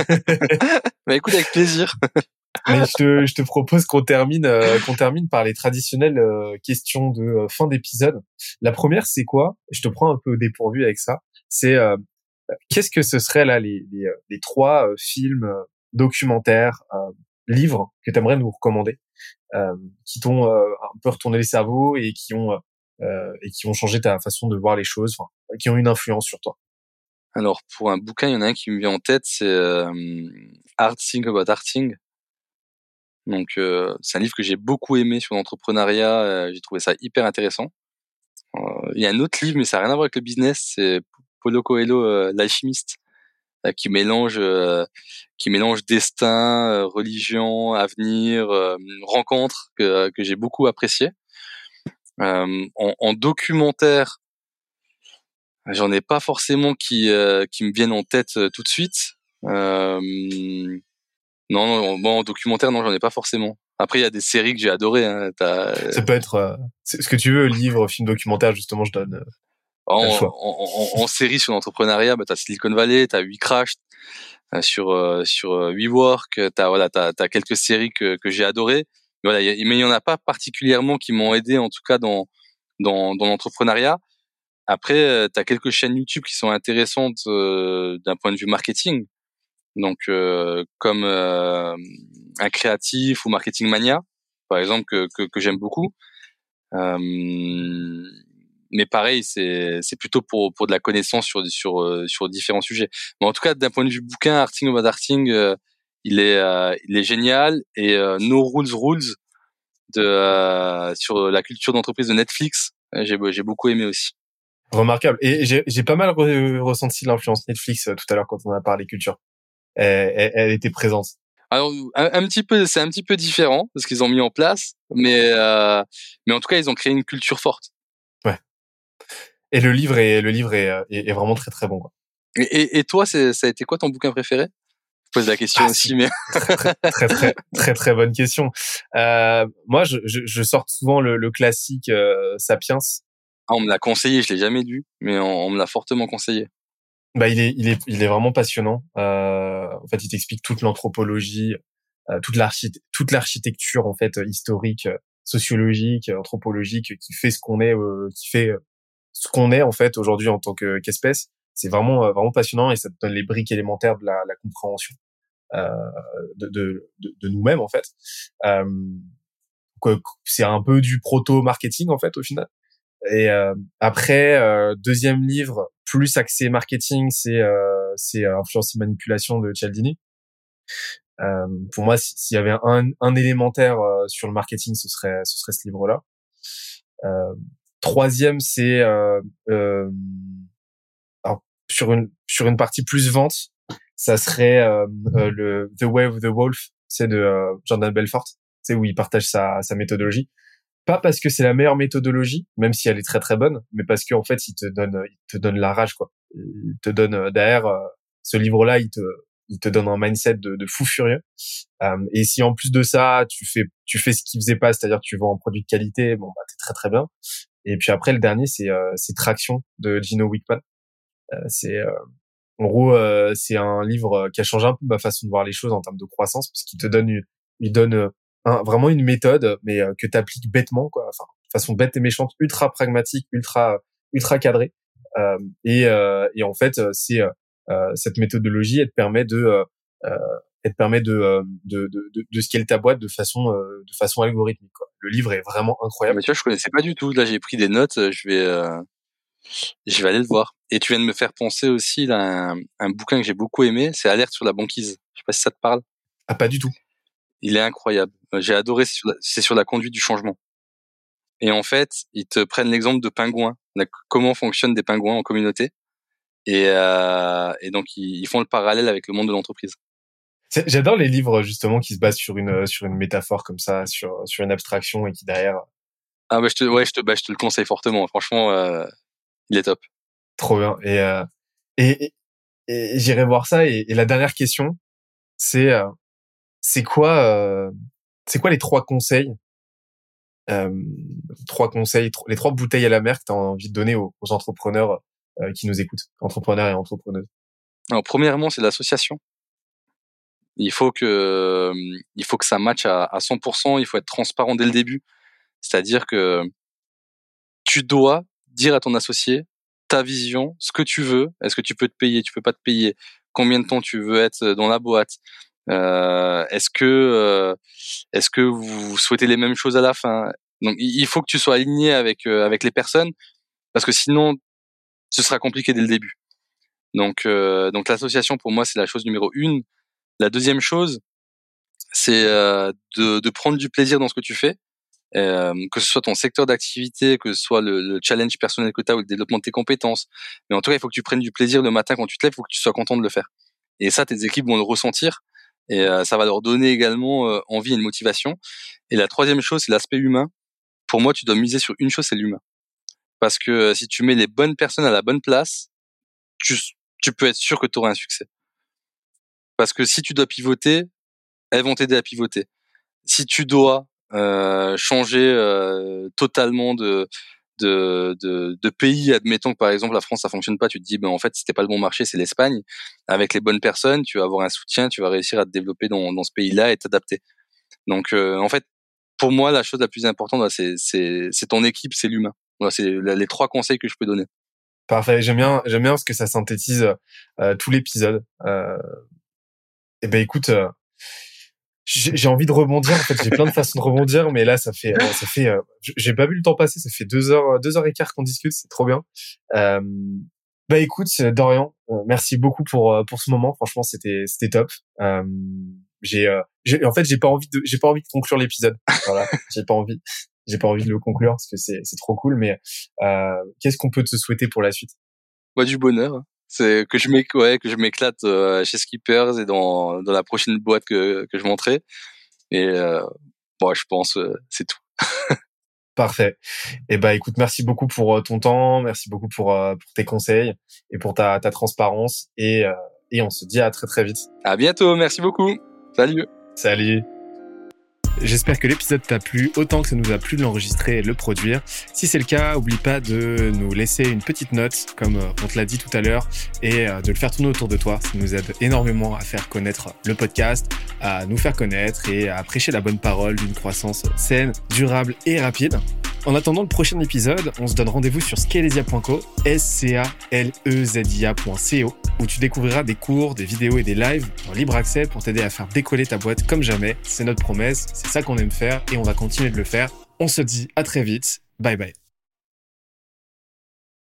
Bah écoute, avec plaisir. Mais je te propose qu'on termine par les traditionnelles questions de fin d'épisode. La première, c'est quoi? Je te prends un peu au dépourvu avec ça. C'est qu'est-ce que ce serait là les trois films, documentaires, livres que tu aimerais nous recommander, qui t'ont un peu retourné le cerveau et qui ont changé ta façon de voir les choses, enfin, qui ont une influence sur toi. Alors, pour un bouquin, il y en a un qui me vient en tête, c'est Hard Thing About Arting. Donc, c'est un livre que j'ai beaucoup aimé sur l'entrepreneuriat. J'ai trouvé ça hyper intéressant. Il y a un autre livre, mais ça n'a rien à voir avec le business, c'est Paulo Coelho, l'alchimiste, qui mélange qui mélange destin, religion, avenir, rencontre que j'ai beaucoup apprécié. En documentaire, j'en ai pas forcément qui me viennent en tête tout de suite. Non, bon, en documentaire, non, j'en ai pas forcément. Après, il y a des séries que j'ai adorées. Hein. Ça peut être ce que tu veux, livre, film, documentaire. Justement, je donne le choix. En série sur l'entrepreneuriat, t'as Silicon Valley, t'as WeCrash, sur WeWork, t'as quelques séries que j'ai adorées. Mais voilà, mais il y en a pas particulièrement qui m'ont aidé, en tout cas dans l'entrepreneuriat. Après, t'as quelques chaînes YouTube qui sont intéressantes d'un point de vue marketing. Donc comme un créatif ou Marketing Mania, par exemple, que j'aime beaucoup. Mais pareil, c'est plutôt pour de la connaissance sur différents sujets. Mais en tout cas, d'un point de vue bouquin, Arting About Arting, il est génial. Et No Rules Rules sur la culture d'entreprise de Netflix, j'ai beaucoup aimé aussi. Remarquable. Et j'ai pas mal ressenti l'influence Netflix tout à l'heure quand on a parlé culture. Elle était présente. Alors un petit peu, c'est un petit peu différent de ce qu'ils ont mis en place, mais en tout cas ils ont créé une culture forte. Ouais. Et le livre est vraiment très très bon, quoi. Et toi, ça a été quoi ton bouquin préféré? Je pose la question aussi, mais très bonne question. Moi, je sors souvent le classique Sapiens. Ah, on me l'a conseillé, je l'ai jamais lu, mais on me l'a fortement conseillé. Bah, il est vraiment passionnant. En fait, il t'explique toute l'anthropologie, toute l'architecture en fait historique, sociologique, anthropologique, qui fait ce qu'on est, ce qu'on est en fait aujourd'hui en tant qu'espèce. C'est vraiment passionnant et ça te donne les briques élémentaires de la compréhension de nous-mêmes en fait. C'est un peu du proto-marketing en fait au final. Et après, deuxième livre plus axé marketing, c'est Influence et manipulation de Cialdini. Pour moi, s'il y avait un élémentaire sur le marketing, ce serait ce livre-là. Troisième, c'est alors, sur une partie plus vente, ça serait le The Way of the Wolf, c'est de Jordan Belfort, c'est où il partage sa méthodologie. Pas parce que c'est la meilleure méthodologie, même si elle est très très bonne, mais parce qu'en fait il te donne la rage, quoi. Il te donne derrière ce livre-là, il te donne un mindset de fou furieux. Et si en plus de ça tu fais ce qu'il faisait pas, c'est-à-dire que tu vends un produit de qualité, bon bah t'es très très bien. Et puis après le dernier c'est Traction de Gino Wickman. En gros c'est un livre qui a changé un peu ma façon de voir les choses en termes de croissance, parce qu'il donne vraiment une méthode, mais que t'appliques bêtement, quoi. Enfin, de façon bête et méchante, ultra pragmatique, ultra cadrée. Et en fait, c'est cette méthodologie, elle te permet de scaler ta boîte de façon algorithmique, quoi. Le livre est vraiment incroyable. Mais tu vois, je connaissais pas du tout. Là, j'ai pris des notes. Je vais aller le voir. Et tu viens de me faire penser aussi là, un bouquin que j'ai beaucoup aimé, c'est Alerte sur la banquise. Je sais pas si ça te parle. Ah, pas du tout. Il est incroyable. J'ai adoré. C'est sur la conduite du changement. Et en fait, ils te prennent l'exemple de pingouins. Comment fonctionnent des pingouins en communauté. Et donc, ils font le parallèle avec le monde de l'entreprise. J'adore les livres justement qui se basent sur une métaphore comme ça, sur une abstraction, et qui derrière. Ah bah je te le conseille fortement. Franchement, il est top. Trop bien. Et j'irai voir ça. Et la dernière question, c'est quoi les trois conseils, les trois bouteilles à la mer que tu as envie de donner aux entrepreneurs qui nous écoutent, entrepreneurs et entrepreneuses? Alors, premièrement, c'est l'association. Il faut que ça matche à 100%. Il faut être transparent dès le début. C'est-à-dire que tu dois dire à ton associé ta vision, ce que tu veux. Est-ce que tu peux te payer, tu peux pas te payer? Combien de temps tu veux être dans la boîte? Est-ce que vous souhaitez les mêmes choses à la fin? Donc, il faut que tu sois aligné avec les personnes, parce que sinon, ce sera compliqué dès le début. Donc l'association, pour moi, c'est la chose numéro 1. La deuxième chose, c'est de prendre du plaisir dans ce que tu fais, que ce soit ton secteur d'activité, que ce soit le challenge personnel que tu as ou le développement de tes compétences. Mais en tout cas, il faut que tu prennes du plaisir le matin quand tu te lèves, il faut que tu sois content de le faire. Et ça, tes équipes vont le ressentir. Et ça va leur donner également envie et une motivation. Et la troisième chose, c'est l'aspect humain. Pour moi, tu dois miser sur une chose, c'est l'humain. Parce que si tu mets les bonnes personnes à la bonne place, tu peux être sûr que tu auras un succès. Parce que si tu dois pivoter, elles vont t'aider à pivoter. Si tu dois changer totalement de pays, admettons que par exemple la France ça fonctionne pas, tu te dis ben en fait c'était pas le bon marché, c'est l'Espagne. Avec les bonnes personnes, tu vas avoir un soutien, tu vas réussir à te développer dans ce pays-là et t'adapter. Donc en fait, pour moi la chose la plus importante c'est ton équipe, c'est l'humain. Voilà, c'est les 3 conseils que je peux donner. Parfait. J'aime bien parce que ça synthétise tout l'épisode. Et ben écoute, j'ai envie de rebondir. En fait, j'ai plein de façons de rebondir, mais là, j'ai pas vu le temps passer. Ça fait 2h15 qu'on discute. C'est trop bien. Bah écoute, Dorian, merci beaucoup pour ce moment. Franchement, c'était top. En fait, j'ai pas envie de conclure l'épisode. Voilà, j'ai pas envie de le conclure parce que c'est trop cool. Mais qu'est-ce qu'on peut te souhaiter pour la suite? Bah, du bonheur. C'est que je m'éclate chez Skippers et dans la prochaine boîte que je monterai. Et bon, je pense c'est tout. Parfait. Et bah écoute, merci beaucoup pour ton temps, merci beaucoup pour tes conseils et pour ta transparence et on se dit à très très vite. À bientôt, merci beaucoup. Salut. Salut. J'espère que l'épisode t'a plu autant que ça nous a plu de l'enregistrer et de le produire. Si c'est le cas, oublie pas de nous laisser une petite note, comme on te l'a dit tout à l'heure, et de le faire tourner autour de toi. Ça nous aide énormément à faire connaître le podcast, à nous faire connaître et à prêcher la bonne parole d'une croissance saine, durable et rapide. En attendant le prochain épisode, on se donne rendez-vous sur scalezia.co, scalezia.co, où tu découvriras des cours, des vidéos et des lives en libre accès pour t'aider à faire décoller ta boîte comme jamais. C'est notre promesse, c'est ça qu'on aime faire et on va continuer de le faire. On se dit à très vite. Bye bye.